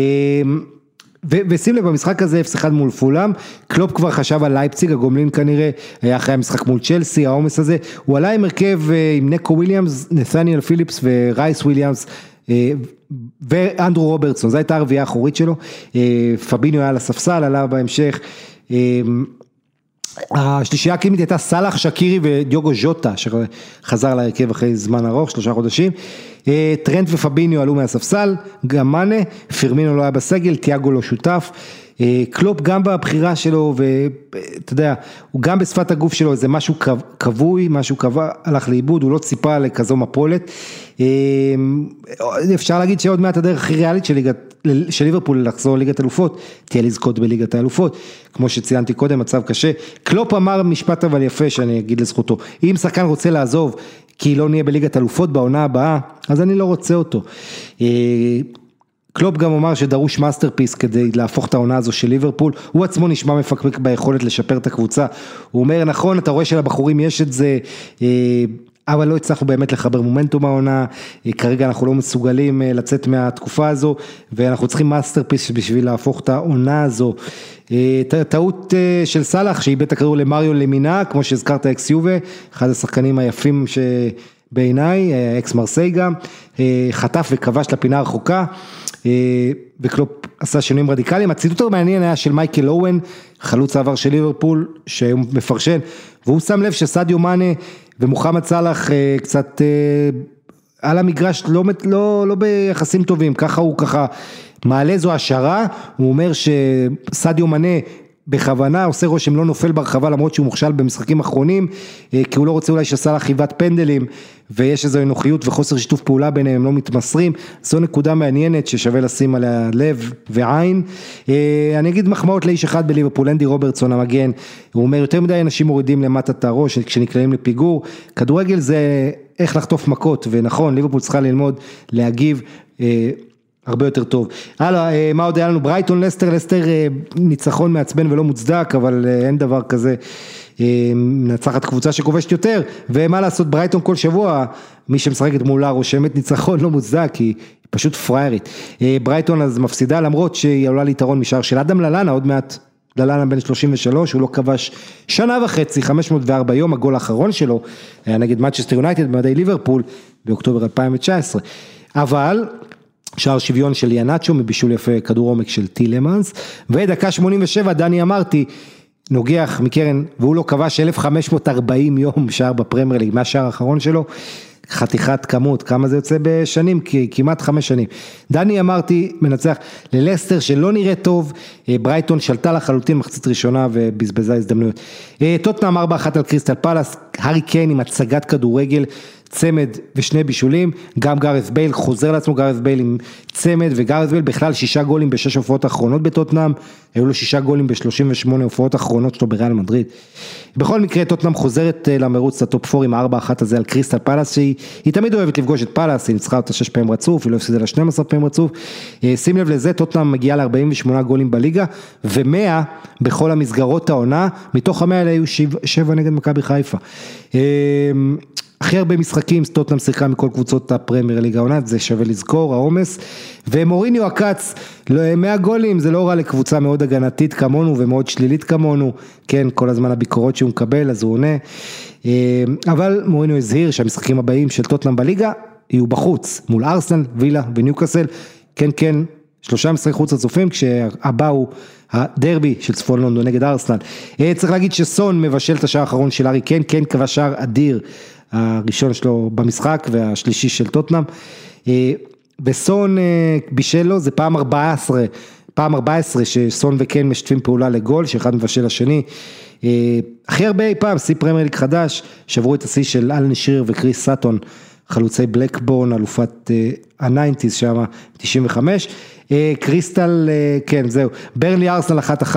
ושים לב, במשחק הזה 0-1 מול פולאם, קלופ כבר חשב על לייפציג, הגומלין כנראה היה אחרי המשחק מול צ'לסי, העומס הזה, הוא עלה עם הרכב עם נקו וויליאמס, נתניאל פיליפס ורייס וויליאמס, ואנדרו רוברטסון, זו הייתה הרביעה האחורית שלו, פביניו היה לספסל, עלה בהמשך, השלישייה הקדמית הייתה סלח, שקירי ודיוגו ז'וטה, שחזר להרכב אחרי זמן ארוך, 3 חודשים, טרנט ופביניו עלו מהספסל, גם מאנה, פירמינו לא היה בסגל, תיאגו לא שותף, קלופ גם בבחירה שלו, ואתה יודע, הוא גם בשפת הגוף שלו, זה משהו קבוי, משהו קבע, הלך לאיבוד, הוא לא ציפה לכזו מפולת, אפשר להגיד שעוד מעט הדרך הכי ריאלית של ליברפול לחזור ליגת אלופות, תהיה לזכות בליגת האלופות, כמו שציינתי קודם, מצב קשה, קלופ אמר משפט אבל יפה שאני אגיד לזכותו, אם שחקן רוצה לעזוב, כי לא נהיה בליגת אלופות בעונה הבאה, אז אני לא רוצה אותו, קלופ גם אומר שדרוש מאסטרפיס כדי להפוך את העונה הזו של ליברפול, הוא עצמו נשמע מפקפק ביכולת לשפר את הקבוצה, הוא אומר נכון, אתה רואה שלבחורים יש את זה, אבל לא הצלחנו באמת לחבר מומנטום העונה, כרגע אנחנו לא מסוגלים לצאת מהתקופה הזו, ואנחנו צריכים מאסטרפיס בשביל להפוך את העונה הזו. טעות של סלאח, שאיבד את הכדור למריו למינה, כמו שהזכרת אקס יובה, אחד השחקנים היפים שבעיניי, אקס מרסיי גם, חטף וכבש לפינה הרחוקה, וקלופ עשה שינויים רדיקליים. הציטוט המעניין היה של מייקל אוון, חלוץ העבר של ליברפול, שהיום מפרשן, והוא שם לב שסדיו מאנה ומוחמד סלאח קצת על המגרש לא ביחסים טובים, ככה הוא ככה מעלה זו השערה, הוא אומר שסדיו מאנה בכוונה עושה רושם לא נופל ברחבה למרות שהוא מוכשל במשחקים אחרונים, כי הוא לא רוצה אולי שסלאח חיבת פנדלים, ויש איזו אנוכיות וחוסר שיתוף פעולה ביניהם, הם לא מתמסרים, זו נקודה מעניינת ששווה לשים עליה לב ועין. אני אגיד מחמאות לאיש אחד בליברפול, אנדי רוברטסון המגן, הוא אומר יותר מדי אנשים מורידים למטה את הראש כשנקלעים לפיגור, כדורגל זה איך לחטוף מכות, ונכון, ליברפול צריכה ללמוד להגיב הרבה יותר טוב. הלאה, מה עוד היה לנו? ברייטון לסטר ניצחון מעצבן ולא מוצדק, אבל אין דבר כזה, נצחת קבוצה שכובשת יותר, ומה לעשות, ברייטון כל שבוע, מי שמשחקת מולה רושמת ניצחון לא מוצדק, היא פשוט פריירית. ברייטון אז מפסידה, למרות שהיא עולה ליתרון משאר של אדם ללנה, עוד מעט ללנה בן 33, הוא לא כבש שנה וחצי, 504 יום, הגול האחרון שלו, היה נגד מנצ'סטר יונייטד במדי ליברפול, באוקטובר 2019, אבל שער שוויון של ינאצ'ו, מבישול יפה כדור עומק של טילמנס, ודקה 87, דני אמרתי, נוגח מקרן, והוא לא כבש 1540 יום שער בפרמייר ליג, מהשער האחרון שלו, חתיכת כמות, כמה זה יוצא בשנים? כמעט 5 שנים. דני אמרתי, מנצח ללסטר שלא נראה טוב, ברייטון שלטה לחלוטין מחצית ראשונה ובזבזה הזדמנויות. טוטנהאם 4-1 על קריסטל פלאס, הארי קיין עם הצגת כדורגל, צמד ושני בישולים, גם גארת' בייל חוזר לעצמו, גארת' בייל עם צמד, וגארת' בייל בכלל 6 גולים ב6 הופעות האחרונות בטוטנהאם, היו לו 6 גולים ב38 הופעות האחרונות שלו בריאל מדריד. בכל מקרה טוטנהאם חוזרת למרוץ לטופ 4 עם 4-1 הזה על קריסטל פלאס, שהיא תמיד אוהבת לפגוש את פלאס, היא ניצחה אותה 6 פעמים רצוף, היא לא הפסידה לה 12 פעמים רצוף, שים לב לזה, טוטנהאם מגיעה ל48 גולים בליגה, ו100 בכל המסגרות העונה, מתוך ה100 האלה היו 7 נגד מכבי חיפה. הכי הרבה משחקים, טוטנהאם שיחקה מכל קבוצות הפרמייר ליג העונה, זה שווה לזכור, העומס, ומוריניו הקץ, 100 גולים, זה לא רע לקבוצה מאוד הגנתית כמונו, ומאוד שלילית כמונו, כן, כל הזמן הביקורות שהוא מקבל, אז הוא עונה, אבל מוריניו הזהיר שהמשחקים הבאים של טוטנהאם בליגה, יהיו בחוץ, מול ארסנל, וילה וניוקאסל, כן, 3 משחקי חוץ הצופים, כשהבא הוא הדרבי של צפון לונדון נגד ארסנל. צריך להגיד שסון מבשל את השער האחרון של הארי קיין, כן כבש שער אדיר, הראשון שלו במשחק והשלישי של טוטנהאם, וסון בישל לו, זה פעם 14 שסון וקיין משתפים פעולה לגול, שאחד מבשל לשני, הכי הרבה אי פעם, שיא פרמייר ליג חדש, שברו את השיא של אלן שריר וקריס סאטון, חלוצי בלקבורן, אלופת ה-90s שם, 95, קריסטל, כן זהו, ברנלי ארסנל 1-1,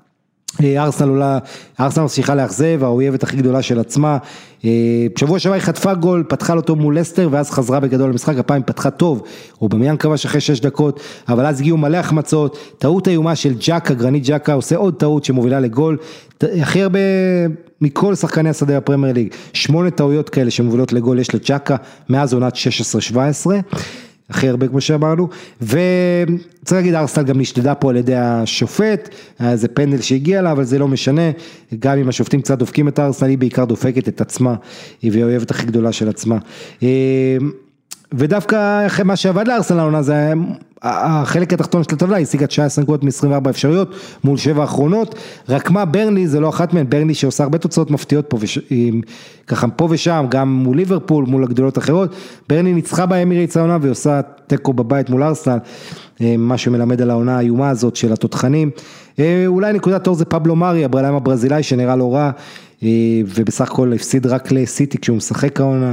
ארסנל ממשיכה לאכזב, האויבת הכי גדולה של עצמה, בשבוע שעבר היא חטפה גול, פתחה אותו מול לסטר, ואז חזרה בגדול למשחק, הפעם פתחה טוב, אובמיאנג כבש אחרי 6 דקות, אבל אז הגיעו מלא החמצות, טעות איומה של ג'קה, גרנית ג'קה, עושה עוד טעות שמובילה לגול, הכי הרבה מכל שחקני השדה הפרמייר ליג, 8 טעויות כאלה שמובילות לגול יש לג'קה, מאז עונת 16-17, הכי הרבה כמו שאמרנו, וצריך להגיד, ארסנל גם נשתדע פה על ידי השופט, זה פנדל שהגיע לה, אבל זה לא משנה, גם אם השופטים קצת דופקים את ארסנל, היא בעיקר דופקת את עצמה, היא אוהבת הכי גדולה של עצמה, ודווקא אחרי מה שעבד לארסנל העונה, זה החלק התחתון של הטבלה, היא השיגה 19 נקודות מ-24 אפשריות, מול 7 האחרונות, רק מה ברנלי, זה לא אחת מהן, ברנלי שעושה הרבה תוצאות מפתיעות פה, ככה פה ושם, גם מול ליברפול, מול הגדולות אחרות, ברנלי ניצחה באמירייטס העונה, והיא עושה טקו בבית מול ארסנל, מה שמלמד על העונה האיומה הזאת של התותחנים, אולי נקודת אור זה פבלו מרי, הבלם הברזילאי שנראה לא רע, ובסך הכל הפסיד רק לסיטי כשהוא משחק העונה,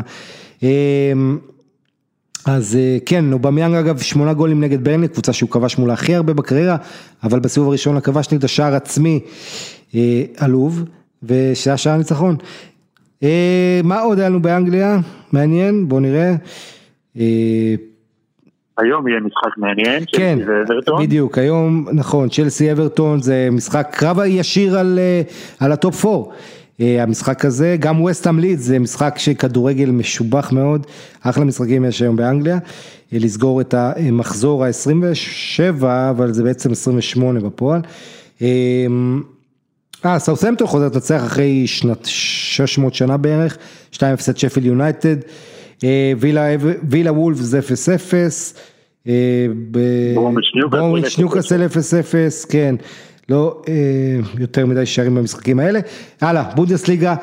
אז כן, אובמיאנג אגב 8 גולים נגד ברנלי, קבוצה שהוא כבש מולה הכי הרבה בקריירה, אבל בסיבוב הראשון הכבש נגד השער עצמי עלוב, ושהיה שער ניצחון. מה עוד היה לנו באנגליה? מעניין, בואו נראה. היום יהיה משחק מעניין, כן, צ'לסי ואברטון. בדיוק, היום, נכון, צ'לסי אברטון זה משחק קרב ישיר על הטופ 4. המשחק הזה, גם ווסטהאם לידס, זה משחק שכדורגל משובח מאוד, אחלה משחקים יש היום באנגליה, לסגור את המחזור ה-27, אבל זה בעצם 28 בפועל. סאות'המפטון חוזרת לנצח אחרי 600 שנה בערך, 2-0 את שפילד יונייטד, וילה וולפס 0-0, ברומוויץ' ניוקאסל 0-0, כן, לא יותר מדי שערים במשחקים האלה. הלאה, בונדסליגה,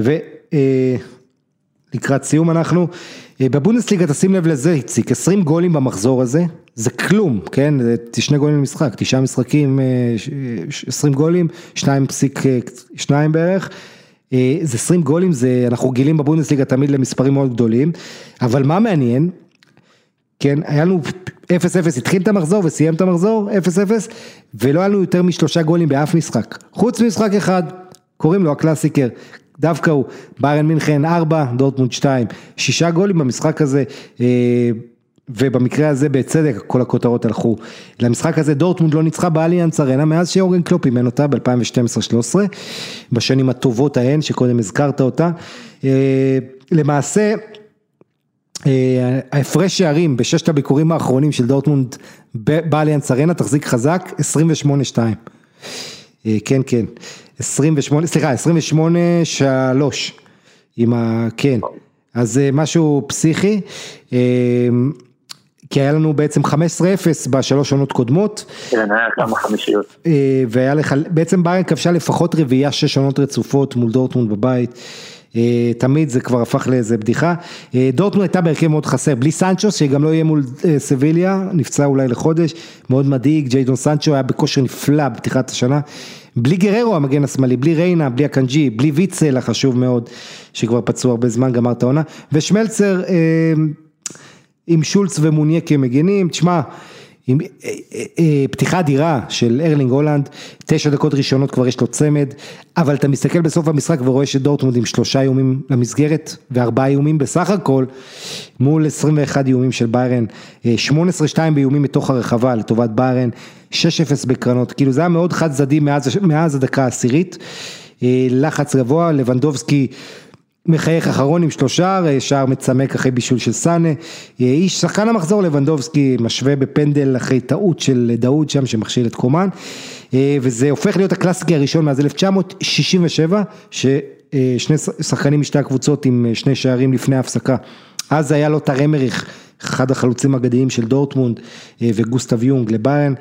ולקראת סיום אנחנו, בבונדסליגה תשים לב לזה, הציק 20 גולים במחזור הזה, זה כלום, כן, זה 2 גולים למשחק, 9 משחקים, 20 גולים, 2.2 בערך, זה 20 גולים, זה, אנחנו גילים בבונדסליגה תמיד למספרים מאוד גדולים, אבל מה מעניין, כן, היה לנו 0-0, התחיל את המחזור וסיים את המחזור, 0-0, ולא היה לנו יותר מ3 גולים באף משחק, חוץ ממשחק אחד, קוראים לו הקלאסיקר, דווקא הוא, ביירן מינכן 4, דורטמונד 2, 6 גולים במשחק הזה, ובמקרה הזה בצדק כל הכותרות הלכו למשחק הזה. דורטמונד לא ניצחה באליאנס ארנה מאז שיורגן קלופ אימן אותה ב-2012-13, בשנים הטובות ההן שקודם הזכרת אותה. למעשה ההפרש שערים בששת הביקורים האחרונים של דורטמונד באליאנס ארנה תחזיק חזק 28-2. כן, 28-3 כן, אז משהו פסיכי, כי היה לנו בעצם 15-0 בשלוש עונות קודמות. כן, היה כמה חמישיות. והיה לך, בעצם ביירן כבשה לפחות רביעייה 6 עונות רצופות מול דורטמונד בבית, תמיד זה כבר הפך לאיזה בדיחה. דורטמונד הייתה בהרכב מאוד חסר, בלי סנצ'ו, שגם לא יהיה מול סביליה, נפצע אולי לחודש, מאוד מדאיג, ג'יידון סנצ'ו היה בכושר נפלא בפתיחת השנה, בלי גררו המגן השמאלי, בלי ריינה, בלי הקנג'י, בלי ויצל החשוב מאוד, שכבר פצוע הרבה זמן, גמר את העונה, ושמלצר עם שולץ ומוניה כמגנים, תשמע, עם פתיחה אדירה של ארלינג הולנד, 9 דקות ראשונות כבר יש לו צמד, אבל אתה מסתכל בסוף המשחק ורואה שדורטמונד עם 3 איומים למסגרת, ו4 איומים בסך הכל, מול 21 איומים של ביירן, 18-2 באיומים מתוך הרחבה לטובת ביירן, 6-0 בקרנות, כאילו זה היה מאוד חד צדדי מאז הדקה העשירית, לחץ גבוה, לבנדובסקי, מחייך אחרון עם 3 שער מצמק אחרי בישול של סאנה, איש שחקן המחזור לבנדובסקי משווה בפנדל אחרי טעות של דאוד שם שמכשיל את קומן, וזה הופך להיות הקלאסיקי הראשון מאז 1967, ששני שחקנים משתי הקבוצות עם 2 שערים לפני ההפסקה, אז היה לו טר אמריך, אחד החלוצים האגדיים של דורטמונד וגוסטב יונג לביירן,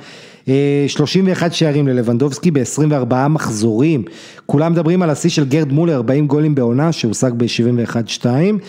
31 שערים ללבנדובסקי ב-24 מחזורים, כולם מדברים על השיא של גרד מולר, 40 גולים בעונה שהושג ב-71-2,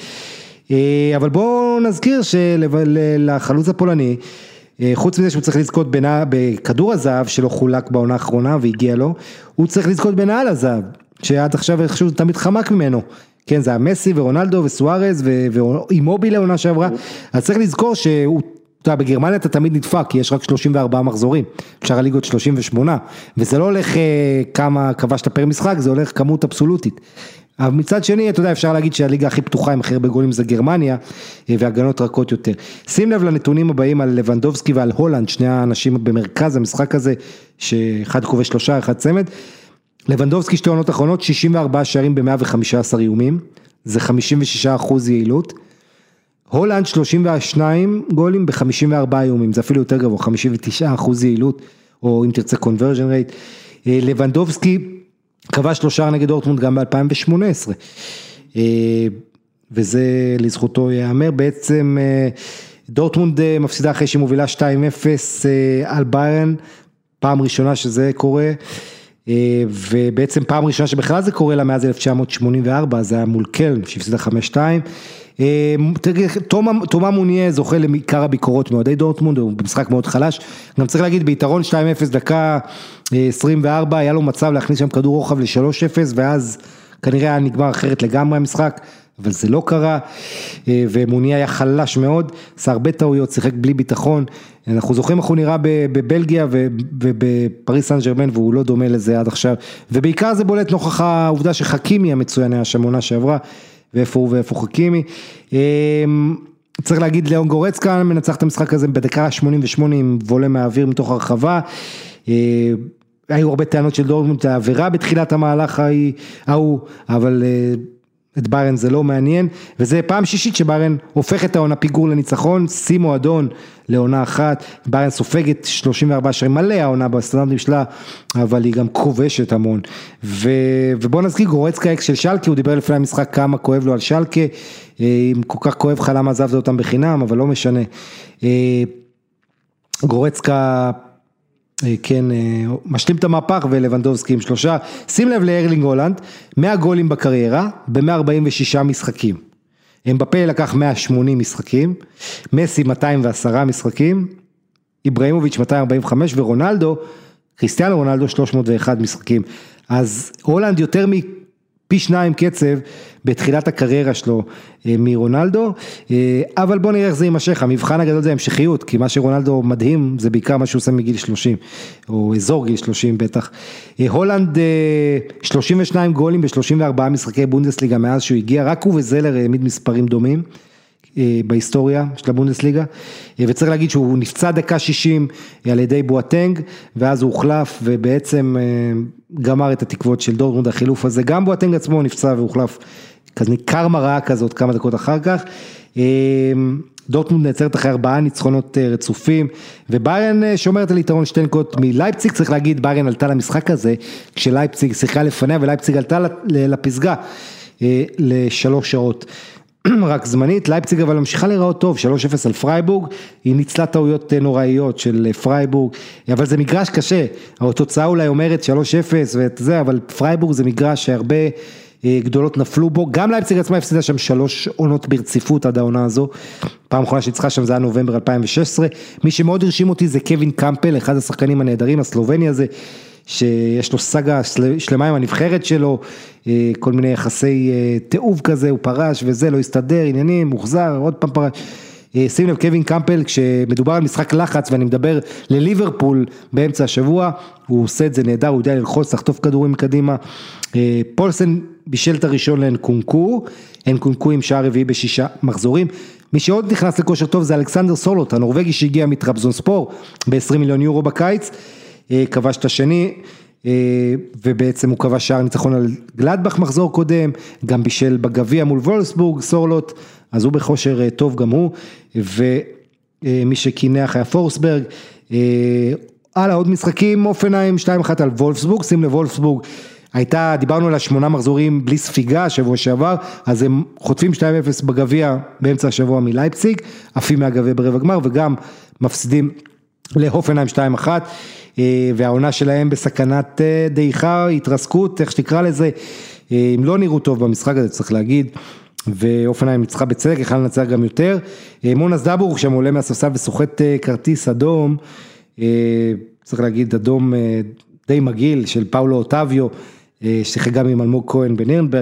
אבל בואו נזכיר שלחלוץ הפולני, חוץ מזה שהוא צריך לזכות בכדור הזהב שלא חולק בעונה האחרונה והגיע לו, הוא צריך לזכות בנעל הזהב, שעד עכשיו איכשהו תמיד חמק ממנו, כן, זה המסי ורונלדו וסוארז ואימובילה עונה שעברה, אז צריך לזכור שהוא, בגרמניה אתה תמיד נדפק, כי יש רק 34 מחזורים, אפשר הליגות 38, וזה לא הולך כמה כבשת פר משחק, זה הולך כמות אבסולוטית. אבל מצד שני, אתה יודע, אפשר להגיד שהליגה הכי פתוחה עם הכי הרבה גולים זה גרמניה, והגנות רכות יותר. שים לב לנתונים הבאים על לבנדובסקי ועל הולנד, שני האנשים במרכז המשחק הזה, שאחד כובש 3, אחד צמד, לבנדובסקי 2 עונות אחרונות, 64 שערים ב-115 איומים, זה 56% יעילות, הולנד 32 גולים ב-54 איומים, זה אפילו יותר גבוה, 59% יעילות, או אם תרצה conversion rate, לבנדובסקי כבש 3 נגד דורטמונד גם ב-2018, וזה לזכותו יאמר, בעצם דורטמונד מפסידה אחרי שהיא מובילה 2-0 על ביירן, פעם ראשונה שזה קורה, ובעצם פעם ראשונה שבכלל זה קורה לה מאז 1984, זה היה מול קלן, שהפסידה 5-2, תומה מוניה זוכה לעיקר הביקורות מאוהדי דורטמונד, הוא במשחק מאוד חלש, גם צריך להגיד ביתרון 2-0 דקה 24, היה לו מצב להכניס שם כדור רוחב ל-3-0, ואז כנראה היה נגמר אחרת לגמרי המשחק, אבל זה לא קרה, ומוניה היה חלש מאוד, עשה הרבה טעויות, שיחק בלי ביטחון, אנחנו זוכרים איך הוא נראה בבלגיה ובפריס סן ז'רמן, והוא לא דומה לזה עד עכשיו, ובעיקר זה בולט נוכח העובדה שחכימי המצוין היה שמונה שעברה, ואיפה הוא ואיפה חכימי, צריך להגיד ליאון גורצקה מנצח את המשחק הזה בדקה 88 עם וולה מהאוויר מתוך הרחבה, היו הרבה טענות של דורטמונד, העבירה בתחילת המהלך ההוא, אבל את ביירן זה לא מעניין, וזה פעם שישית שביירן הופך את העונה פיגור לניצחון, שיא מועדון לעונה אחת, ביירן סופגת 34 שערים מלא העונה בסטנדרטים שלה, אבל היא גם כובשת המון, ובוא נזכיר גורצקה אקס של שלקה, הוא דיבר לפני המשחק כמה כואב לו על שלקה, אם כל כך כואב לך למה עזבת אותם בחינם, אבל לא משנה, גורצקה כן, משלים את המהפך ולבנדובסקי עם 3, שים לב לארלינג הולנד, 100 גולים בקריירה, ב-146 משחקים, אמבפה לקח 180 משחקים, מסי 210 משחקים, איברהימוביץ' 245 ורונלדו, קריסטיאנו רונלדו 301 משחקים, אז הולנד יותר פי 2 קצב בתחילת הקריירה שלו מרונלדו, אבל בוא נראה איך זה יימשך, המבחן הגדול זה המשכיות, כי מה שרונלדו מדהים זה בעיקר מה שהוא עושה מגיל 30, או אזור גיל 30 בטח, הולנד 32 גולים ב-34 משחקי בונדסליגה מאז שהוא הגיע, רק הוא וזלר העמיד מספרים דומים, בהיסטוריה של הבונדסליגה, וצריך להגיד שהוא נפצע דקה 60 על ידי בואטנג, ואז הוא הוחלף ובעצם גמר את התקוות של דורטמונד החילוף הזה, גם בואטנג עצמו נפצע והוחלף, כזה ניכר מראה כזאת כמה דקות אחר כך, דורטמונד נעצרת אחרי 4 ניצחונות רצופים, וביירן שומרת על יתרון 2 נקודות מלייפציג, צריך להגיד ביירן עלתה למשחק הזה, כשלייפציג שיחקה לפניה ולייפציג עלתה לפסגה ל3 שעות, רק זמנית, לייפציג אבל ממשיכה להיראות טוב, 3-0 על פרייבורג, היא ניצלה טעויות נוראיות של פרייבורג, אבל זה מגרש קשה, התוצאה אולי אומרת 3-0 וזה, אבל פרייבורג זה מגרש שהרבה גדולות נפלו בו, גם לייפציג עצמה הפסידה שם 3 עונות ברציפות עד העונה הזו, פעם אחרונה שצריכה שם זה היה נובמבר 2016, מי שמאוד הרשים אותי זה קווין קמפל, אחד השחקנים הנהדרים, הסלובני הזה, שיש לו סגה שלמה עם הנבחרת שלו, כל מיני יחסי תיעוב כזה, הוא פרש וזה, לא הסתדר, עניינים, מוחזר, עוד פעם פרש, שים לב קווין קמפל, כשמדובר על משחק לחץ, ואני מדבר לליברפול באמצע השבוע, הוא עושה את זה נהדר, הוא יודע ללחוץ, לחטוף כדורים קדימה, פולסן בישל את הראשון לאנקונקו, אנקונקו עם שער רביעי ב6 מחזורים, מי שעוד נכנס לכושר טוב זה אלכסנדר סולוט, הנורווגי שהגיע מטרבזונספור, ב-20 מיליון יורו בקיץ, כבש את השני, ובעצם הוא כבש שער ניצחון על גלדבך מחזור קודם, גם בישל בגביע מול וולסבורג, סורלוט, אז הוא בכושר טוב גם הוא, ומי שכינח היה פורסברג, הלאה עוד משחקים, אופנהיים 2-1 על וולפסבורג, שים לוולפסבורג, דיברנו על 8 מחזורים בלי ספיגה, שבוע שעבר, אז הם חוטפים 2-0 בגביע באמצע השבוע מלייפציג, עפים מהגביע ברבע גמר, וגם מפסידים להופנהיים 2-1, והעונה שלהם בסכנת דעיכה, התרסקות, איך שתקרא לזה, הם לא נראו טוב במשחק הזה, צריך להגיד, ואופנהיים ניצחה בצדק, יכל לנצח גם יותר, מונס דאבורג שם עולה מהספסל וסוחט כרטיס אדום, צריך להגיד אדום די מגעיל של פאולו אוטביו, ששיחק גם עם אלמוג כהן בנירנברג,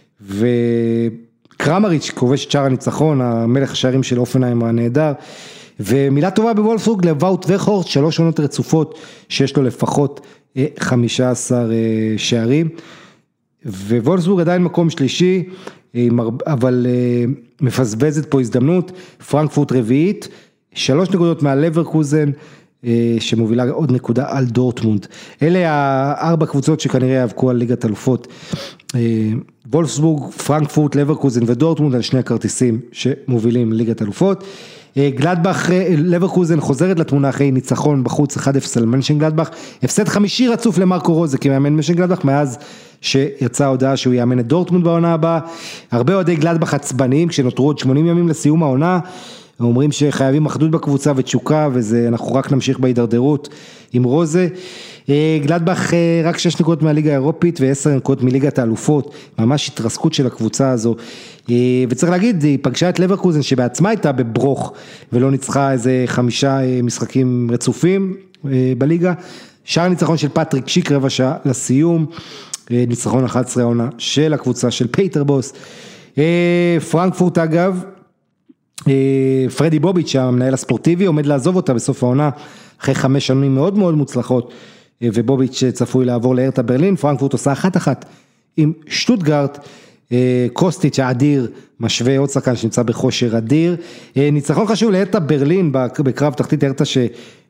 וקרמריץ' כובש את שער הניצחון, המלך השערים של אופנהיים הנהדר, ומילה טובה בוולפסבורג לוואוט וכהורסט, 3 עונות רצופות שיש לו לפחות 15 שערים, ווולפסבורג עדיין מקום שלישי, אבל מפסבזת פה הזדמנות, פרנקפורט רביעית, 3 נקודות מעל לברקוזן, שמובילה עוד נקודה על דורטמונד, אלה 4 קבוצות שכנראה יאבקו על ליגת אלופות, וולפסבורג, פרנקפורט, לברקוזן ודורטמונד על 2 הכרטיסים שמובילים ליגת אלופות, גלדבך, לברקוזן חוזרת לתמונה אחרי ניצחון בחוץ 1-0 על מנשנגלדבך, הפסד 5 רצוף למרקו רוזה כמאמן מנשנגלדבך, מאז שיצאה הודעה שהוא יאמן את דורטמונד בעונה הבאה, הרבה אוהדי גלדבך עצבניים, כשנותרו עוד 80 ימים לסיום העונה, אומרים שחייבים אחדות בקבוצה ותשוקה, אנחנו רק נמשיך בהידרדרות עם רוזה, גלדבך רק 6 נקודות מהליגה האירופית ו10 נקודות מליגת האלופות, ממש התרסקות של הקבוצה הזו, וצריך להגיד, היא פגשה את לברקוזן שבעצמה הייתה בברוך, ולא ניצחה איזה 5 משחקים רצופים בליגה, שער ניצחון של פטריק שיק, רבע שעה לסיום, ניצחון 11 העונה של הקבוצה של פייטרבוס, פרנקפורט אגב, פרדי בוביץ' המנהל הספורטיבי עומד לעזוב אותה בסוף העונה אחרי 5 שנים מאוד מאוד מוצלחות, ובוביץ' צפוי לעבור להרטה ברלין, פרנקפורט עושה 1-1 עם שטוטגרט, קוסטיץ' האדיר משווה עוד שחקן שנמצא בכושר אדיר, ניצחון חשוב להרטה ברלין בקרב תחתית, הרטה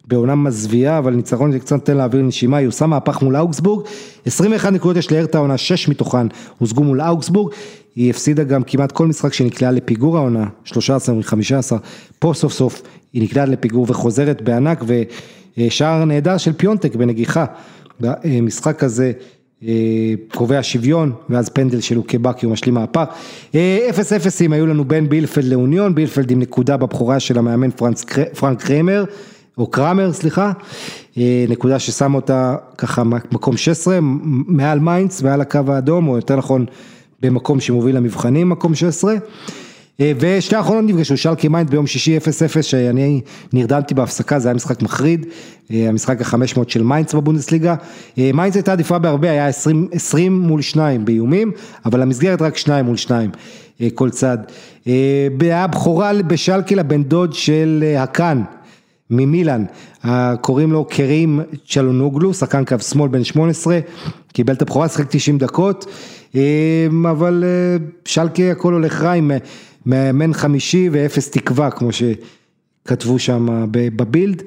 בעונה מזוויעה, אבל ניצחון זה קצת נותן להעביר נשימה, היא עושה מהפך מול אוגסבורג, 21 נקודות יש להרתה העונה, 6 מתוכן הושגו מול אוגסבורג, היא הפסידה גם כמעט כל משחק שנקלעה לפיגור העונה, 13 מ-15, פה סוף סוף היא נקלעה לפיגור וחוזרת בענק, ושער נהדר של פיונטק בנגיחה, במשחק הזה קובע שוויון, ואז פנדל של לוקבקי הוא משלים מהפך, 0-0 היו לנו בין בילפלד לאוניון, בילפלד עם נקודה בבחורה של המאמן פרנק קרמר, או קרמר, סליחה, נקודה ששם אותה ככה מקום 16, מעל מיינץ, מעל הקו האדום, או יותר נכון במקום שמוביל למבחנים, מקום 16, ושתי האחרונות נפגשו, שלקה מיינץ ביום שישי 0-0, שאני נרדמתי בהפסקה, זה היה משחק מחריד, המשחק ה-500 של מיינץ בבונדסליגה, מיינץ הייתה עדיפה בהרבה, היה 20 מול 2 באיומים, אבל המסגרת רק 2 מול 2, כל צד, היה בחורה בשלקה לבן דוד של הקאן, ממילן, קוראים לו קרים צ'לונוגלו, שחקן קו שמאל בן 18, קיבל את הבחורה, שחק 90 דקות, אבל שלקה הכל הולך רע עם מאמן חמישי ואפס תקווה, כמו שכתבו שם בבילד.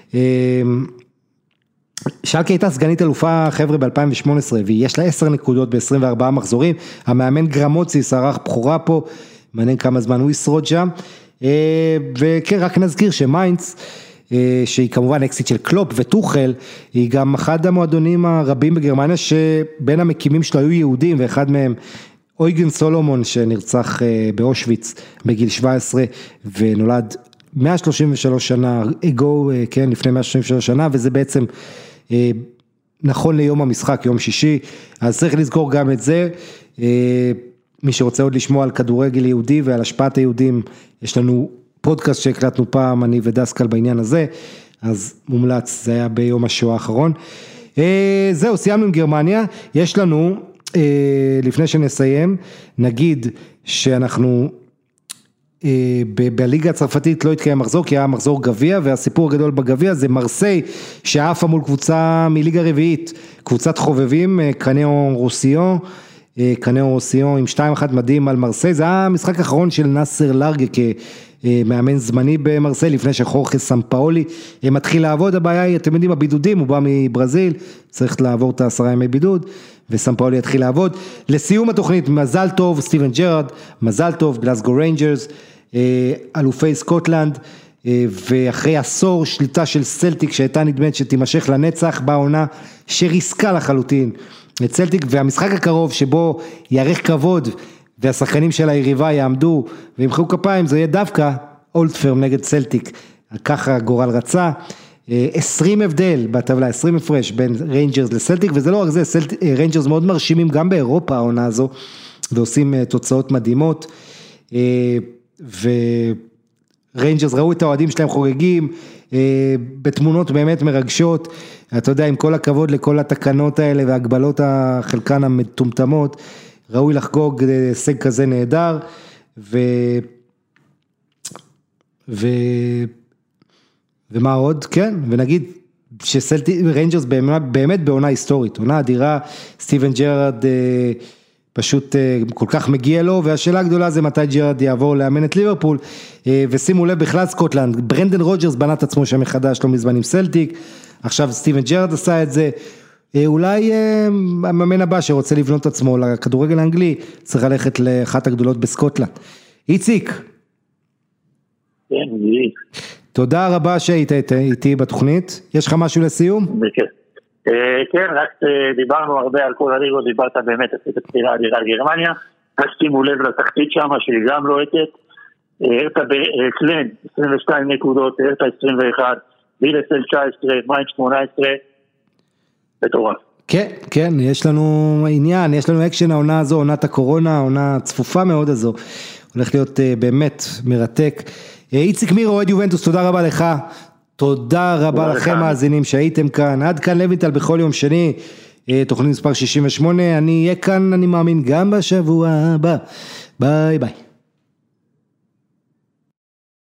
שלקה הייתה סגנית אלופה חבר'ה ב-2018, ויש לה 10 נקודות ב-24 מחזורים, המאמן גרמוציס ערך בחורה פה, מעניין כמה זמן הוא ישרוד שם, וכן רק נזכיר שמיינץ, שהיא כמובן אקסיט של קלופ וטוחל, היא גם אחד המועדונים הרבים בגרמניה, שבין המקימים שלו היו יהודים, ואחד מהם אויגן סולומון, שנרצח באושוויץ בגיל 17, ונולד 133 שנה, כן, לפני 133 שנה, וזה בעצם נכון ליום המשחק, יום שישי, אז צריך לזכור גם את זה, מי שרוצה עוד לשמוע על כדורגל יהודי ועל השפעת היהודים, יש לנו פודקאסט שהקלטנו פעם, אני ודסקל בעניין הזה, אז מומלץ, זה היה ביום השואה האחרון. זהו, סיימנו עם גרמניה, יש לנו, לפני שנסיים, נגיד שאנחנו, בליגה הצרפתית לא התקיים מחזור, כי היה מחזור גביע, והסיפור הגדול בגביע זה מרסיי, שעפה מול קבוצה מליגה רביעית, קבוצת חובבים, קנאו רוסיון, עם 2-1 מדהים על מרסיי, זה היה המשחק האחרון של נאסר לארגה, כמאמן זמני במרסיי, לפני שחורכה סמפאולי מתחיל לעבוד, הבעיה היא, אתם יודעים, הבידודים, הוא בא מברזיל, צריך לעבור את 10 ימי בידוד, וסמפאולי יתחיל לעבוד. לסיום התוכנית, מזל טוב, סטיבן ג'רארד, מזל טוב, גלסגו ריינג'רס, אלופי סקוטלנד, ואחרי עשור שליטה של סלטיק, שהייתה נדמת שתימשך לנצח, בעונה שריסקה לחלוטין את סלטיק, והמשחק הקרוב שבו יערך כבוד, והשחקנים של היריבה יעמדו וימחאו כפיים, זה יהיה דווקא אולד פירם נגד סלטיק, ככה גורל רצה, 20 הבדל בטבלה, 20 הפרש בין ריינג'רס לסלטיק, וזה לא רק זה, ריינג'רס מאוד מרשימים גם באירופה העונה הזו, ועושים תוצאות מדהימות, וריינג'רס ראו את האוהדים שלהם חוגגים, בתמונות באמת מרגשות, אתה יודע, עם כל הכבוד לכל התקנות האלה, והגבלות החלקן המטומטמות, ראוי לחגוג הישג כזה נהדר, ומה עוד? כן, ונגיד ריינג'רס באמת בעונה היסטורית, עונה אדירה, סטיבן ג'רארד פשוט כל כך מגיע לו, והשאלה הגדולה זה מתי ג'רארד יעבור לאמן את ליברפול, ושימו לב בכלל סקוטלנד, ברנדן רוג'רס בנה את עצמו שם מחדש, לא מזמן עם סלטיק, עכשיו סטיבן ג'רארד עשה את זה, אולי המאמן הבא שרוצה לבנות את עצמו לכדורגל האנגלי, צריך ללכת לאחת הגדולות בסקוטלנד. איציק. כן, תודה רבה שהיית איתי בתוכנית. יש לך משהו לסיום? כן, רק דיברנו הרבה על כל הליגות, דיברת באמת עשית ספירה אדירה על גרמניה, רק שימו לב לתחתית שם שהיא גם לוהטת, הרתה בקלן 22 נקודות, הרתה 21, בילסל 19, מיינץ 18, בטורף. כן, כן, יש לנו עניין, יש לנו אקשן העונה הזו, עונת הקורונה, העונה צפופה מאוד הזו, הולך להיות באמת מרתק. איציק מירו, אוהד יובנטוס, תודה רבה לך, תודה רבה לכם מאזינים שהייתם כאן, עד כאן לויטל בכל יום שני, תוכנית מספר 68, אני אהיה כאן, אני מאמין, גם בשבוע הבא, ביי ביי.